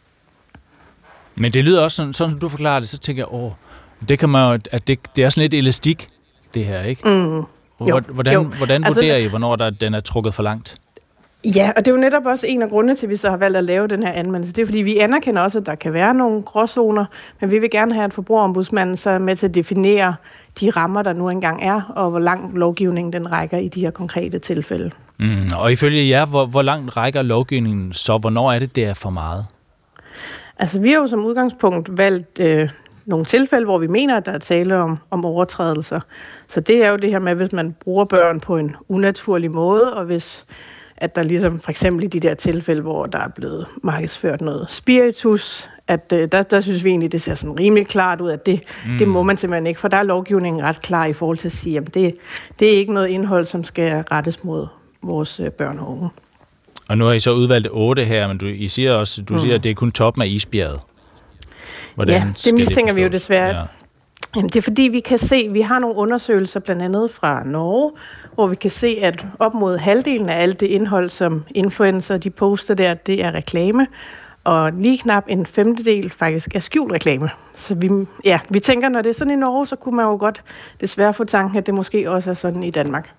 Men det lyder også sådan som du forklarer det, så tænker jeg, det kan man jo, at det er sådan lidt elastik, det her, ikke? Hvordan vurderer I, hvornår den er trukket for langt? Ja, og det er jo netop også en af grundene til, at vi så har valgt at lave den her anmeldelse. Det er, fordi vi anerkender også, at der kan være nogle gråzoner, men vi vil gerne have, at forbrugerombudsmanden så er med til at definere de rammer, der nu engang er, og hvor langt lovgivningen den rækker i de her konkrete tilfælde. Og ifølge jer, hvor langt rækker lovgivningen så? Hvornår er det er for meget? Altså, vi har jo som udgangspunkt valgt nogle tilfælde, hvor vi mener, at der er tale om overtrædelser. Så det er jo det her med, hvis man bruger børn på en unaturlig måde, og hvis at der ligesom for eksempel i de der tilfælde, hvor der er blevet markedsført noget spiritus, at der synes vi egentlig, det ser sådan rimelig klart ud, at det må man simpelthen ikke, for der er lovgivningen ret klar i forhold til at sige, at det er ikke noget indhold, som skal rettes mod vores børn og unge. Og nu har I så udvalgt 8 her, men I siger også, at det er kun toppen af isbjerget. Hvordan det mistænker vi jo desværre. Ja. Jamen, det er fordi, vi kan se, vi har nogle undersøgelser, blandt andet fra Norge, hvor vi kan se, at op mod halvdelen af alt det indhold, som influencer de poster der, det er reklame, og lige knap en femtedel faktisk er skjult reklame. Så vi tænker, når det er sådan i Norge, så kunne man jo godt desværre få tanken, at det måske også er sådan i Danmark.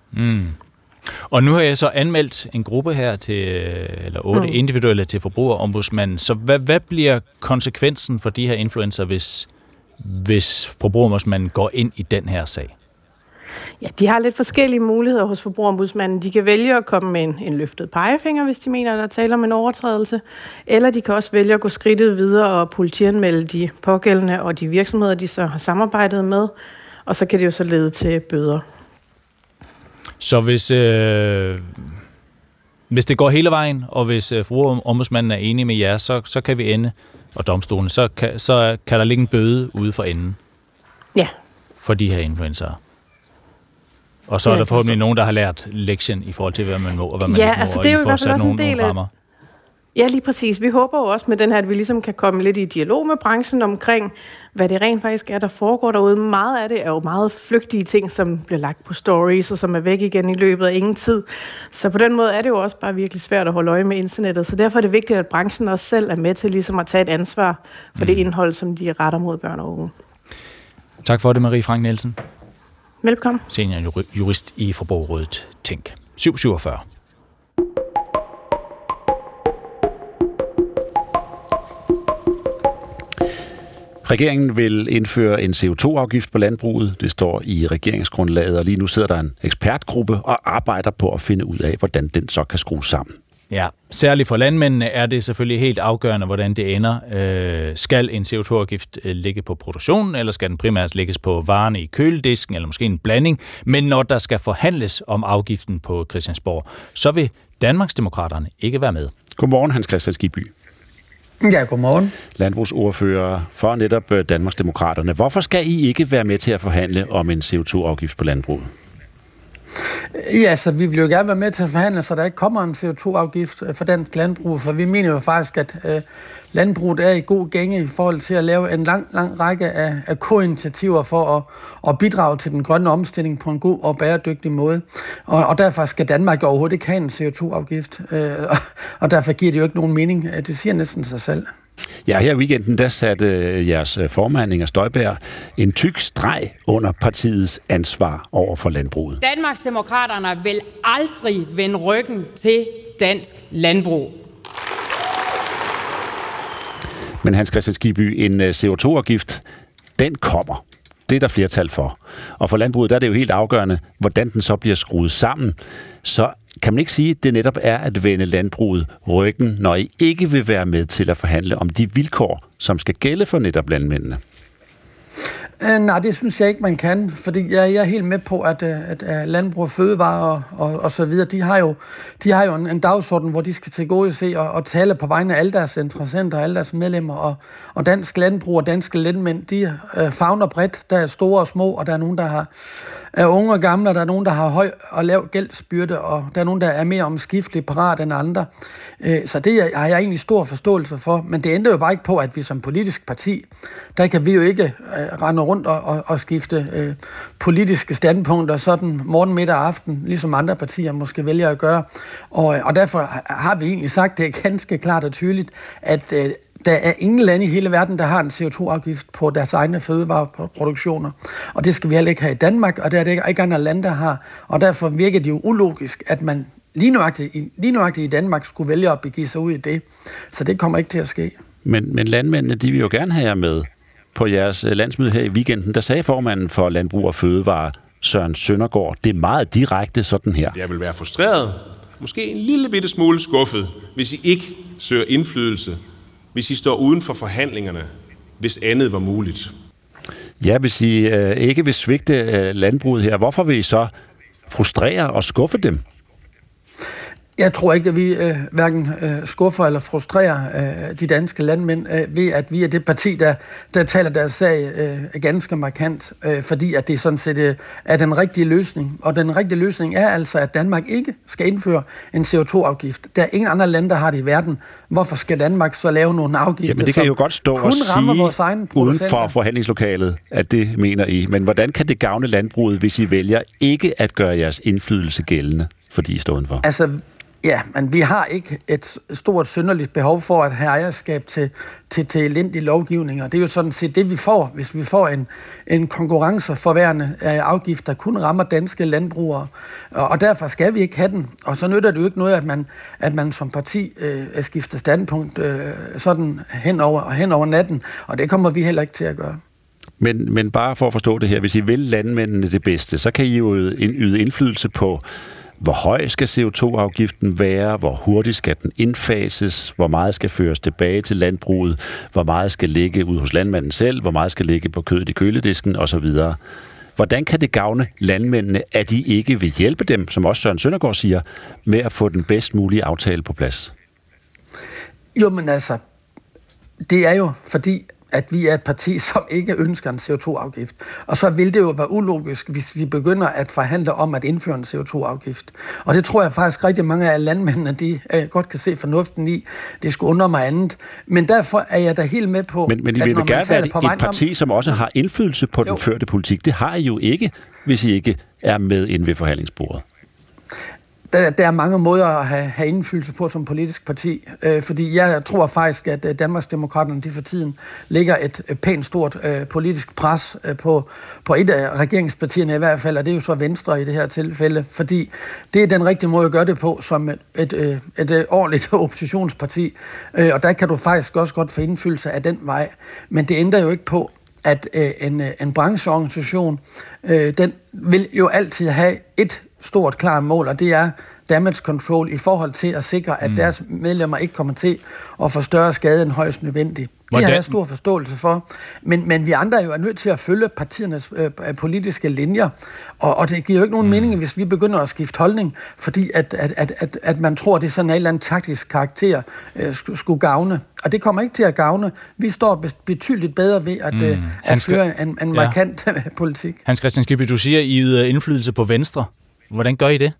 Og nu har jeg så anmeldt en gruppe her eller 8 individuelle til forbrugerombudsmanden. Så hvad bliver konsekvensen for de her influencer, hvis forbrugerombudsmanden går ind i den her sag? Ja, de har lidt forskellige muligheder hos forbrugerombudsmanden. De kan vælge at komme med en løftet pegefinger, hvis de mener, at der taler om en overtrædelse. Eller de kan også vælge at gå skridtet videre og politianmelde de pågældende og de virksomheder, de så har samarbejdet med. Og så kan det jo så lede til bøder. Så hvis det går hele vejen, og hvis forbrugerombudsmanden er enig med jer, så kan vi ende, og domstolen, så kan der ligge en bøde ude for enden. Ja. For de her influencer. Og så er der forhåbentlig nogen, der har lært lektien i forhold til, hvad man må og hvad man ikke må, altså, det er jo og I får sat nogle rammer. Ja, lige præcis. Vi håber jo også med den her, at vi ligesom kan komme lidt i dialog med branchen omkring, hvad det rent faktisk er, der foregår derude. Meget af det er jo meget flygtige ting, som bliver lagt på stories, og som er væk igen i løbet af ingen tid. Så på den måde er det jo også bare virkelig svært at holde øje med internettet. Så derfor er det vigtigt, at branchen også selv er med til ligesom at tage et ansvar for det indhold, som de retter mod børn og unge. Tak for det, Marie Frank Nielsen. Velkommen. Senior jurist i Forbrugerrådet Tænk. 747. Regeringen vil indføre en CO2-afgift på landbruget. Det står i regeringsgrundlaget, og lige nu sidder der en ekspertgruppe og arbejder på at finde ud af, hvordan den så kan skrues sammen. Ja, særligt for landmændene er det selvfølgelig helt afgørende, hvordan det ender. Skal en CO2-afgift ligge på produktionen, eller skal den primært lægges på varerne i køledisken, eller måske en blanding? Men når der skal forhandles om afgiften på Christiansborg, så vil Danmarksdemokraterne ikke være med. Godmorgen, Hans Kristian Skibby. Ja, godmorgen. Landbrugsordfører for netop Danmarksdemokraterne. Hvorfor skal I ikke være med til at forhandle om en CO2-afgift på landbruget? Ja, så vi vil jo gerne være med til at forhandle, så der ikke kommer en CO2-afgift for dansk landbrug, for vi mener jo faktisk, at landbruget er i god gænge i forhold til at lave en lang række af ko-initiativer for at bidrage til den grønne omstilling på en god og bæredygtig måde. Og derfor skal Danmark overhovedet ikke have en CO2-afgift, og derfor giver det jo ikke nogen mening. Det siger næsten sig selv. Ja, her i weekenden, der satte jeres formand, Inger Støjberg, en tyk streg under partiets ansvar over for landbruget. Danmarksdemokraterne vil aldrig vende ryggen til dansk landbrug. Men Hans Kristian Skibby, en CO2-afgift, den kommer. Det er der flertal for. Og for landbruget, der er det jo helt afgørende, hvordan den så bliver skruet sammen, så Kan man ikke sige, at det netop er at vende landbruget ryggen, når I ikke vil være med til at forhandle om de vilkår, som skal gælde for netop landmændene? Nej, det synes jeg ikke, man kan, fordi jeg er helt med på, at landbrug og fødevarer og så videre, de har jo en dagsorden, hvor de skal tilgodese og tale på vegne af alle deres interessenter, alle deres medlemmer, og dansk landbrug og danske landmænd, de favner bredt. Der er store og små, og der er nogen, der er unge og gamle, og der er nogen, der har høj og lav gældsbyrde, og der er nogen, der er mere omskifteligt parat end andre. Så det har jeg egentlig stor forståelse for, men det ændrer jo bare ikke på, at vi som politisk parti, der kan vi jo ikke rende rundt og skifte politiske standpunkter sådan morgen, middag og aften, ligesom andre partier måske vælger at gøre. Og derfor har vi egentlig sagt, det er ganske klart og tydeligt, at der er ingen lande i hele verden, der har en CO2-afgift på deres egne fødevareproduktioner. Og det skal vi heller ikke have i Danmark, og det er det ikke andre lande, der har. Og derfor virker det jo ulogisk, at man lige nøjagtigt i Danmark skulle vælge at begive sig ud i det. Så det kommer ikke til at ske. Men landmændene, de vil jo gerne have jer med. På jeres landsmøde her i weekenden, der sagde formanden for Landbrug og Fødevare, Søren Søndergaard, det er meget direkte sådan her. Jeg vil være frustreret, måske en lille bitte smule skuffet, hvis I ikke søger indflydelse, hvis I står uden for forhandlingerne, hvis andet var muligt. Ja, hvis I ikke vil svigte landbruget her, hvorfor vil I så frustrere og skuffe dem? Jeg tror ikke, at vi hverken skuffer eller frustrerer de danske landmænd ved, at vi er det parti, der taler deres sag ganske markant, fordi at det sådan set er den rigtige løsning. Og den rigtige løsning er altså, at Danmark ikke skal indføre en CO2-afgift. Der er ingen andre lande, der har det i verden. Hvorfor skal Danmark så lave nogle afgifter, Jamen det kan jo godt stå og sige uden for forhandlingslokalet, at det mener I. Men hvordan kan det gavne landbruget, hvis I vælger ikke at gøre jeres indflydelse gældende, fordi I står udenfor? Altså, ja, men vi har ikke et stort synderligt behov for at have ejerskab til elendige lovgivninger. Det er jo sådan set det, vi får, hvis vi får en konkurrenceforværende afgift, der kun rammer danske landbrugere. Og derfor skal vi ikke have den. Og så nytter det jo ikke noget, at man som parti skifter standpunkt sådan hen over natten. Og det kommer vi heller ikke til at gøre. Men bare for at forstå det her, hvis I vil landmændene det bedste, så kan I jo yde indflydelse på, hvor høj skal CO2-afgiften være, hvor hurtigt skal den indfases, hvor meget skal føres tilbage til landbruget, hvor meget skal ligge ud hos landmanden selv, hvor meget skal ligge på kødet i køledisken osv. Hvordan kan det gavne landmændene, at de ikke vil hjælpe dem, som også Søren Søndergaard siger, med at få den bedst mulige aftale på plads? Jo, men altså, det er jo fordi, at vi er et parti, som ikke ønsker en CO2-afgift. Og så vil det jo være ulogisk, hvis vi begynder at forhandle om at indføre en CO2-afgift. Og det tror jeg faktisk rigtig mange af landmændene, de godt kan se fornuften i. Det skulle undre mig andet. Men derfor er jeg da helt med på, Men I vil da gerne være et parti, som også har indflydelse på den førte politik. Det har I jo ikke, hvis I ikke er med inde ved forhandlingsbordet. Der er mange måder at have indflydelse på som politisk parti, fordi jeg tror faktisk, at Danmarksdemokraterne de for tiden lægger et pænt stort politisk pres på et af regeringspartierne i hvert fald, og det er jo så Venstre i det her tilfælde, fordi det er den rigtige måde at gøre det på som et ordentligt oppositionsparti, og der kan du faktisk også godt få indflydelse af den vej, men det ændrer jo ikke på, at en brancheorganisation, den vil jo altid have et stort klart mål, og det er damage control i forhold til at sikre, at deres medlemmer ikke kommer til at få større skade end højst nødvendigt. Det har jeg stor forståelse for. Men vi andre er jo nødt til at følge partiernes politiske linjer, og det giver jo ikke nogen mening, hvis vi begynder at skifte holdning, fordi at man tror, at det er sådan en eller anden taktisk karakter skulle gavne. Og det kommer ikke til at gavne. Vi står betydeligt bedre ved at føre en markant politik. Hans Kristian Skibby, du siger, I yder indflydelse på Venstre. Hvordan gør I det?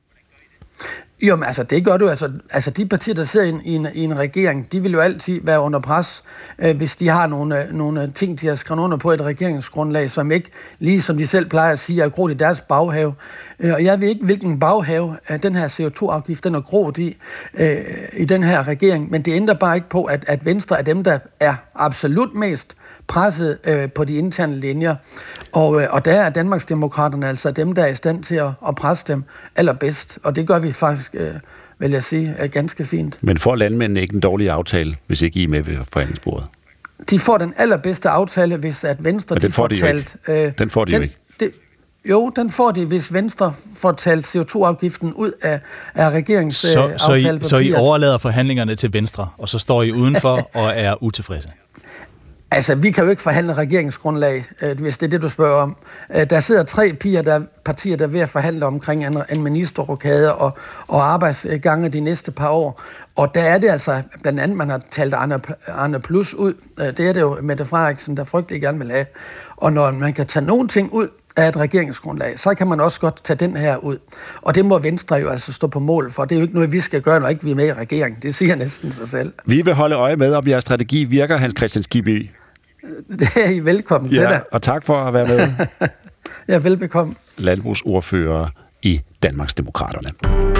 Jo, men altså, det gør du. Altså de partier, der sidder i en regering, de vil jo altid være under pres, hvis de har nogle ting, de har skrevet under på et regeringsgrundlag, som ikke, lige som de selv plejer at sige, er groet i deres baghave. Og jeg ved ikke, hvilken baghave den her CO2-afgift, den er groet i den her regering, men det ændrer bare ikke på, at Venstre er dem, der er absolut mest presset på de interne linjer. Og der er Danmarksdemokraterne altså dem, der er i stand til at presse dem allerbedst. Og det gør vi faktisk, vil jeg sige, ganske fint. Men får landmændene ikke en dårlig aftale, hvis ikke I er med ved forhandlingsbordet? De får den allerbedste aftale, hvis at Venstre... Men den får de jo ikke. Den får de jo ikke. Jo, den får de, hvis Venstre får talt CO2-afgiften ud af regeringsaftalepapiret. Så I overlader forhandlingerne til Venstre, og så står I udenfor og er utilfredse? Altså, vi kan jo ikke forhandle regeringsgrundlag, hvis det er det, du spørger om. Der sidder 3 partier, der er ved at forhandle omkring en ministerrokade og arbejdsgange de næste par år. Og der er det altså, blandt andet, man har talt Arne Plus ud. Det er det jo Mette Frederiksen, der frygtelig gerne vil have. Og når man kan tage nogle ting ud af et regeringsgrundlag, så kan man også godt tage den her ud. Og det må Venstre jo altså stå på mål for. Det er jo ikke noget, vi skal gøre, når ikke vi er med i regeringen. Det siger næsten sig selv. Vi vil holde øje med, om jeres strategi virker, Hans Kristian Skibby. Det er I velkommen til dig. Og tak for at være med. Ja, velbekomme. Landbrugsordfører i Danmarksdemokraterne.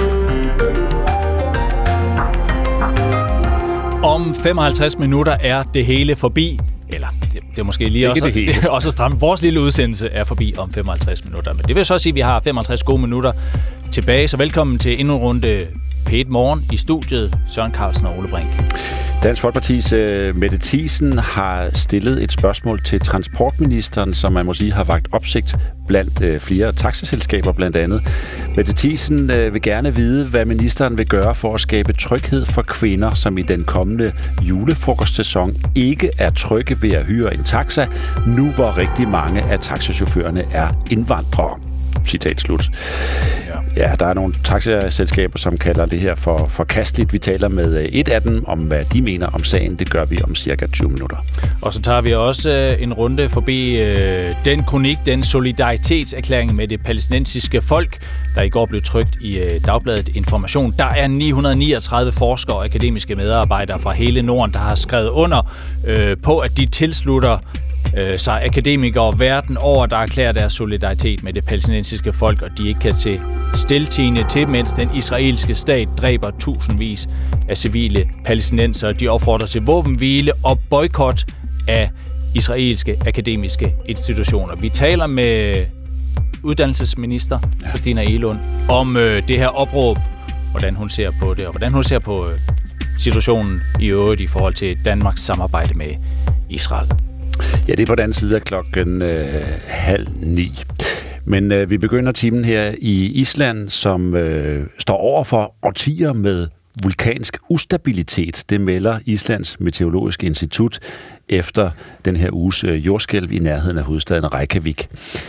Om 55 minutter er det hele forbi. Eller, det er måske lige også, det er også stramt. Vores lille udsendelse er forbi om 55 minutter. Men det vil så sige, at vi har 55 gode minutter tilbage. Så velkommen til endnu en runde P1 Morgen i studiet. Søren Carlsen og Ole Brink. Dansk Folkepartis Mette Thiesen har stillet et spørgsmål til transportministeren, som man må sige har vakt opsigt blandt flere taxaselskaber blandt andet. Mette Thiesen vil gerne vide, hvad ministeren vil gøre for at skabe tryghed for kvinder, som i den kommende julefrokostsæson ikke er trygge ved at hyre en taxa, nu hvor rigtig mange af taxachaufførerne er indvandrere. Citat slut. Ja, der er nogle taxaselskaber, som kalder det her for forkasteligt. Vi taler med et af dem om, hvad de mener om sagen. Det gør vi om cirka 20 minutter. Og så tager vi også en runde forbi den kronik, den solidaritetserklæring med det palæstinensiske folk, der i går blev trykt i Dagbladet Information. Der er 939 forskere og akademiske medarbejdere fra hele Norden, der har skrevet under på, at de tilslutter sig akademikere verden over, der erklærer deres solidaritet med det palæstinensiske folk, og de ikke kan til stiltiende til, mens den israelske stat dræber tusindvis af civile palæstinensere. De opfordrer til våbenhvile og boykot af israelske akademiske institutioner. Vi taler med uddannelsesminister Christina Egelund om det her opråb, hvordan hun ser på det, og hvordan hun ser på situationen i øvrigt i forhold til Danmarks samarbejde med Israel. Ja, det er på den anden side af klokken 8:30. Men vi begynder timen her i Island, som står over for årtier med vulkansk ustabilitet. Det melder Islands Meteorologiske Institut efter den her uges jordskælv i nærheden af hovedstaden Reykjavik.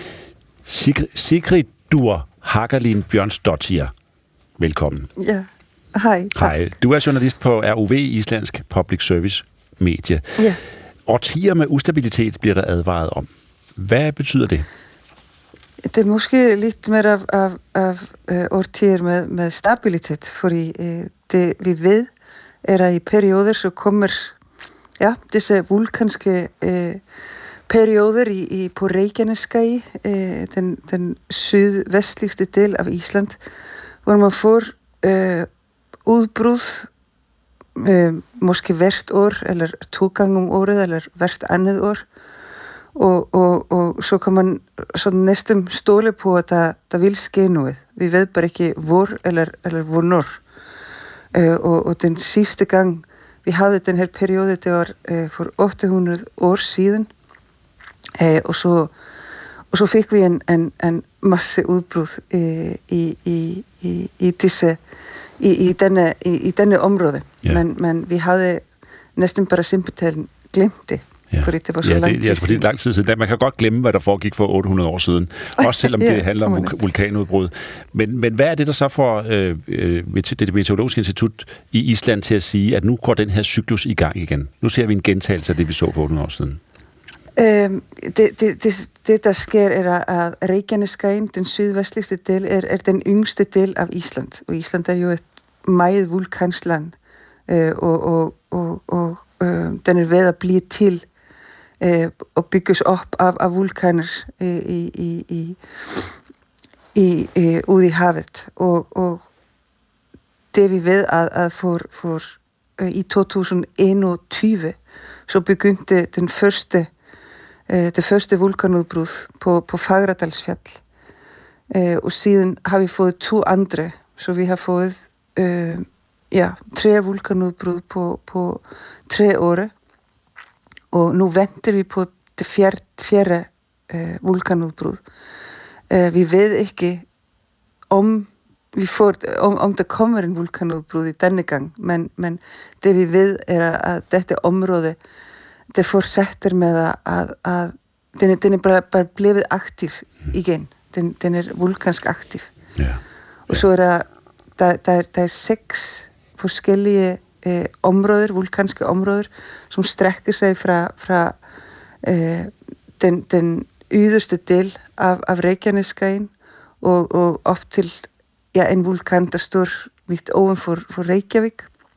Sigridur Hagalín Bjørnsdóttir, velkommen. Ja, hej. Hej. Du er journalist på ROV, Islandsk Public Service Medie. Ja. Årtier med ustabilitet bliver der advaret om. Hvad betyder det? Det er måske lidt mere af årtier med stabilitet, fordi det vi ved er, at i perioder så kommer disse vulkanske perioder på Reykjaneskagi, den sydvestligste del af Island, hvor man får udbrud måske hvert år, eller 2 gange om året, eller hvert andet år. Og så kan man sådan næsten stole på, at der vil ske noget. Vi ved bare ikke hvor eller hvornår. Og den sidste gang, vi havde den her periode, det var for 800 år siden. Og så fik vi en masse udbrud i disse i denne område. Ja. Men vi havde næsten bare simpelthen glemt det. Ja. Fordi det var så lang tid siden. Det er lang tid siden. Man kan godt glemme, hvad der foregik for 800 år siden. Også selvom det handler om vulkanudbrud. Men hvad er det, der så får det Meteorologiske Institut i Island til at sige, at nu går den her cyklus i gang igen? Nu ser vi en gentagelse af det, vi så for 800 år siden. Det der sker, er, at Reykjaneskagin, den sydvestligste del, er den yngste del af Island. Og Island er jo et meget vulkansk land. Og den er ved at blive til og bygges op af vulkaner ude i havet. Og det vi ved, at for i 2021, så begyndte det første vulkanudbrud på Fagradalsfjall. Og siden har vi fået 2 andre, så vi har fået 3 vulkanudbrud på 3 år. Og nu venter vi på det fjerde vulkanudbrud. Vi ved ikke, om der kommer en vulkanudbrud i denne gang, men det vi ved er, at dette område, det fortsætter med, at den er bare blevet aktiv igen. Den er vulkansk aktiv. Ja. Og så er der er 6 forskellige områder, vulkanske områder, som strækker sig fra den yderste del af Reykjanesskajen og op til en vulkan, der står lidt oven for Reykjavik.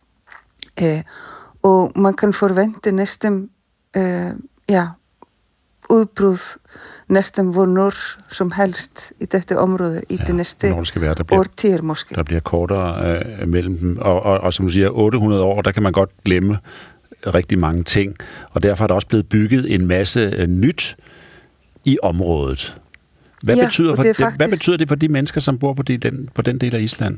Og man kan forvente næsten udbrud næsten hvornår som helst i dette område i det næste årtier måske. Der bliver kortere mellem dem, og som du siger, 800 år, der kan man godt glemme rigtig mange ting, og derfor er der også blevet bygget en masse nyt i området. Hvad betyder det for de mennesker, som bor på den del af Island?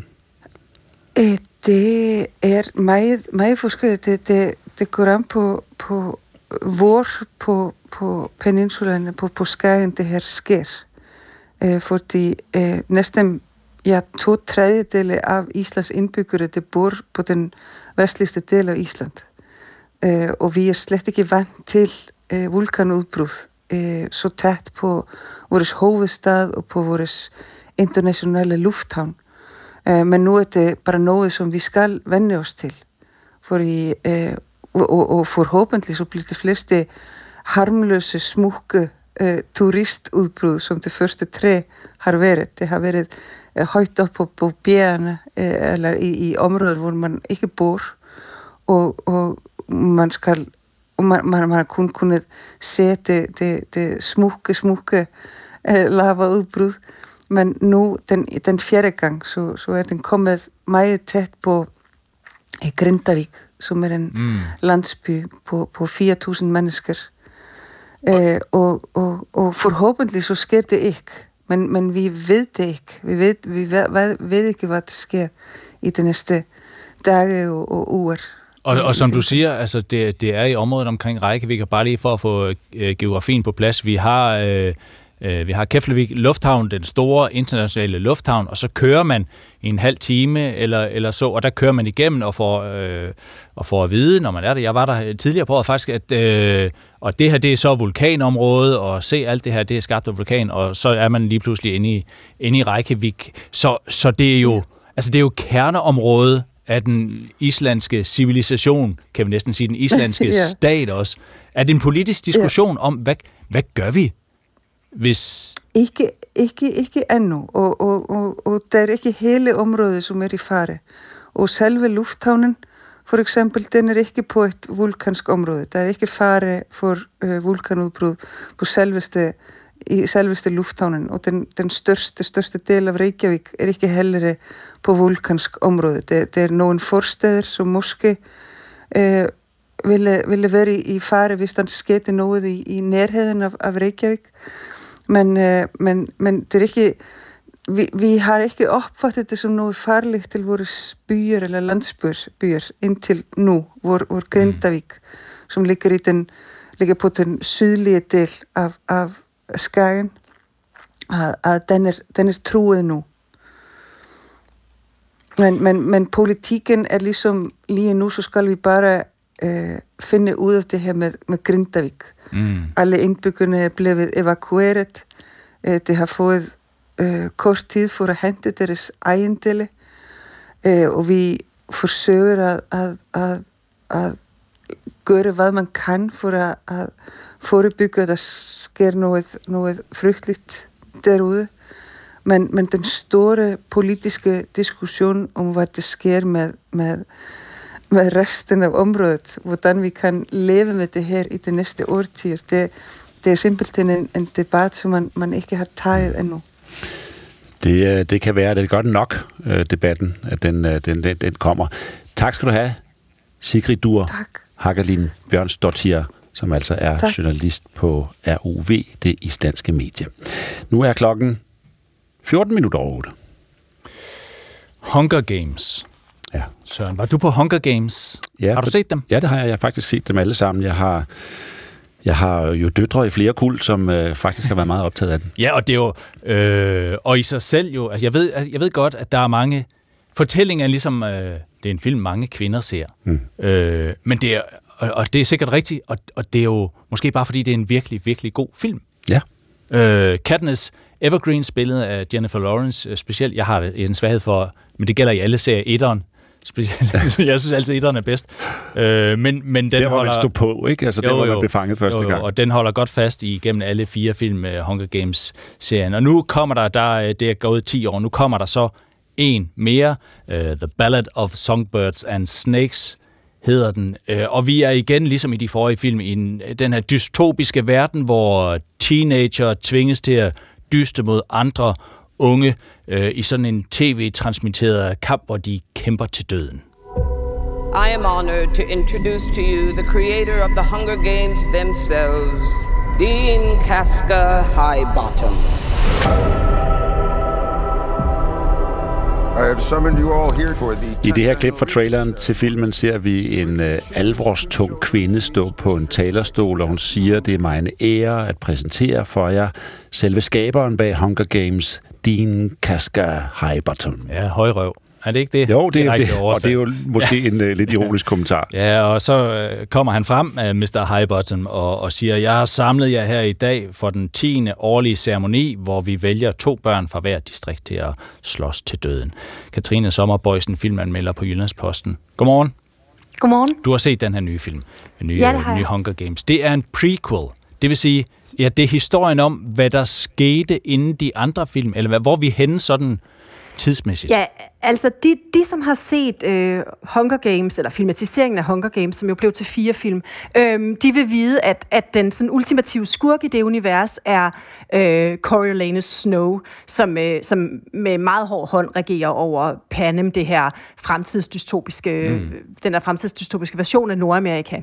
Det er meget forskelligt. Det går an på hvor på peninsulerne, på Skagen, det her sker. Fordi næsten 2/3 af Islands indbyggere, det bor på den vestligste del af Island. Og vi er slet ikke vant til vulkanudbrud så tæt på vores hovedstad og på vores internationale lufthavn. Men nu er det bare noget, som vi skal vende os til. Fordi og forhåbentlig så bliver de fleste harmløse, smukke turistudbrud, som det første 3 har været. Det har været højt op på bjergene, eller i områder, hvor man ikke bor, og man har kun kunnet se det smukke lavaudbrud. Men nu, den 4. gang, så er den kommet meget tæt på Grindavik, som er en landsby på 4.000 mennesker. Og forhåbentlig så sker det ikke, men vi ved det ikke. Vi ved ikke, hvad der sker i de næste dage og uger. Og som du siger, altså det er i området omkring Reykjavik, og bare lige for at få geografien på plads, vi har Keflavik Lufthavn, den store internationale lufthavn, og så kører man i en halv time eller så, og der kører man igennem og får at vide, når man er der. Jeg var der tidligere på året faktisk, og det her, det er så vulkanområdet, og se alt det her, det er skabt af vulkan, og så er man lige pludselig inde i Reykjavik. Så det er jo, altså det er jo kerneområdet af den islandske civilisation, kan vi næsten sige, den islandske stat også. Er det en politisk diskussion om, hvad gør vi? Hvis... Ikke endnu, og der er ikke hele området, som er i fare. Og selve lufthavnen, for eksempel, den er ikke på et vulkansk område. Der er ikke fare for vulkanudbrud på selveste lufthavnen, og den største del af Reykjavik er ikke heller på vulkansk område. Det er nogle forsteder, som måske ville være i fare, hvis der skete noget i nærheden af Reykjavik. Men det er ikke, vi har ikke opfattet det som noget farligt til vores byer eller landsbyer indtil nu, hvor Grindavik, som ligger på den sydlige del af Skagen, at den er truet nu. Men politikken er ligesom lige nu, så skal vi bare finde ud af det her med Grindavik. Alle indbyggerne er blevet evakueret. De har fået kort tid for at hente deres ejendele. Og vi forsøger at gøre, hvad man kan for at forebygge, at der sker noget frygteligt derude. Men den store politiske diskussion om, hvad der sker med resten af området, hvordan vi kan leve med det her i de næste årtier, det er simpelthen en debat, som man ikke har taget endnu. Det kan være, at det er godt nok, debatten, at den kommer. Tak skal du have, Sigrid Dur Hagalín Bjørnsdóttir, som altså er journalist på RUV, det islandske medie. Nu er klokken 14:08. Hunger Games. Ja. Søren, var du på Hunger Games? Ja, har du set dem? Ja, det har jeg. Jeg har faktisk set dem alle sammen. Jeg Jeg har jo døtre i flere kuld, som faktisk har været meget optaget af den. Ja, og det er jo... og i sig selv jo... Altså jeg ved godt, at der er mange... Fortællingen ligesom... det er en film, mange kvinder ser. Men det er... Og det er sikkert rigtigt, og det er jo måske bare, fordi det er en virkelig, virkelig god film. Ja. Katniss Evergreen, spillet af Jennifer Lawrence specielt. Jeg har en svaghed for... Men det gælder i alle serier. Etteren specielt. Jeg synes altid, etteren er bedst. Men den der, hvor holder... man stod på, ikke? Altså, der, hvor man blev fanget første gang. Og den holder godt fast igennem alle 4 film med Hunger Games-serien. Og nu kommer det er gået 10 år, nu kommer der så en mere. The Ballad of Songbirds and Snakes hedder den. Og vi er igen, ligesom i de forrige film, i den her dystopiske verden, hvor teenager tvinges til at dyste mod andre unge i sådan en tv-transmitteret kamp, hvor de kæmper til døden. I am honored to introduce to you the creator of the Hunger Games themselves, Dean Kaska Highbottom. I det her klip fra traileren til filmen ser vi en alvorstung kvinde stå på en talerstol, og hun siger, det er mig en ære at præsentere for jer selve skaberen bag Hunger Games, Dean Kaska Highbottom. Ja, højrøv. Er det ikke det? Jo, det er det, og det er jo måske en lidt ironisk kommentar. Ja, og så kommer han frem, Mr. Highbottom, og siger, jeg har samlet jer her i dag for den 10. årlige ceremoni, hvor vi vælger 2 børn fra hver distrikt til at slås til døden. Katrine Sommerboysen, filmanmelder på Jyllandsposten. Godmorgen. Godmorgen. Du har set den her nye film, nye Hunger Games. Det er en prequel. Det vil sige, ja, det er historien om, hvad der skete inden de andre film, eller hvor vi henne sådan tidsmæssigt. Ja, altså de som har set Hunger Games, eller filmatiseringen af Hunger Games, som jo blev til 4 film, de vil vide, at den sådan ultimative skurk i det univers er Coriolanus Snow, som med meget hård hånd regerer over Panem, det her fremtidsdystopiske, den der fremtidsdystopiske version af Nordamerika.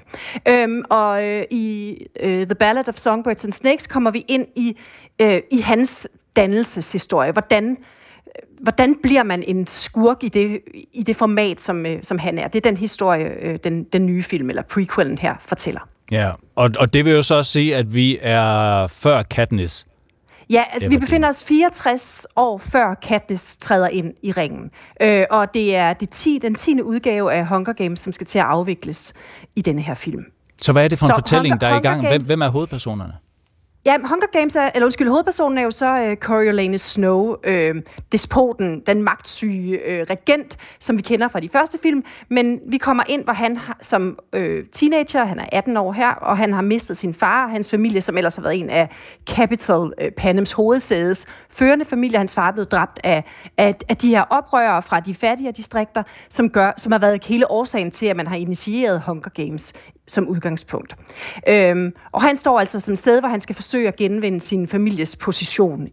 Og i The Ballad of Songbirds and Snakes kommer vi ind i hans dannelseshistorie. Hvordan bliver man en skurk i det format, som han er? Det er den historie, den nye film, eller prequelen her, fortæller. Ja, og det vil jo så også sige, at vi er før Katniss. Ja, altså, vi befinder os 64 år før Katniss træder ind i ringen. Og det er den 10. udgave af Hunger Games, som skal til at afvikles i denne her film. Så hvad er det for en fortælling, der er i gang? Hvem er hovedpersonerne? Ja, Hunger Games hovedpersonen er jo så Coriolanus Snow, despoten, den magtsyge regent, som vi kender fra de første film, men vi kommer ind, hvor han som teenager, han er 18 år her, og han har mistet sin far og hans familie, som ellers har været en af Capital Panems hovedsædes førende familie. Hans far er blevet dræbt af de her oprørere fra de fattige distrikter, som har været hele årsagen til, at man har initieret Hunger Games som udgangspunkt. Og han står altså som sted, hvor han skal forsøge at genvinde sin families position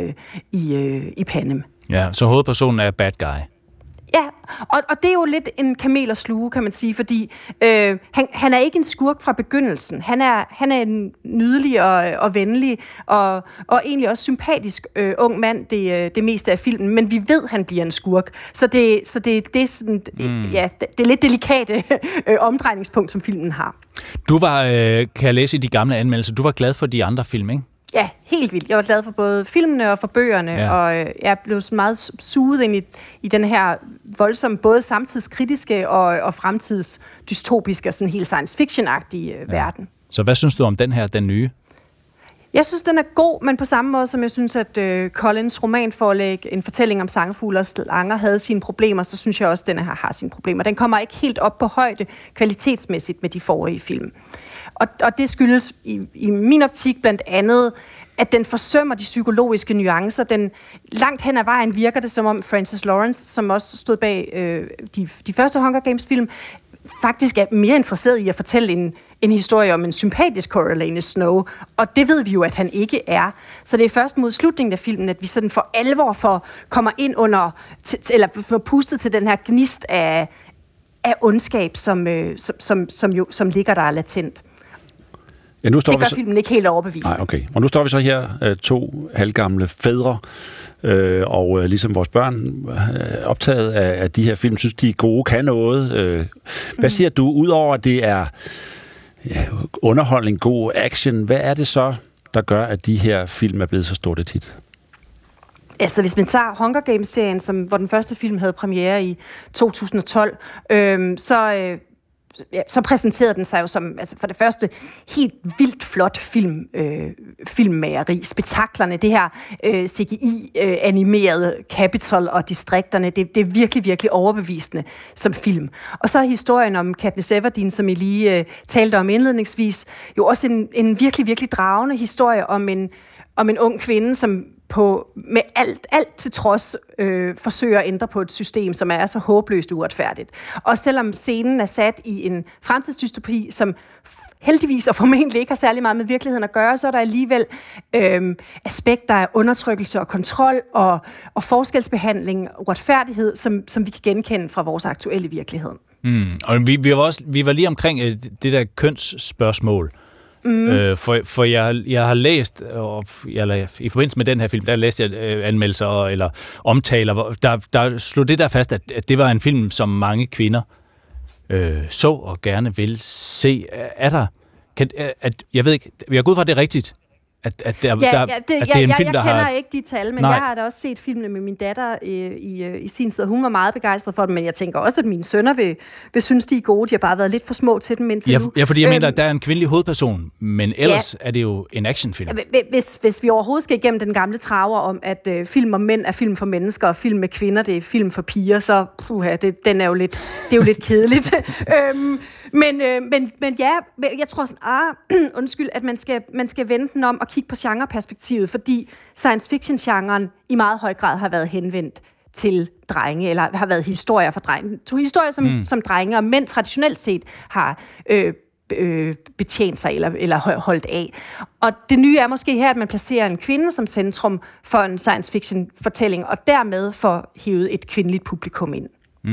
i Panem. Ja, så hovedpersonen er bad guy. Ja, og det er jo lidt en kamel at sluge, kan man sige, fordi han er ikke en skurk fra begyndelsen. Han er en nydelig og venlig og egentlig også sympatisk ung mand det meste af filmen, men vi ved, han bliver en skurk. Så det er sådan, ja, det er lidt delikate omdrejningspunkt, som filmen har. Du var, kan jeg læse i de gamle anmeldelser, du var glad for de andre film, ikke? Ja, helt vildt. Jeg var glad for både filmene og for bøgerne, og jeg blev så meget suget ind i den her voldsomme, både samtidskritiske og fremtidsdystopiske og sådan helt science fiction-agtige verden. Så hvad synes du om den nye? Jeg synes, den er god, men på samme måde som jeg synes, at Collins romanforlæg, en fortælling om sangfugle og slanger, havde sine problemer, så synes jeg også, at den her har sine problemer. Den kommer ikke helt op på højde kvalitetsmæssigt med de forrige film. Og det skyldes i min optik blandt andet, at den forsømmer de psykologiske nuancer. Den langt hen ad vejen virker det som om Francis Lawrence, som også stod bag de første Hunger Games film, faktisk er mere interesseret i at fortælle en historie om en sympatisk Coriolanus Snow, og det ved vi jo, at han ikke er. Så det er først mod slutningen af filmen, at vi sådan for alvor kommer ind under, eller får pustet til den her gnist af ondskab, som ligger der latent. Ja, nu står det gør filmen ikke helt overbevist. Nej, okay. Og nu står vi så her, 2 halvgamle fædre, og ligesom vores børn optaget af de her film, synes de er gode, kan noget. Hvad siger du, udover at det er underholdning, god action. Hvad er det så, der gør, at de her film er blevet så stort et hit? Altså, hvis man tager Hunger Games-serien, hvor den første film havde premiere i 2012, så præsenterede den sig jo som, altså for det første, helt vildt flot filmmageri. Spektaklerne, det her CGI-animerede Capitol og distrikterne, det er virkelig, virkelig overbevisende som film. Og så er historien om Katniss Everdeen, som I lige talte om indledningsvis, jo også en virkelig, virkelig dragende historie om en ung kvinde, som med alt til trods forsøger at ændre på et system, som er så håbløst uretfærdigt. Og selvom scenen er sat i en fremtidsdystopi, som heldigvis og formentlig ikke har særlig meget med virkeligheden at gøre, så er der alligevel aspekter af undertrykkelse og kontrol og forskelsbehandling og uretfærdighed, som vi kan genkende fra vores aktuelle virkelighed. Og vi var lige omkring det der kønsspørgsmål. For jeg har læst, i forbindelse med den her film, der læste jeg anmeldelser eller omtaler, der slog det der fast, at det var en film, som mange kvinder så og gerne vil se. Jeg ved ikke, jeg går ud fra, det er rigtigt, at det er en film, der har... Jeg kender ikke de tal, men jeg har da også set filmene med min datter i sin tid, og hun var meget begejstret for dem, men jeg tænker også, at mine sønner vil synes, de er gode. De har bare været lidt for små til dem indtil nu. Ja, fordi jeg mener, at der er en kvindelig hovedperson, men ellers er det jo en actionfilm. Hvis vi overhovedet skal igennem den gamle traver om, at film om mænd er film for mennesker, og film med kvinder, det er film for piger, så det er jo lidt kedeligt. Men ja, jeg tror sådan, at man skal vende den om og kigge på genreperspektivet, fordi science fiction-genren i meget høj grad har været henvendt til drenge, eller har været historier for drenge. Historier, som drenge og mænd traditionelt set har betjent sig eller holdt af. Og det nye er måske her, at man placerer en kvinde som centrum for en science fiction-fortælling, og dermed får hivet et kvindeligt publikum ind.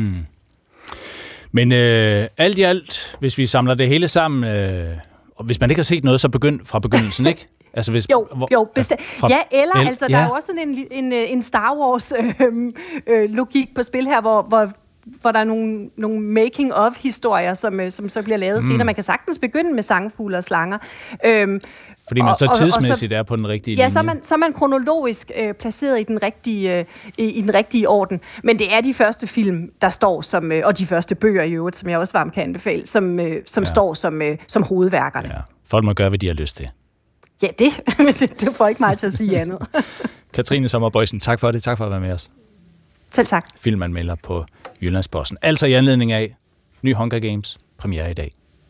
Men alt i alt, hvis vi samler det hele sammen, og hvis man ikke har set noget, så fra begyndelsen, ikke? Altså hvis, der er jo også sådan en Star Wars logik på spil her, hvor der er nogle making-of-historier, som så bliver lavet senere. Man kan sagtens begynde med sangfugle og slanger. Fordi man så tidsmæssigt er på den rigtige linje. Ja, så er man kronologisk placeret i den rigtige orden. Men det er de første film, der står som, og de første bøger i øvrigt, som jeg også varmt kan anbefale, som står som hovedværkerne. Ja. Folk må gøre, hvad de har lyst til. Ja, det får ikke mig til at sige andet. Katrine Sommer-Boysen, tak for det. Tak for at være med os. Selv tak. Filmanmelder på Jyllandsposten. Altså i anledning af ny Hunger Games premiere i dag.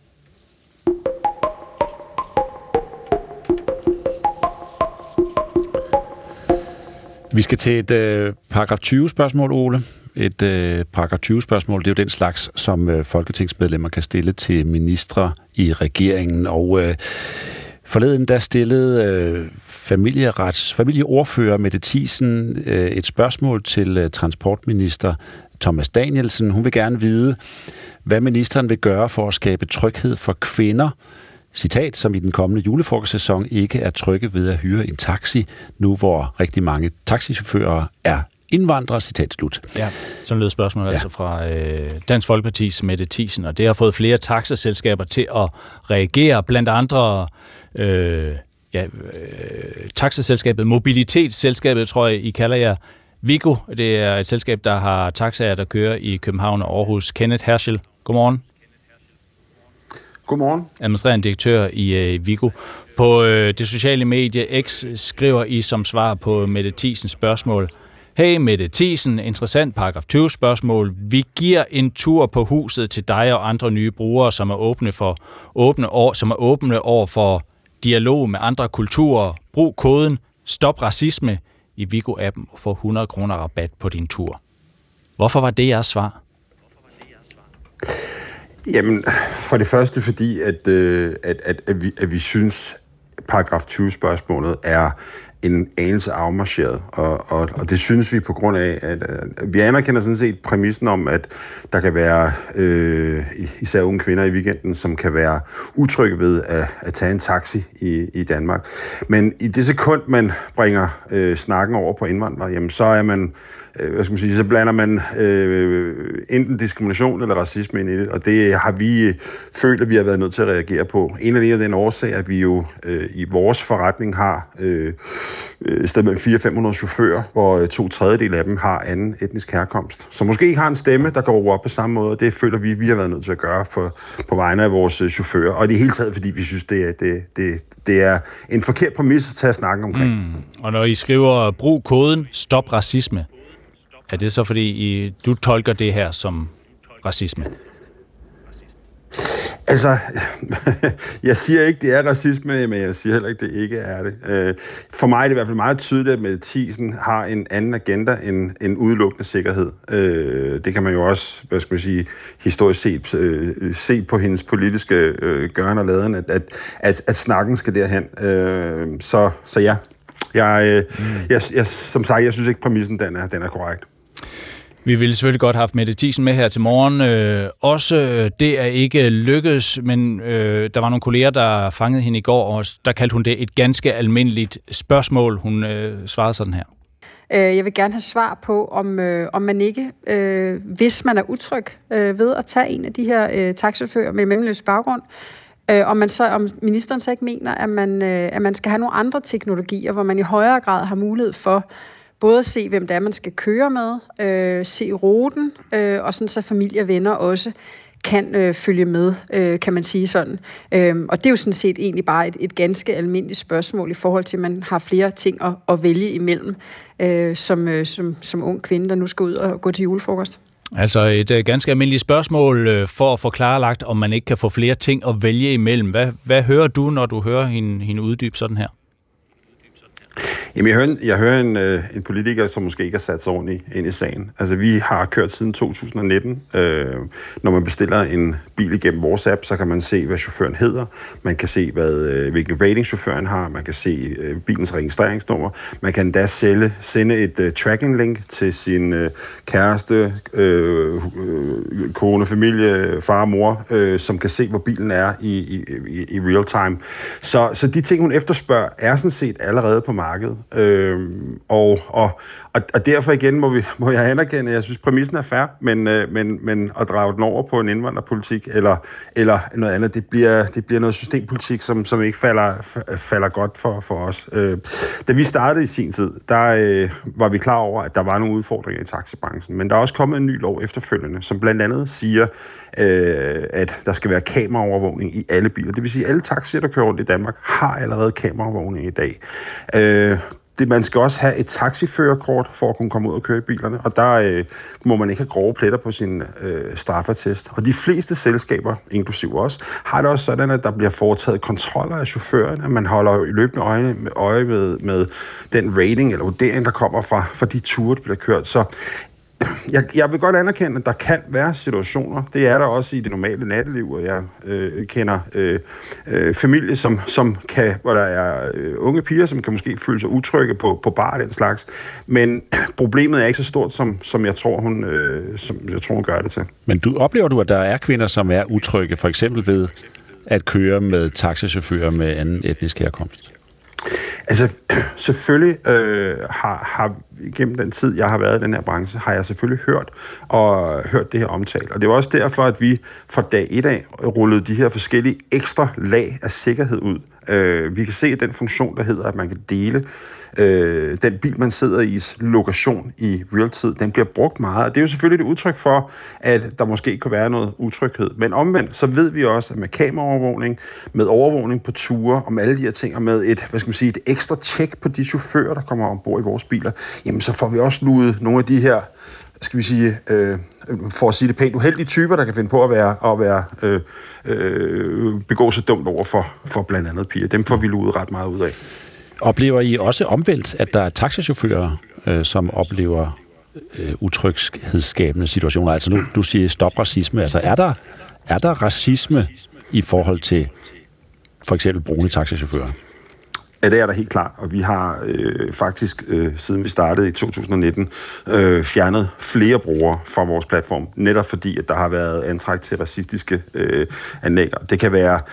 Vi skal til et paragraf 20-spørgsmål, Ole. Et paragraf 20-spørgsmål, det er jo den slags, som folketingsmedlemmer kan stille til ministre i regeringen. Og forleden, der stillede familieordfører Mette Thiesen et spørgsmål til transportminister Thomas Danielsen. Hun vil gerne vide, hvad ministeren vil gøre for at skabe tryghed for kvinder, citat, som i den kommende julefrokostsæson ikke er trygge ved at hyre en taxi, nu hvor rigtig mange taxichauffører er indvandrere, citat slut. Ja, sådan lød spørgsmålet altså fra Dansk Folkepartis Mette Thiesen, og det har fået flere taxaselskaber til at reagere, blandt andre taxaselskabet, mobilitetsselskabet, tror jeg, I kalder jer, Vigo. Det er et selskab, der har taxaer, der kører i København og Aarhus. Kenneth Herschel, godmorgen. Godmorgen. Administrerende direktør i Vigo. På det sociale medie X skriver I som svar på Mette Thiesens spørgsmål: Hey Mette Thiesen, interessant paragraf 20 spørgsmål. Vi giver en tur på huset til dig og andre nye brugere, som er åbne over for dialog med andre kulturer. Brug koden Stop Racisme i Vigo-appen og få 100 kroner rabat på din tur. Hvorfor var det jeres svar? Jamen, for det første fordi, at vi synes, paragraf 20-spørgsmålet er en anelse afmarcheret, og det synes vi på grund af, at vi anerkender sådan set præmissen om, at der kan være især unge kvinder i weekenden, som kan være utrygge ved at tage en taxi i Danmark. Men i det sekund, man bringer snakken over på indvandrere, jamen, så er man så blander man enten diskrimination eller racisme ind i det, og det har vi følt, at vi har været nødt til at reagere på. En af den årsag, at vi jo i vores forretning har et sted mellem 400-500 chauffører, hvor 2/3 af dem har anden etnisk herkomst. Så måske ikke har en stemme, der går op på samme måde, og det føler vi har været nødt til at gøre på vegne af vores chauffører. Og det er hele taget, fordi vi synes, det er en forkert præmis at tage snakken omkring. Og når I skriver, brug koden stop racisme, er det så fordi du tolker det her som racisme? Altså, jeg siger ikke, det er racisme, men jeg siger heller ikke, det ikke er det. For mig er det i hvert fald meget tydeligt, at Mette Thiesen har en anden agenda end udelukkende sikkerhed. Det kan man jo også, historisk set se på hendes politiske gøren og laden, at snakken skal derhen. Så ja, som sagt, jeg synes ikke, præmissen den er korrekt. Vi ville selvfølgelig godt have haft Mette Thiesen med her til morgen. Det er ikke lykkedes, men der var nogle kolleger, der fangede hende i går, og der kaldte hun det et ganske almindeligt spørgsmål. Hun svarede sådan her. Jeg vil gerne have svar på, om man ikke, hvis man er utryg ved at tage en af de her taxichauffører med mellemløs baggrund, om ministeren så ikke mener, at man skal have nogle andre teknologier, hvor man i højere grad har mulighed for både at se, hvem det er, man skal køre med, se ruten, og sådan så familie og venner også kan følge med, kan man sige sådan. Og det er jo sådan set egentlig bare et ganske almindeligt spørgsmål i forhold til, at man har flere ting at vælge imellem som ung kvinde, der nu skal ud og gå til julefrokost. Altså et ganske almindeligt spørgsmål for at få klarlagt, om man ikke kan få flere ting at vælge imellem. Hvad hører du, når du hører hende uddybe sådan her? Jamen, jeg hører en politiker, som måske ikke har sat sig ordentligt ind i sagen. Altså, vi har kørt siden 2019. Når man bestiller en bil igennem vores app, så kan man se, hvad chaufføren hedder. Man kan se, hvilken rating chaufføren har. Man kan se bilens registreringsnummer. Man kan endda sende et tracking-link til sin kæreste, kone, familie, far og mor, som kan se, hvor bilen er i real time. Så de ting, hun efterspørger, er sådan set allerede på markedet. Og derfor igen må jeg anerkende, at jeg synes, præmissen er fair, men at drage den over på en indvandrerpolitik eller noget andet, det bliver noget systempolitik, som ikke falder godt for os. Da vi startede i sin tid, der var vi klar over, at der var nogle udfordringer i taxibranchen, men der er også kommet en ny lov efterfølgende, som blandt andet siger, at der skal være kameraovervågning i alle biler. Det vil sige, at alle taxier, der kører rundt i Danmark, har allerede kameraovervågning i dag. Man skal også have et taxiførerkort for at kunne komme ud og køre i bilerne, og der må man ikke have grove pletter på sin straffetest. Og de fleste selskaber, inklusive os, har det også sådan, at der bliver foretaget kontroller af chaufføren, at man holder løbende øje med den rating eller vurdering, der kommer fra de ture, der bliver kørt. Så jeg vil godt anerkende, at der kan være situationer. Det er der også i det normale natteliv, og jeg kender familie, som kan, hvor der er unge piger, som kan måske føle sig utrygge på bar den slags. Men problemet er ikke så stort, som jeg tror, hun gør det til. Men oplever du, at der er kvinder, som er utrygge, for eksempel ved at køre med taxichauffører med anden etnisk herkomst? Altså, selvfølgelig har gennem den tid, jeg har været i den her branche, har jeg selvfølgelig hørt det her omtale. Og det var også derfor, at vi fra dag 1 af rullede de her forskellige ekstra lag af sikkerhed ud. Vi kan se, at den funktion, der hedder, at man kan dele den bil, man sidder i lokation i realtid, den bliver brugt meget. Og det er jo selvfølgelig et udtryk for, at der måske kan være noget utryghed. Men omvendt, så ved vi også, at med kameraovervågning, med overvågning på ture, om alle de her ting, og med et ekstra tjek på de chauffører, der kommer ombord i vores biler, jamen så får vi også luet nogle af de her, for at sige det pænt, uheldige typer, der kan finde på at begå sig dumt over for blandt andet piger. Dem får vi luet ret meget ud af. Oplever I også omvendt, at der er taxichauffører, som oplever utryghedsskabende situationer? Altså nu, du siger stop racisme. Altså er der racisme i forhold til for eksempel brune taxichauffører? Ja, det er der helt klart, og vi har faktisk, siden vi startede i 2019, fjernet flere brugere fra vores platform, netop fordi, at der har været antræk til racistiske anlægger. Det kan være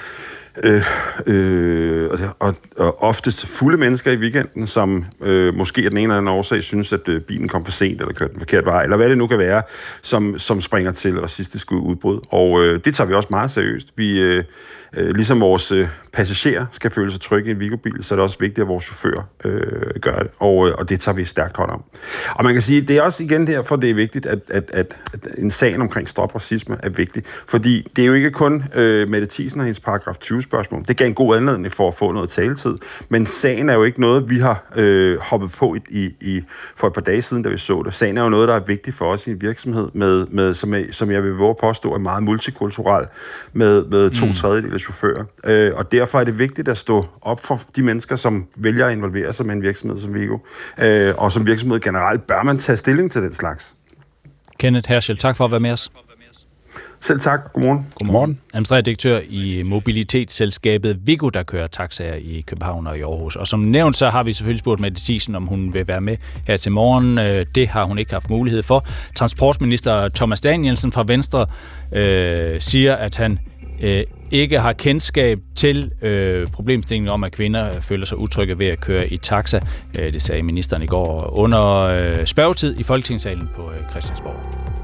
og oftest fulde mennesker i weekenden, som måske af den ene eller anden årsag synes, at bilen kom for sent, eller kørte den forkert vej, eller hvad det nu kan være, som springer til racistiske udbrud. Og det tager vi også meget seriøst. Vi, ligesom vores passagerer skal føle sig trygge i en Vigo-bil, så er det også vigtigt, at vores chauffører gør det, og det tager vi stærkt hånd om. Og man kan sige, det er også igen derfor, det er vigtigt, at en sag omkring stop racisme er vigtig, fordi det er jo ikke kun Mette Thiesen og hendes paragraf 20-spørgsmål. Det gav en god anledning for at få noget taletid, men sagen er jo ikke noget, vi har hoppet på for et par dage siden, da vi så det. Sagen er jo noget, der er vigtigt for os i en virksomhed, som jeg vil våge påstå er meget multikulturel, med 2/3 af chauffører. Og derfor er det vigtigt at stå op for de mennesker, som vælger at involvere sig med en virksomhed som Vigo. Og som virksomhed generelt bør man tage stilling til den slags. Kenneth Herschel, tak for at være med os. Selv tak. Godmorgen. Godmorgen. Administrerende direktør i mobilitetsselskabet Vigo, der kører taxaer i København og i Aarhus. Og som nævnt, så har vi selvfølgelig spurgt Mette Thiesen, om hun vil være med her til morgen. Det har hun ikke haft mulighed for. Transportminister Thomas Danielsen fra Venstre siger, at han ikke har kendskab til problemstillingen om, at kvinder føler sig utrygge ved at køre i taxa. Det sagde ministeren i går under spørgetid i Folketingssalen på Christiansborg.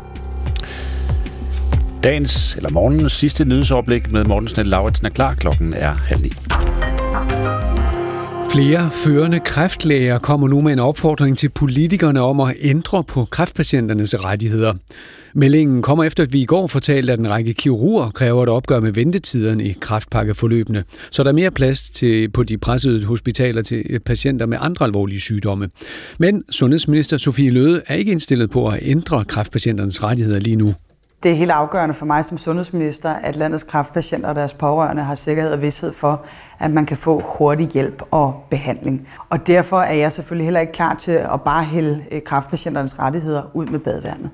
Dagens eller morgens sidste nyhedsoverblik med Morten Snell Lauritsen er klar. Klokken er 8:30. Flere førende kræftlæger kommer nu med en opfordring til politikerne om at ændre på kræftpatienternes rettigheder. Meldingen kommer efter, at vi i går fortalte, at en række kirurger kræver et opgør med ventetiderne i kræftpakkeforløbene, så der er mere plads på de pressede hospitaler til patienter med andre alvorlige sygdomme. Men sundhedsminister Sophie Løhde er ikke indstillet på at ændre kræftpatienternes rettigheder lige nu. Det er helt afgørende for mig som sundhedsminister, at landets kræftpatienter og deres pårørende har sikkerhed og vished for, at man kan få hurtig hjælp og behandling. Og derfor er jeg selvfølgelig heller ikke klar til at bare hælde kræftpatienternes rettigheder ud med badevandet.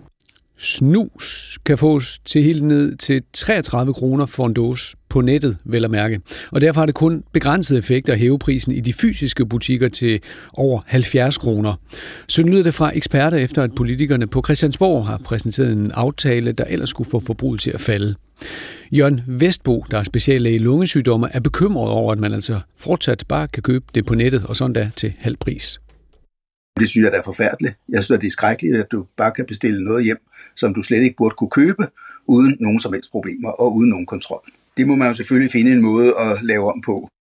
Snus kan fås til helt ned til 33 kroner for en dåse på nettet, vel at mærke. Og derfor har det kun begrænset effekt at hæve prisen i de fysiske butikker til over 70 kroner. Så lyder det fra eksperter efter, at politikerne på Christiansborg har præsenteret en aftale, der ellers skulle få forbruget til at falde. Jørgen Vestbo, der er speciallæge i lungesygdomme, er bekymret over, at man altså fortsat bare kan købe det på nettet og sådan da til halv pris. Det synes jeg, der er forfærdeligt. Jeg synes, det er skrækkeligt, at du bare kan bestille noget hjem, som du slet ikke burde kunne købe, uden nogen som helst problemer og uden nogen kontrol. Det må man jo selvfølgelig finde en måde at lave om på.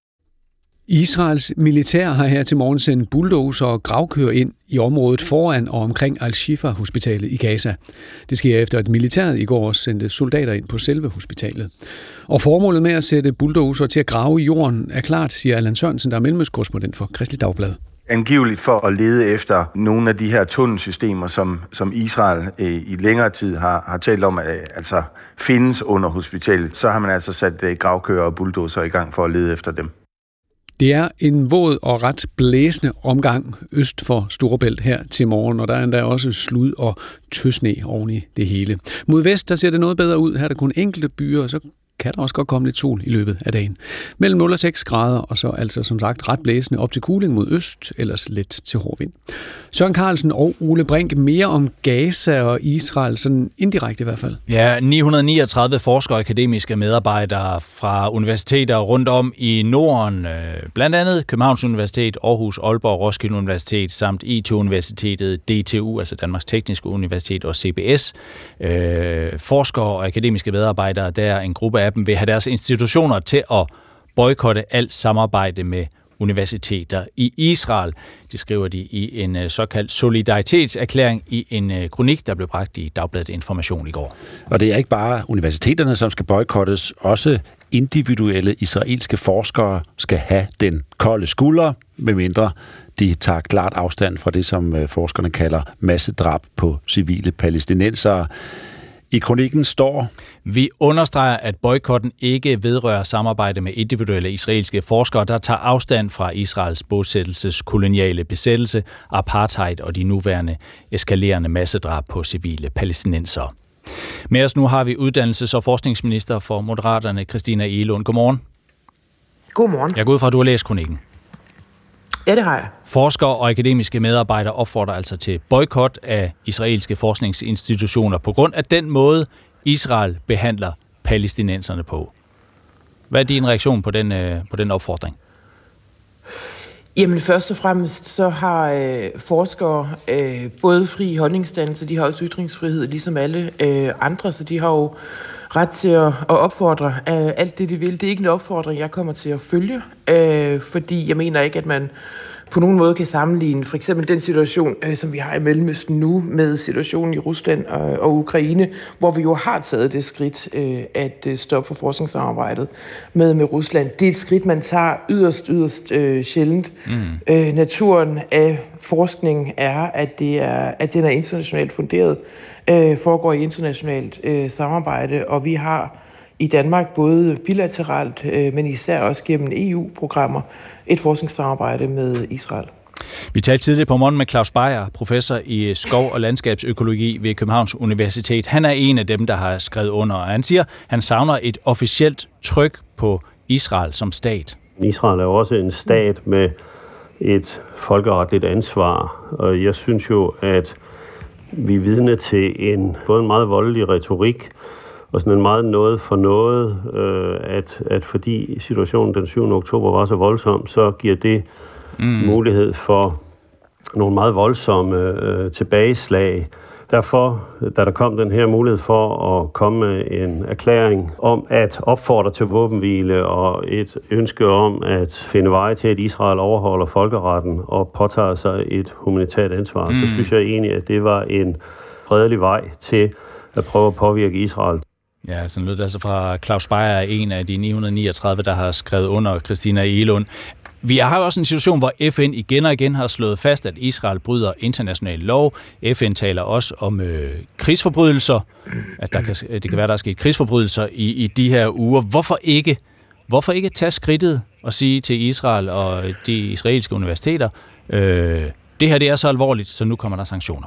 Israels militær har her til morgen sendt bulldozer og gravkøer ind i området foran og omkring Al-Shifa-hospitalet i Gaza. Det sker efter, at militæret i går sendte soldater ind på selve hospitalet. Og formålet med at sætte bulldozer til at grave i jorden er klart, siger Allan Sørensen, der er mellemøstkorrespondent for Kristeligt Dagblad. Angiveligt for at lede efter nogle af de her tunnelsystemer, som Israel i længere tid har talt om, altså findes under hospitalet. Så har man altså sat gravkøer og bulldozer i gang for at lede efter dem. Det er en våd og ret blæsende omgang øst for Storebælt her til morgen, og der er endda også slud og tøsne oven i det hele. Mod vest, der ser det noget bedre ud. Her er der kun enkelte byer, og så kan der også godt komme lidt sol i løbet af dagen. Mellem 0 og 6 grader, og så altså som sagt ret blæsende op til kuling mod øst, ellers let til hård vind. Søren Carlsen og Ole Brink, mere om Gaza og Israel, sådan indirekte i hvert fald. Ja, 939 forskere og akademiske medarbejdere fra universiteter rundt om i Norden, blandt andet Københavns Universitet, Aarhus, Aalborg, Roskilde Universitet, samt IT-universitetet, DTU, altså Danmarks Tekniske Universitet og CBS. Forskere og akademiske medarbejdere, der er en gruppe af dem, vil have deres institutioner til at boykotte alt samarbejde med universiteter i Israel. Det skriver de i en såkaldt solidaritetserklæring i en kronik, der blev bragt i Dagbladet Information i går. Og det er ikke bare universiteterne, som skal boykottes. Også individuelle israelske forskere skal have den kolde skulder, medmindre de tager klart afstand fra det, som forskerne kalder massedrab på civile palæstinensere. I kronikken står: Vi understreger, at boykotten ikke vedrører samarbejde med individuelle israelske forskere, der tager afstand fra Israels bosættelseskoloniale besættelse, apartheid og de nuværende eskalerende massedrab på civile palæstinensere. Med os nu har vi uddannelses- og forskningsminister for Moderaterne, Christina Egelund. Godmorgen. Godmorgen. Jeg går ud fra, at du har læst kronikken. Ja, det har jeg. Forskere og akademiske medarbejdere opfordrer altså til boykot af israelske forskningsinstitutioner på grund af den måde, Israel behandler palæstinenserne på. Hvad er din reaktion på den opfordring? Jamen først og fremmest så har forskere både fri holdningsdannelse, de har også ytringsfrihed ligesom alle andre, så de har jo ret til at opfordre alt det, de vil. Det er ikke en opfordring, jeg kommer til at følge, fordi jeg mener ikke, at man på nogen måde kan sammenligne for eksempel den situation, som vi har i Mellemøsten nu, med situationen i Rusland og Ukraine, hvor vi jo har taget det skridt at stoppe for forskningssamarbejdet med Rusland. Det er et skridt, man tager yderst sjældent. Naturen af forskningen er, at den er internationalt funderet, foregår i internationalt samarbejde, og vi har i Danmark både bilateralt, men især også gennem EU-programmer, et forskningssamarbejde med Israel. Vi talte tidligere på morgen med Claus Beyer, professor i skov- og landskabsøkologi ved Københavns Universitet. Han er en af dem, der har skrevet under, og han siger, han savner et officielt tryk på Israel som stat. Israel er også en stat med et folkeretligt ansvar, og jeg synes jo, at vi er vidne til både en meget voldelig retorik, og sådan en meget noget for noget, at fordi situationen den 7. oktober var så voldsom, så giver det mulighed for nogle meget voldsomme tilbageslag. Derfor, da der kom den her mulighed for at komme med en erklæring om at opfordre til våbenhvile og et ønske om at finde veje til, at Israel overholder folkeretten og påtager sig et humanitært ansvar, så synes jeg egentlig, at det var en fredelig vej til at prøve at påvirke Israel. Ja, sådan lød det altså fra Claus Beyer, en af de 939, der har skrevet under, Christina Egelund. Vi har jo også en situation, hvor FN igen og igen har slået fast, at Israel bryder international lov. FN taler også om krigsforbrydelser, at det kan være, der er sket krigsforbrydelser i de her uger. Hvorfor ikke tage skridtet og sige til Israel og de israelske universiteter, det her det er så alvorligt, så nu kommer der sanktioner?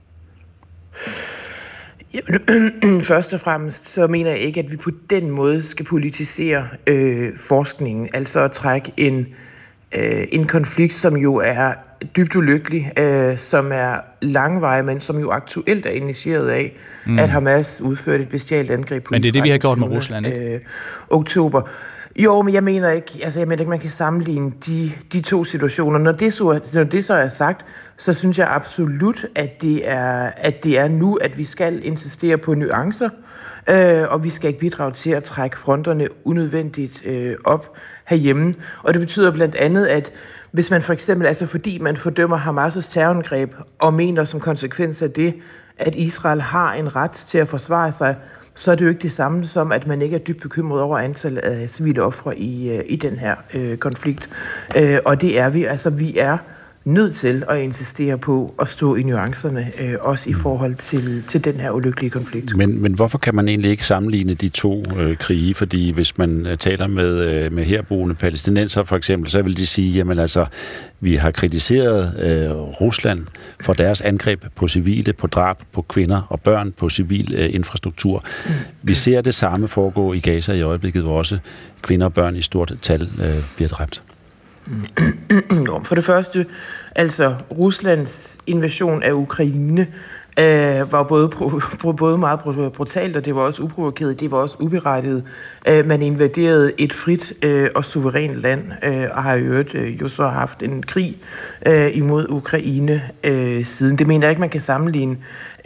Først og fremmest så mener jeg ikke, at vi på den måde skal politisere forskningen, altså at trække en konflikt, som jo er dybt ulykkelig, som er langvarig, men som jo aktuelt er initieret af, at Hamas udførte et bestialt angreb på Israel. Men det er det, vi har gjort med Rusland, ikke? Oktober. Jo, men jeg mener ikke, man kan sammenligne de to situationer. Når det så er sagt, så synes jeg absolut, at det er nu, at vi skal insistere på nuancer, og vi skal ikke bidrage til at trække fronterne unødvendigt op herhjemme. Og det betyder blandt andet, at hvis man for eksempel, altså fordi man fordømmer Hamas' terrorangreb og mener som konsekvens af det, at Israel har en ret til at forsvare sig, så er det jo ikke det samme som, at man ikke er dybt bekymret over antallet af civile ofre i den her konflikt. Og det er vi. Altså, vi er nødt til at insistere på at stå i nuancerne, også i forhold til den her ulykkelige konflikt. Men hvorfor kan man egentlig ikke sammenligne de to krige? Fordi hvis man taler med herboende palæstinenser for eksempel, så vil de sige, jamen altså, vi har kritiseret Rusland for deres angreb på civile, på drab på kvinder og børn, på civil infrastruktur. Vi ser det samme foregå i Gaza i øjeblikket, hvor også kvinder og børn i stort tal bliver dræbt. For det første, altså Ruslands invasion af Ukraine var både meget brutalt, og det var også uprovokeret, det var også uberettiget. Man invaderede et frit og suverænt land, og har jo så haft en krig imod Ukraine siden. Det mener jeg ikke, man kan sammenligne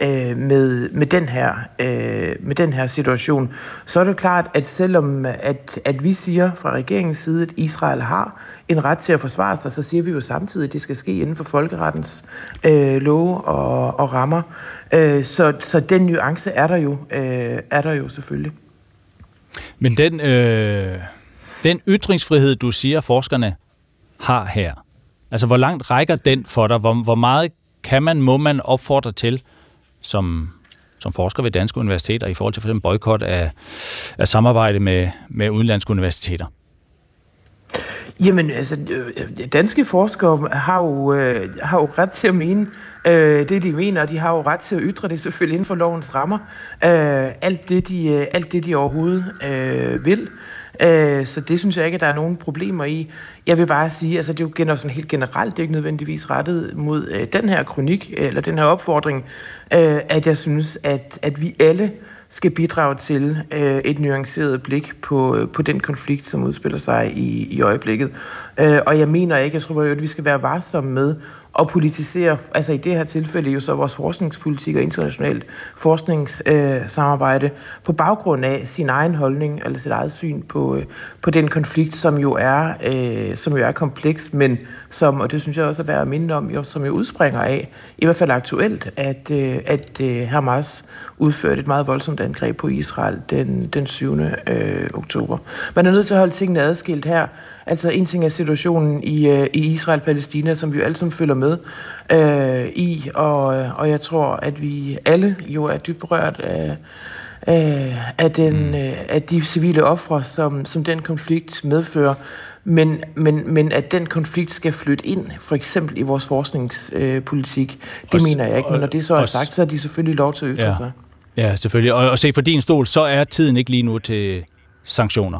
med den her situation. Så er det klart, at selvom at vi siger fra regeringens side, at Israel har en ret til at forsvare sig, så siger vi jo samtidig, at det skal ske inden for folkerettens love og rammer. Så den nuance er der jo selvfølgelig. Men den ytringsfrihed, du siger, forskerne har her, altså hvor langt rækker den for dig? Hvor meget må man opfordre til som forsker ved danske universiteter i forhold til for eksempel boykot af samarbejde med udenlandske universiteter? Jamen, altså, danske forskere har jo ret til at mene det, de mener, og de har jo ret til at ytre det selvfølgelig inden for lovens rammer. Alt det, de overhovedet vil. Så det synes jeg ikke, at der er nogen problemer i. Jeg vil bare sige, altså det er jo sådan helt generelt, det er ikke nødvendigvis rettet mod den her kronik, eller den her opfordring, at jeg synes, at vi alle skal bidrage til et nuanceret blik på den konflikt, som udspiller sig i øjeblikket. Og jeg mener ikke, jeg tror, at vi skal være varsomme med at politisere, altså i det her tilfælde jo så vores forskningspolitik og internationalt forskningssamarbejde på baggrund af sin egen holdning eller sit eget syn på den konflikt, som jo er kompleks, men som, og det synes jeg også er værd at minde om, jo, som jo udspringer af, i hvert fald aktuelt, at Hamas udførte et meget voldsomt angreb på Israel den 7. oktober. Man er nødt til at holde tingene adskilt her. Altså en ting er situationen i Israel-Palæstina, som vi jo alle sammen følger med i, og jeg tror, at vi alle jo er dybt berørt af de civile ofre, som den konflikt medfører, men at den konflikt skal flytte ind, for eksempel i vores forskningspolitik, det mener jeg ikke, men når det så er sagt, så er de selvfølgelig lov til at ytre sig. Ja, selvfølgelig. Og se for din stol, så er tiden ikke lige nu til sanktioner.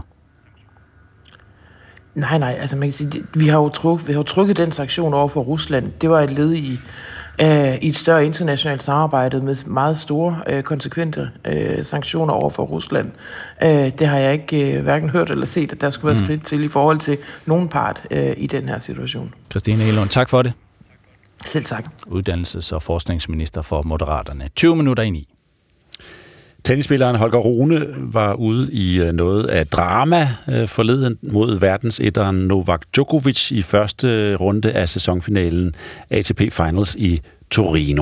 Nej, altså man kan sige, vi har jo trykket den sanktion over for Rusland. Det var et led i et større internationalt samarbejde med meget store, konsekvente sanktioner over for Rusland. Det har jeg ikke hverken hørt eller set, at der skulle være skridt til i forhold til nogen part i den her situation. Christine Egelund, tak for det. Selv tak. Uddannelses- og forskningsminister for Moderaterne. 20 minutter ind i. Tennisspilleren Holger Rune var ude i noget af drama forleden mod verdensetteren Novak Djokovic i første runde af sæsonfinalen ATP Finals i Torino.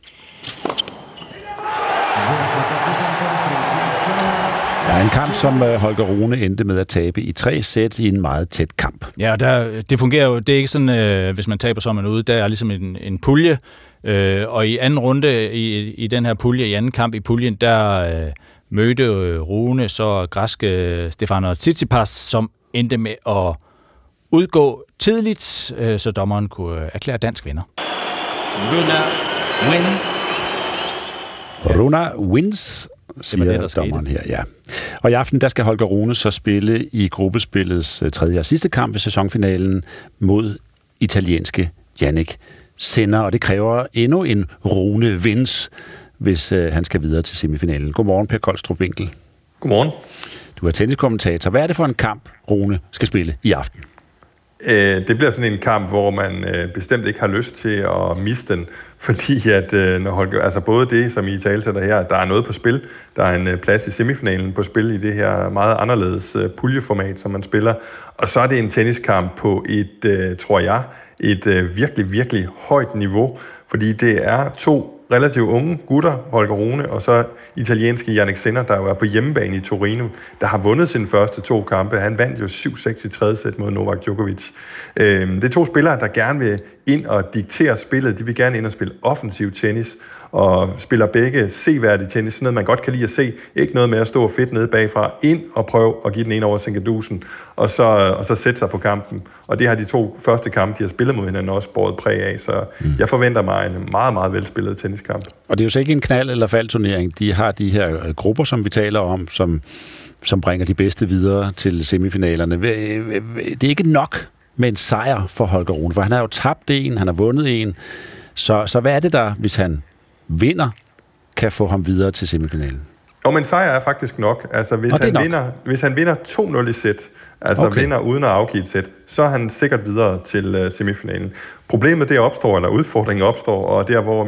Ja, en kamp, som Holger Rune endte med at tabe i 3 sæt i en meget tæt kamp. Ja, det fungerer jo. Det er ikke sådan, hvis man taber, så er man ude. Der er ligesom en pulje. Og i anden runde i den her pulje, i anden kamp i puljen, der mødte Rune så græske Stefanos Tsitsipas, som endte med at udgå tidligt, så dommeren kunne erklære dansk vinder. Rune wins, siger dommeren her, ja. Og i aften, der skal Holger Rune så spille i gruppespillets 3. og sidste kamp ved sæsonfinalen mod italienske Jannik Sinner, og det kræver endnu en Rune wins, hvis han skal videre til semifinalen. Godmorgen, Per Kolstrup Winkel. Godmorgen. Du er tenniskommentator. Hvad er det for en kamp, Rune skal spille i aften? Det bliver sådan en kamp, hvor man bestemt ikke har lyst til at miste den, fordi at når Holger, altså både det, som I talsætter her, der er noget på spil, der er en plads i semifinalen på spil i det her meget anderledes puljeformat, som man spiller, og så er det en tenniskamp på et, tror jeg, et virkelig, virkelig højt niveau, fordi det er 2 relativt unge gutter, Holger Rune, og så italienske Jannik Sinner, der jo er på hjemmebane i Torino, der har vundet sine første 2 kampe. Han vandt jo 7-6 i 3. sæt mod Novak Djokovic. Det er 2 spillere, der gerne vil ind og diktere spillet. De vil gerne ind og spille offensiv tennis, og spiller begge seværdig tennis, sådan noget, man godt kan lide at se. Ikke noget med at stå fedt nede bagfra, ind og prøve at give den ene over Sinkadusen, og så sætte sig på kampen. Og det har de 2 første kampe, de har spillet mod hinanden, også båret præg af, så jeg forventer mig en meget, meget velspillet tenniskamp. Og det er jo så ikke en knald- eller faldturnering. De har de her grupper, som vi taler om, som bringer de bedste videre til semifinalerne. Det er ikke nok med en sejr for Holger Rune, for han har jo tabt en, han har vundet en. Så hvad er det der, hvis han vinder, kan få ham videre til semifinalen? Og men sejr er faktisk nok. Altså hvis han vinder 2-0 i sæt, altså vinder uden at afgive et sæt, så er han sikkert videre til semifinalen. Problemet det opstår, eller udfordringen opstår, og der hvor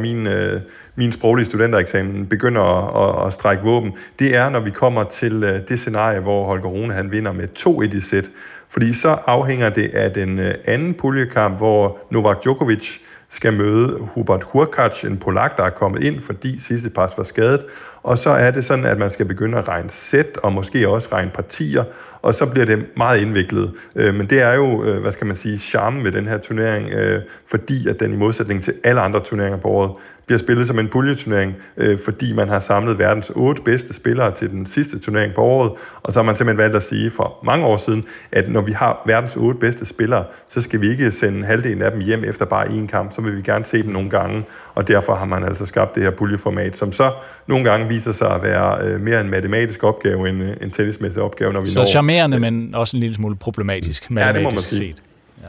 min sproglige studentereksamen begynder at strække våben, det er, når vi kommer til det scenarie, hvor Holger Rune han vinder med 2-1 i sæt. Fordi så afhænger det af den anden puljekamp, hvor Novak Djokovic skal møde Hubert Hurkacz, en polak, der er kommet ind, fordi Tsitsipas var skadet. Og så er det sådan, at man skal begynde at regne sæt, og måske også regne partier, og så bliver det meget indviklet. Men det er jo, hvad skal man sige, charmen ved den her turnering, fordi at den i modsætning til alle andre turneringer på året, bliver spillet som en puljeturnering, fordi man har samlet verdens 8 bedste spillere til den sidste turnering på året, og så har man simpelthen valgt at sige for mange år siden, at når vi har verdens 8 bedste spillere, så skal vi ikke sende halvdelen af dem hjem efter bare én kamp, så vil vi gerne se dem nogle gange, og derfor har man altså skabt det her puljeformat, som så nogle gange viser sig at være mere en matematisk opgave end en tennismæssig opgave, når vi når. Så charmerende, men også en lille smule problematisk, matematisk set.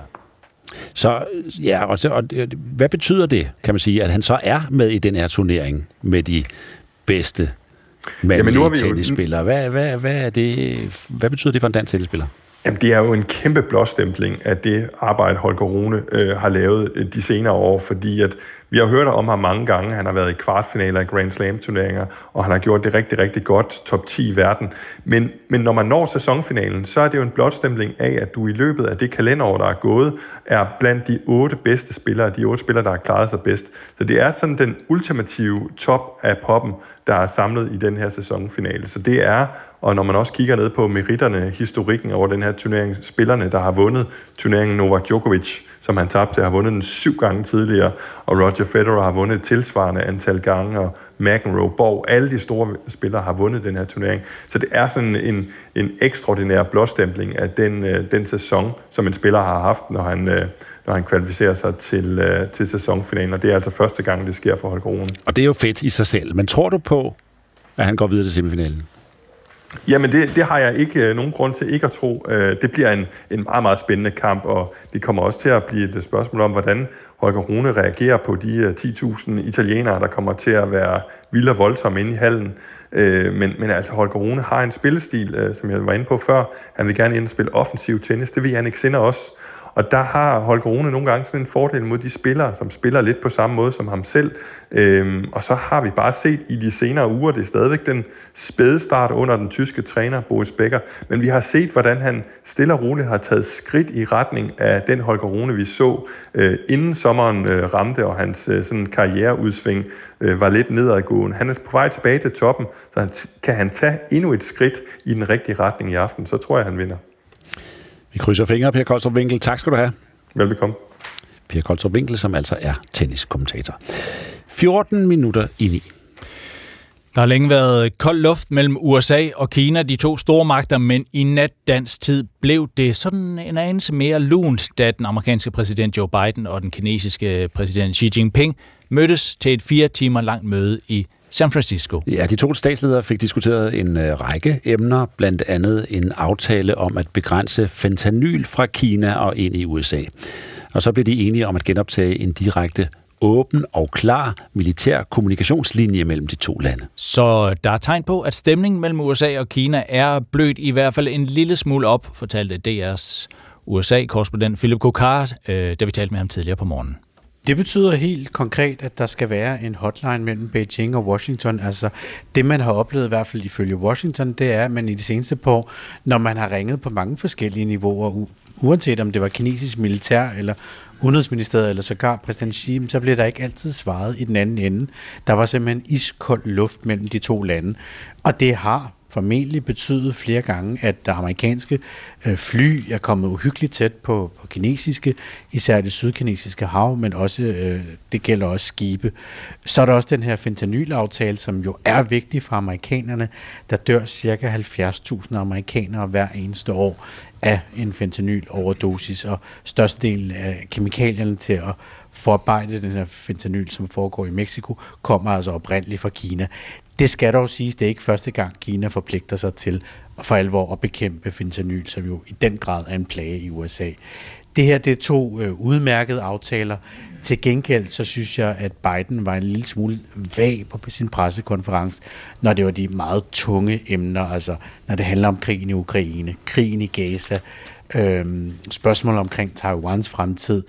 Så ja, og hvad betyder det, kan man sige, at han så er med i den her turnering med de bedste Mandlige tennisspiller. Hvad er det? Hvad betyder det for en dansk tennisspiller? Jamen, det er jo en kæmpe blåstempling af det arbejde, Holger Rune har lavet de senere år, fordi at vi har hørt om ham mange gange. Han har været i kvartfinaler i Grand Slam-turneringer, og han har gjort det rigtig, rigtig godt, top 10 i verden. Men når man når sæsonfinalen, så er det jo en blåstempling af, at du i løbet af det kalenderår, der er gået, er blandt de 8 bedste spillere, de 8 spillere, der har klaret sig bedst. Så det er sådan den ultimative top af poppen, der er samlet i den her sæsonfinale. Så det er, og når man også kigger ned på meritterne, historikken over den her turnering, spillerne, der har vundet turneringen, Novak Djokovic, som han tabte, har vundet den 7 gange tidligere, og Roger Federer har vundet et tilsvarende antal gange, og McEnroe, Borg, alle de store spillere har vundet den her turnering. Så det er sådan en ekstraordinær blåstempling af den sæson, som en spiller har haft, når han kvalificerer sig til sæsonfinalen, og det er altså første gang, det sker for Holger Rune. Og det er jo fedt i sig selv, men tror du på, at han går videre til semifinalen? Jamen, det har jeg ikke nogen grund til ikke at tro. Det bliver en meget, meget spændende kamp, og det kommer også til at blive et spørgsmål om, hvordan Holger Rune reagerer på de 10.000 italienere, der kommer til at være vildt og voldsomme inde i hallen. Men altså, Holger Rune har en spillestil, som jeg var inde på før. Han vil gerne ind og spille offensiv tennis. Det vil Jannik Sinner også. Og der har Holger Rune nogle gange sådan en fordel mod de spillere, som spiller lidt på samme måde som ham selv. Og så har vi bare set i de senere uger, det er stadigvæk den spæde start under den tyske træner, Boris Becker, men vi har set, hvordan han stille og roligt har taget skridt i retning af den Holger Rune, vi så inden sommeren ramte, og hans sådan karriereudsving var lidt nedadgående. Han er på vej tilbage til toppen, så kan han tage endnu et skridt i den rigtige retning i aften, så tror jeg, han vinder. Vi krydser fingre, Per Kolstrup Winkel. Tak skal du have. Velbekomme. Per Kolstrup Winkel, som altså er tenniskommentator. 14 minutter i 9. Der har længe været kold luft mellem USA og Kina, de to store magter, men i nat dansk tid blev det sådan en anelse mere lunt, da den amerikanske præsident Joe Biden og den kinesiske præsident Xi Jinping mødtes til et 4 timer langt møde i San Francisco. Ja, de to statsledere fik diskuteret en række emner, blandt andet en aftale om at begrænse fentanyl fra Kina og ind i USA. Og så blev de enige om at genoptage en direkte åben og klar militær kommunikationslinje mellem de to lande. Så der er tegn på, at stemningen mellem USA og Kina er blødt i hvert fald en lille smule op, fortalte DR's USA-korrespondent Philip Kokar, da vi talte med ham tidligere på morgenen. Det betyder helt konkret, at der skal være en hotline mellem Beijing og Washington. Altså det, man har oplevet i hvert fald ifølge Washington, det er, at man i de seneste par år, når man har ringet på mange forskellige niveauer, uanset om det var kinesisk militær eller udenrigsministeriet eller sågar præsident Xi, så blev der ikke altid svaret i den anden ende. Der var simpelthen iskold luft mellem de to lande, og det har formentlig betydet flere gange, at der amerikanske fly er kommet uhyggeligt tæt på kinesiske, især det sydkinesiske hav, men også det gælder også skibe. Så er der også den her fentanylaftale, som jo er vigtig for amerikanerne. Der dør ca. 70.000 amerikanere hver eneste år af en fentanyl-overdosis, og størstedelen af kemikalierne til at forarbejde den her fentanyl, som foregår i Mexico, kommer altså oprindeligt fra Kina. Det skal dog siges, det er ikke første gang, Kina forpligter sig til for alvor at bekæmpe fentanyl, som jo i den grad er en plage i USA. Det her, det er to udmærkede aftaler. Til gengæld, så synes jeg, at Biden var en lille smule vag på sin pressekonference, når det var de meget tunge emner, altså når det handler om krigen i Ukraine, krigen i Gaza, spørgsmål omkring Taiwans fremtid,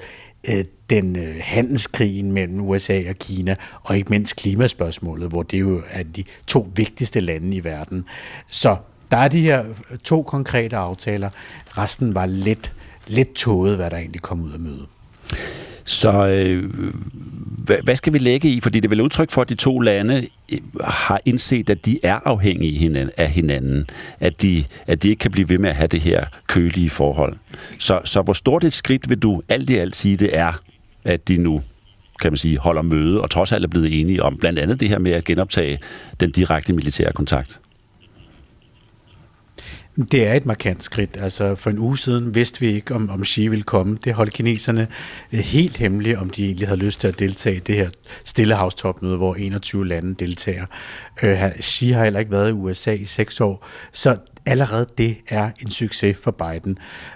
den handelskrigen mellem USA og Kina, og ikke mindst klimaspørgsmålet, hvor det jo er de to vigtigste lande i verden. Så der er de her to konkrete aftaler. Resten var lidt tåget, hvad der egentlig kom ud af mødet. Så hvad skal vi lægge i? Fordi det er vel udtryk for, at de to lande har indset, at de er afhængige af hinanden. At de ikke kan blive ved med at have det her kølige forhold. Så hvor stort et skridt vil du alt i alt sige, det er, at de nu, kan man sige, holder møde, og trods alt er blevet enige om blandt andet det her med at genoptage den direkte militære kontakt? Det er et markant skridt. Altså for en uge siden vidste vi ikke, om Xi ville komme. Det holdt kineserne helt hemmeligt, om de egentlig havde lyst til at deltage i det her Stillehavstopmøde, hvor 21 lande deltager. Xi har heller ikke været i USA i 6 år. Så allerede det er en succes for Biden.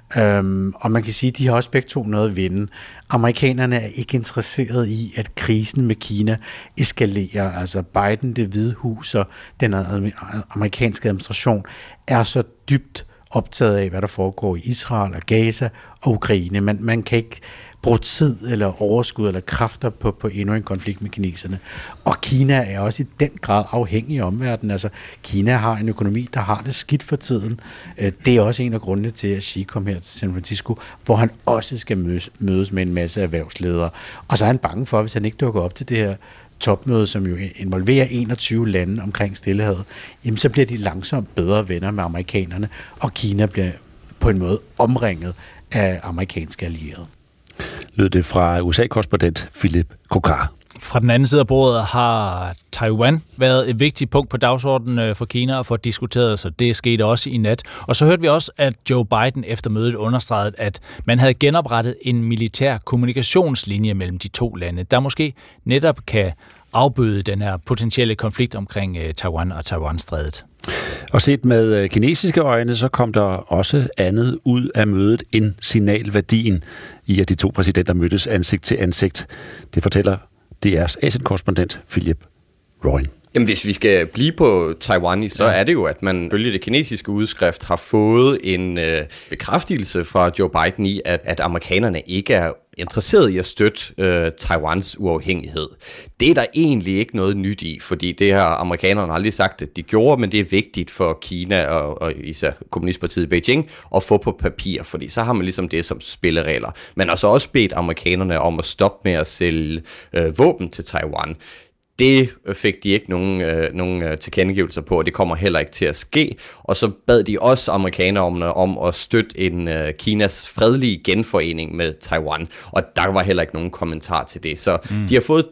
Og man kan sige, at de har også begge to noget at vinde. Amerikanerne er ikke interesseret i, at krisen med Kina eskalerer. Altså Biden, Det Hvide Hus og den amerikanske administration er så dybt optaget af, hvad der foregår i Israel og Gaza og Ukraine. Man kan ikke bruge tid eller overskud eller kræfter på endnu en konflikt med kineserne. Og Kina er også i den grad afhængig af omverdenen. Altså, Kina har en økonomi, der har det skidt for tiden. Det er også en af grundene til, at Xi kom her til San Francisco, hvor han også skal mødes med en masse erhvervsledere. Og så er han bange for, hvis han ikke dukker op til det her topmøde, som jo involverer 21 lande omkring Stillehavet, jamen så bliver de langsomt bedre venner med amerikanerne, og Kina bliver på en måde omringet af amerikanske allierede. Lød det fra USA-korrespondent Philip Kokar. Fra den anden side af bordet har Taiwan været et vigtigt punkt på dagsordenen for Kina at få diskuteret, så det skete også i nat. Og så hørte vi også, at Joe Biden efter mødet understregede, at man havde genoprettet en militær kommunikationslinje mellem de to lande, der måske netop kan afbøde den her potentielle konflikt omkring Taiwan og Taiwan-strædet. Og set med kinesiske øjne, så kom der også andet ud af mødet end signalværdien i, at de to præsidenter mødtes ansigt til ansigt. Det fortæller DR's Asien-korrespondent Philip Royen. Jamen, hvis vi skal blive på Taiwan, så er det jo, at man følge det kinesiske udskrift har fået en bekræftelse fra Joe Biden i, at amerikanerne ikke er interesseret i at støtte Taiwans uafhængighed. Det er der egentlig ikke noget nyt i, fordi det har amerikanerne aldrig sagt, at de gjorde, men det er vigtigt for Kina og især Kommunistpartiet i Beijing at få på papir, fordi så har man ligesom det som spilleregler. Man har så også bedt amerikanerne om at stoppe med at sælge våben til Taiwan. Det fik de ikke nogen tilkendegivelser på, og det kommer heller ikke til at ske. Og så bad de også amerikanerne om at støtte en Kinas fredelige genforening med Taiwan, og der var heller ikke nogen kommentar til det. Så de har fået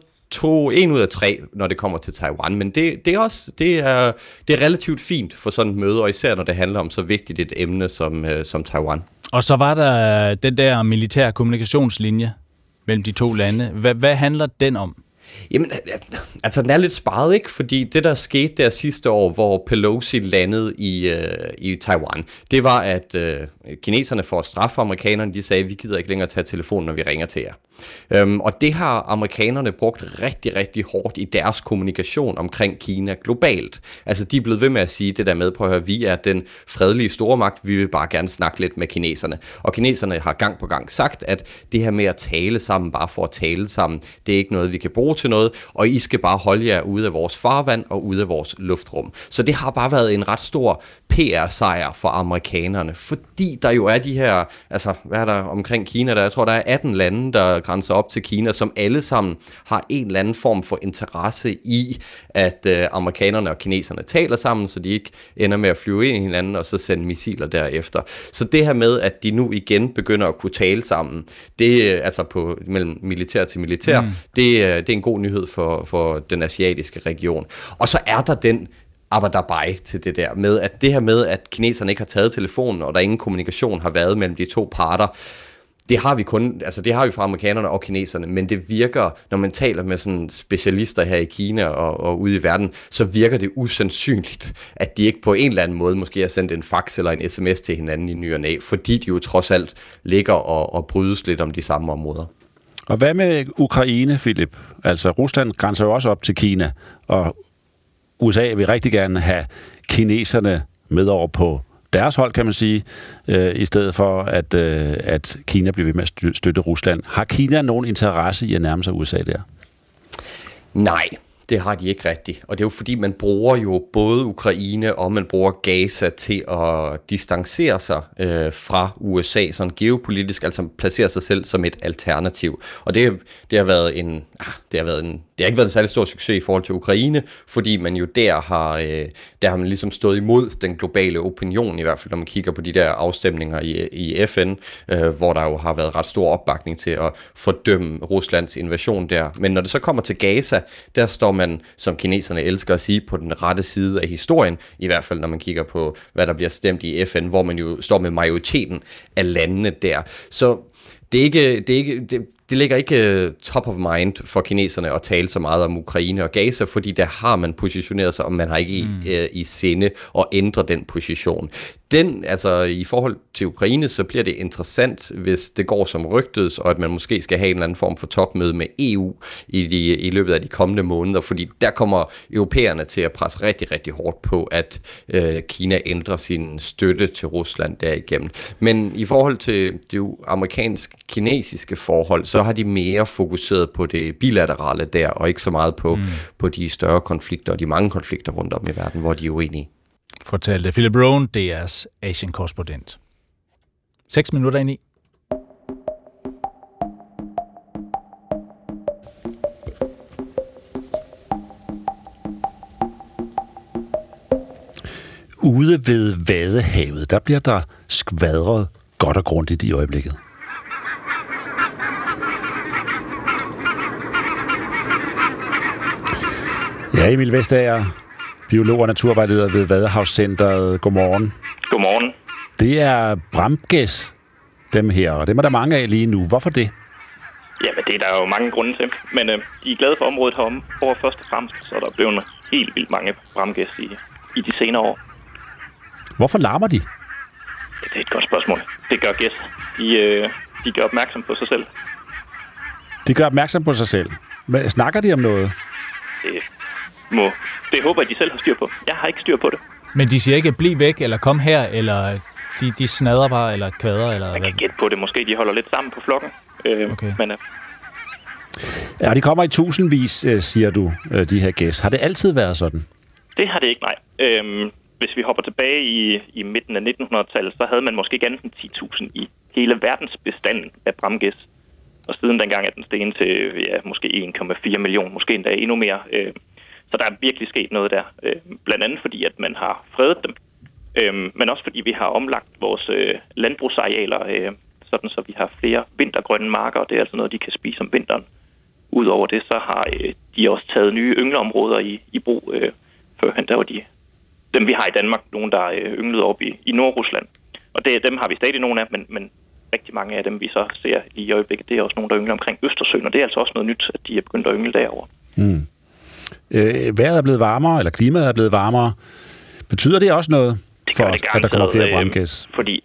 1 ud af 3, når det kommer til Taiwan, men det er relativt fint for sådan et møde, og især når det handler om så vigtigt et emne som Taiwan. Og så var der den der militær kommunikationslinje mellem de to lande. Hvad handler den om? Jamen, altså den er lidt sparet, ikke? Fordi det, der skete der sidste år, hvor Pelosi landede i Taiwan, det var, at kineserne for at straffe amerikanerne, de sagde, vi gider ikke længere tage telefonen, når vi ringer til jer. Og det har amerikanerne brugt rigtig, rigtig hårdt i deres kommunikation omkring Kina globalt. Altså, de er blevet ved med at sige det der med, på at høre, vi er den fredelige stormagt, vi vil bare gerne snakke lidt med kineserne. Og kineserne har gang på gang sagt, at det her med at tale sammen, bare for at tale sammen, det er ikke noget, vi kan bruge til noget, og I skal bare holde jer ude af vores farvand og ude af vores luftrum. Så det har bare været en ret stor PR-sejr for amerikanerne, fordi der jo er de her, altså hvad er der omkring Kina, jeg tror der er 18 lande, der grænser op til Kina, som alle sammen har en eller anden form for interesse i, at amerikanerne og kineserne taler sammen, så de ikke ender med at flyve ind i hinanden og så sende missiler derefter. Så det her med, at de nu igen begynder at kunne tale sammen, det altså mellem militær til militær, det er en god nyhed for den asiatiske region. Og så er der den arbejde til det der med, at det her med, at kineserne ikke har taget telefonen, og der ingen kommunikation har været mellem de to parter, det har vi fra amerikanerne og kineserne, men det virker, når man taler med sådan specialister her i Kina og ude i verden, så virker det usandsynligt, at de ikke på en eller anden måde måske har sendt en fax eller en sms til hinanden i ny og næ, fordi de jo trods alt ligger og brydes lidt om de samme områder. Og hvad med Ukraine, Philip? Altså, Rusland grænser jo også op til Kina, og USA vil rigtig gerne have kineserne med over på deres hold, kan man sige, i stedet for, at Kina bliver ved med at støtte Rusland. Har Kina nogen interesse i at nærme sig USA der? Nej, det har de ikke rigtigt. Og det er jo fordi, man bruger jo både Ukraine og man bruger Gaza til at distancere sig fra USA, sådan geopolitisk, altså placere sig selv som et alternativ. Og det har været det har ikke været en særlig stor succes i forhold til Ukraine, fordi man jo der har man ligesom stået imod den globale opinion, i hvert fald når man kigger på de der afstemninger i FN, hvor der jo har været ret stor opbakning til at fordømme Ruslands invasion der. Men når det så kommer til Gaza, der står man, som kineserne elsker at sige, på den rette side af historien, i hvert fald når man kigger på, hvad der bliver stemt i FN, det det ligger ikke top of mind for kineserne at tale så meget om Ukraine og Gaza, fordi der har man positioneret sig, og man har ikke i sinde at ændre den position. I forhold til Ukraine, så bliver det interessant, hvis det går som rygtedes, og at man måske skal have en eller anden form for topmøde med EU i løbet af de kommende måneder, fordi der kommer europæerne til at presse rigtig, rigtig hårdt på, at Kina ændrer sin støtte til Rusland derigennem. Men i forhold til det amerikansk-kinesiske forhold, så har de mere fokuseret på det bilaterale der, og ikke så meget på de større konflikter og de mange konflikter rundt om i verden, hvor de er uenige. Fortalte Philip Rohn, DR's Asien-korrespondent. 6 minutter ind i. Ude ved Vadehavet, der bliver der skvadret godt og grundigt i øjeblikket. Ja, Emil Vestager, biolog og naturvejleder ved Vadehavscenteret. Godmorgen. Godmorgen. Det er bramgæs, dem her, og dem er der mange af lige nu. Hvorfor det? Jamen, det er der jo mange grunde til. Men de er glade for området herom. Over først og fremmest, så er der blevet helt vildt mange bramgæs i de senere år. Hvorfor larmer de? Det er et godt spørgsmål. Det gør gæs. De gør opmærksom på sig selv. De gør opmærksom på sig selv? Men snakker de om noget? Det håber jeg, de selv har styr på. Jeg har ikke styr på det. Men de siger ikke, bliv væk, eller kom her, eller de snader bare, eller kvader, eller man kan gætte på det. Måske de holder lidt sammen på flokken. Okay. Men, ja, de kommer i tusindvis, siger du, de her gæs. Har det altid været sådan? Det har det ikke, nej. Hvis vi hopper tilbage i midten af 1900-tallet, så havde man måske ganske 10.000 i hele verdensbestanden af bramgæs. Og siden dengang er den steget til måske 1,4 millioner, måske endda endnu mere. Så der er virkelig sket noget der. Blandt andet fordi, at man har fredet dem. Men også fordi vi har omlagt vores landbrugsarealer, sådan så vi har flere vintergrønne marker, og det er altså noget, de kan spise om vinteren. Udover det, så har de også taget nye yngleområder i brug. Førhen der var dem, vi har i Danmark, nogen, der er ynglet op i Nordrusland. Og dem har vi stadig nogle af, men rigtig mange af dem, vi så ser lige i øjeblikket, det er også nogen, der yngler omkring Østersøen, og det er altså også noget nyt, at de er begyndt at yngle derovre. Vejret er blevet varmere, eller klimaet er blevet varmere. Betyder det også noget for, at der kommer flere bramgæs? Fordi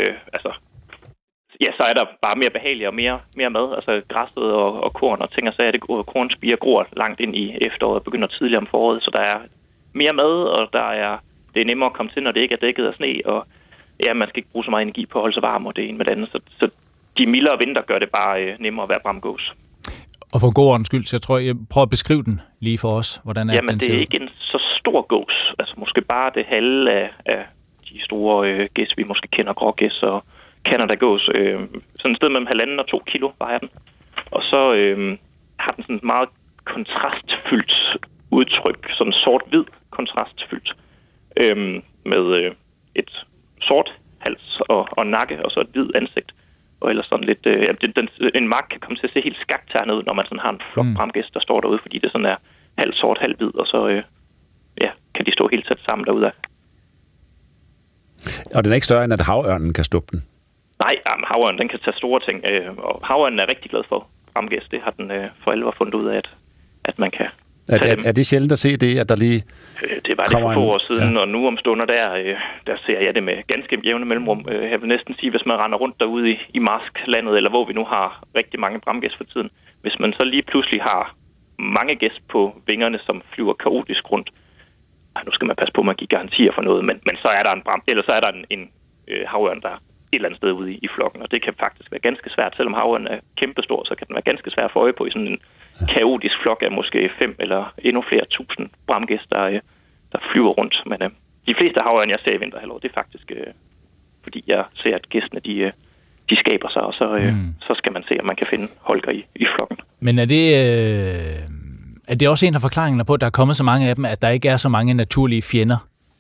så er der bare mere behageligt og mere mad. Altså græsset og korn og ting og sager, kornspirer gror langt ind i efteråret og begynder tidligere om foråret, så der er mere mad, og det er nemmere at komme til, når det ikke er dækket af sne, og ja, man skal ikke bruge så meget energi på at holde sig varm, og det ene med det andet. Så de mildere vinter gør det bare nemmere at være bramgås. Og for god ordens skyld, så jeg tror, jeg prøver at beskrive den lige for os. Hvordan er jamen, den det er ikke en så stor gås. Altså måske bare det halve af de store gæs, vi måske kender, grågæs og canadagås. Sådan et sted mellem 1,5 og 2 kilo vejer den. Og så har den sådan et meget kontrastfyldt udtryk, sådan sort-hvid kontrastfyldt, med et sort hals og nakke, og så et hvid ansigt. Og ellers sådan lidt... en mark kan komme til at se helt skakternet ud, når man sådan har en flok bramgæs, der står derude, fordi det sådan er halvt sort, halvt hvid, og så kan de stå helt tæt sammen derude af. Og den er ikke større, end at havørnen kan stoppe den? Nej, havørnen, den kan tage store ting, og havørnen er rigtig glad for bramgæs. Det har den for alvor fundet ud af, at man kan... Er det sjældent at se det, at der lige det var det for få år siden, og nu om stunder der ser jeg det med ganske jævne mellemrum. Jeg vil næsten sige, hvis man render rundt derude i marsklandet, eller hvor vi nu har rigtig mange bramgæs for tiden, hvis man så lige pludselig har mange gæs på vingerne, som flyver kaotisk rundt, nu skal man passe på, at man giver garantier for noget, men så er der en havørn, der et eller andet sted ude i flokken, og det kan faktisk være ganske svært. Selvom havørnen er kæmpestor, så kan den være ganske svær at få øje på i sådan en kaotisk flok af måske 5 eller endnu flere tusind bramgæs, der flyver rundt. Men de fleste havørn, jeg ser i vinterhalvåret, det er faktisk fordi jeg ser, at gæstene de skaber sig, og så skal man se, om man kan finde holker i flokken. Men er det også en af forklaringerne på, at der er kommet så mange af dem, at der ikke er så mange naturlige fjender?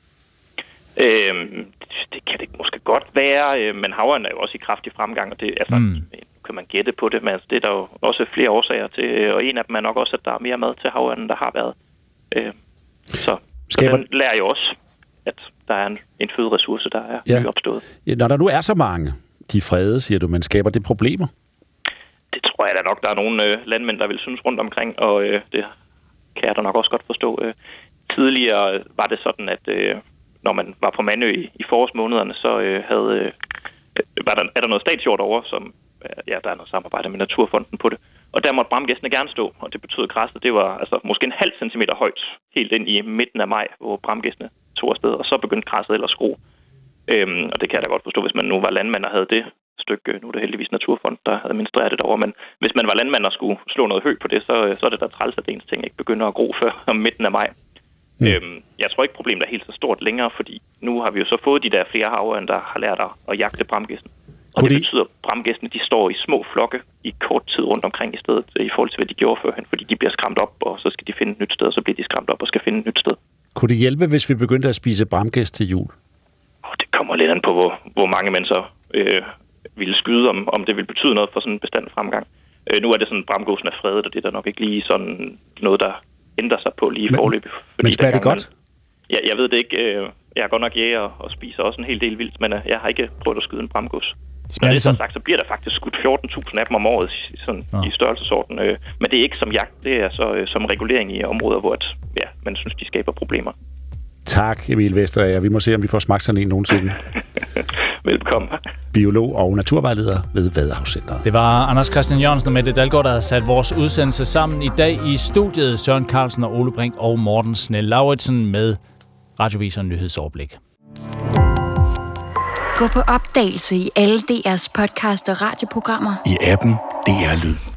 Det kan det måske godt være, men havørnen er jo også i kraftig fremgang, og det kan man gætte på det, men det er der jo også flere årsager til, og en af dem er nok også, at der er mere mad til havørnen, der har været. Så den lærer jo også, at der er en føderessource, der er nyopstået. Ja, når der nu er så mange, de frede, siger du, men skaber det problemer? Det tror tror jeg da nok, der er nogle landmænd, der vil synes rundt omkring, og det kan jeg da nok også godt forstå. Tidligere var det sådan, at når man var på Mandø i forårsmånederne, så er der noget statsjord over, som der er noget samarbejde med Naturfonden på det. Og der måtte bramgæssene gerne stå, og det betød græsset, det var altså måske en halv centimeter højt, helt ind i midten af maj, hvor bramgæssene tog afsted, og så begyndte græsset ellers at gro. Og det kan jeg da godt forstå, hvis man nu var landmand og havde det stykke, nu er det heldigvis Naturfond, der havde administreret det derovre, men hvis man var landmand og skulle slå noget hø på det, så er det der træls, at ens ting ikke begynder at gro før om midten af maj. Jeg tror ikke, problemet er helt så stort længere, fordi nu har vi jo så fået de der flere havørn, der har lært at jagte bramgæssen. Og det betyder, at bramgæssene, de står i små flokke i kort tid rundt omkring i stedet, i forhold til, hvad de gjorde førhen, fordi de bliver skræmt op, og så skal de finde et nyt sted, og så bliver de skræmt op og skal finde et nyt sted. Kunne det hjælpe, hvis vi begyndte at spise bramgæs til jul? Det kommer lidt an på, hvor mange man så ville skyde, om det vil betyde noget for sådan en bestand fremgang. Nu er det sådan, at bramgåsen er fredet, og det er der nok ikke lige sådan noget, der ændrer sig på lige forløb. Men smager det godt? Jeg ved det ikke. Jeg er godt nok jæger og spiser også en hel del vildt, men jeg har ikke prøvet at skyde en bramgås. Når det er så sagt, så bliver der faktisk skudt 14.000 af dem om året i størrelsesorden. Men det er ikke som jagt, det er så som regulering i områder, hvor man synes, de skaber problemer. Tak, Emil Vesterager. Vi må se, om vi får smagt sådan en nogensinde. Velkommen. Biolog og naturvejleder ved Vadehavscentret. Det var Anders Christian Jørgensen og Mette Dalgaard, der havde sat vores udsendelse sammen i dag i studiet. Søren Carlsen og Ole Brink og Morten Snell Lauritsen med Radioavis nyhedsoverblik. Gå på opdagelse i alle DR's podcast og radioprogrammer. I appen DR Lyd.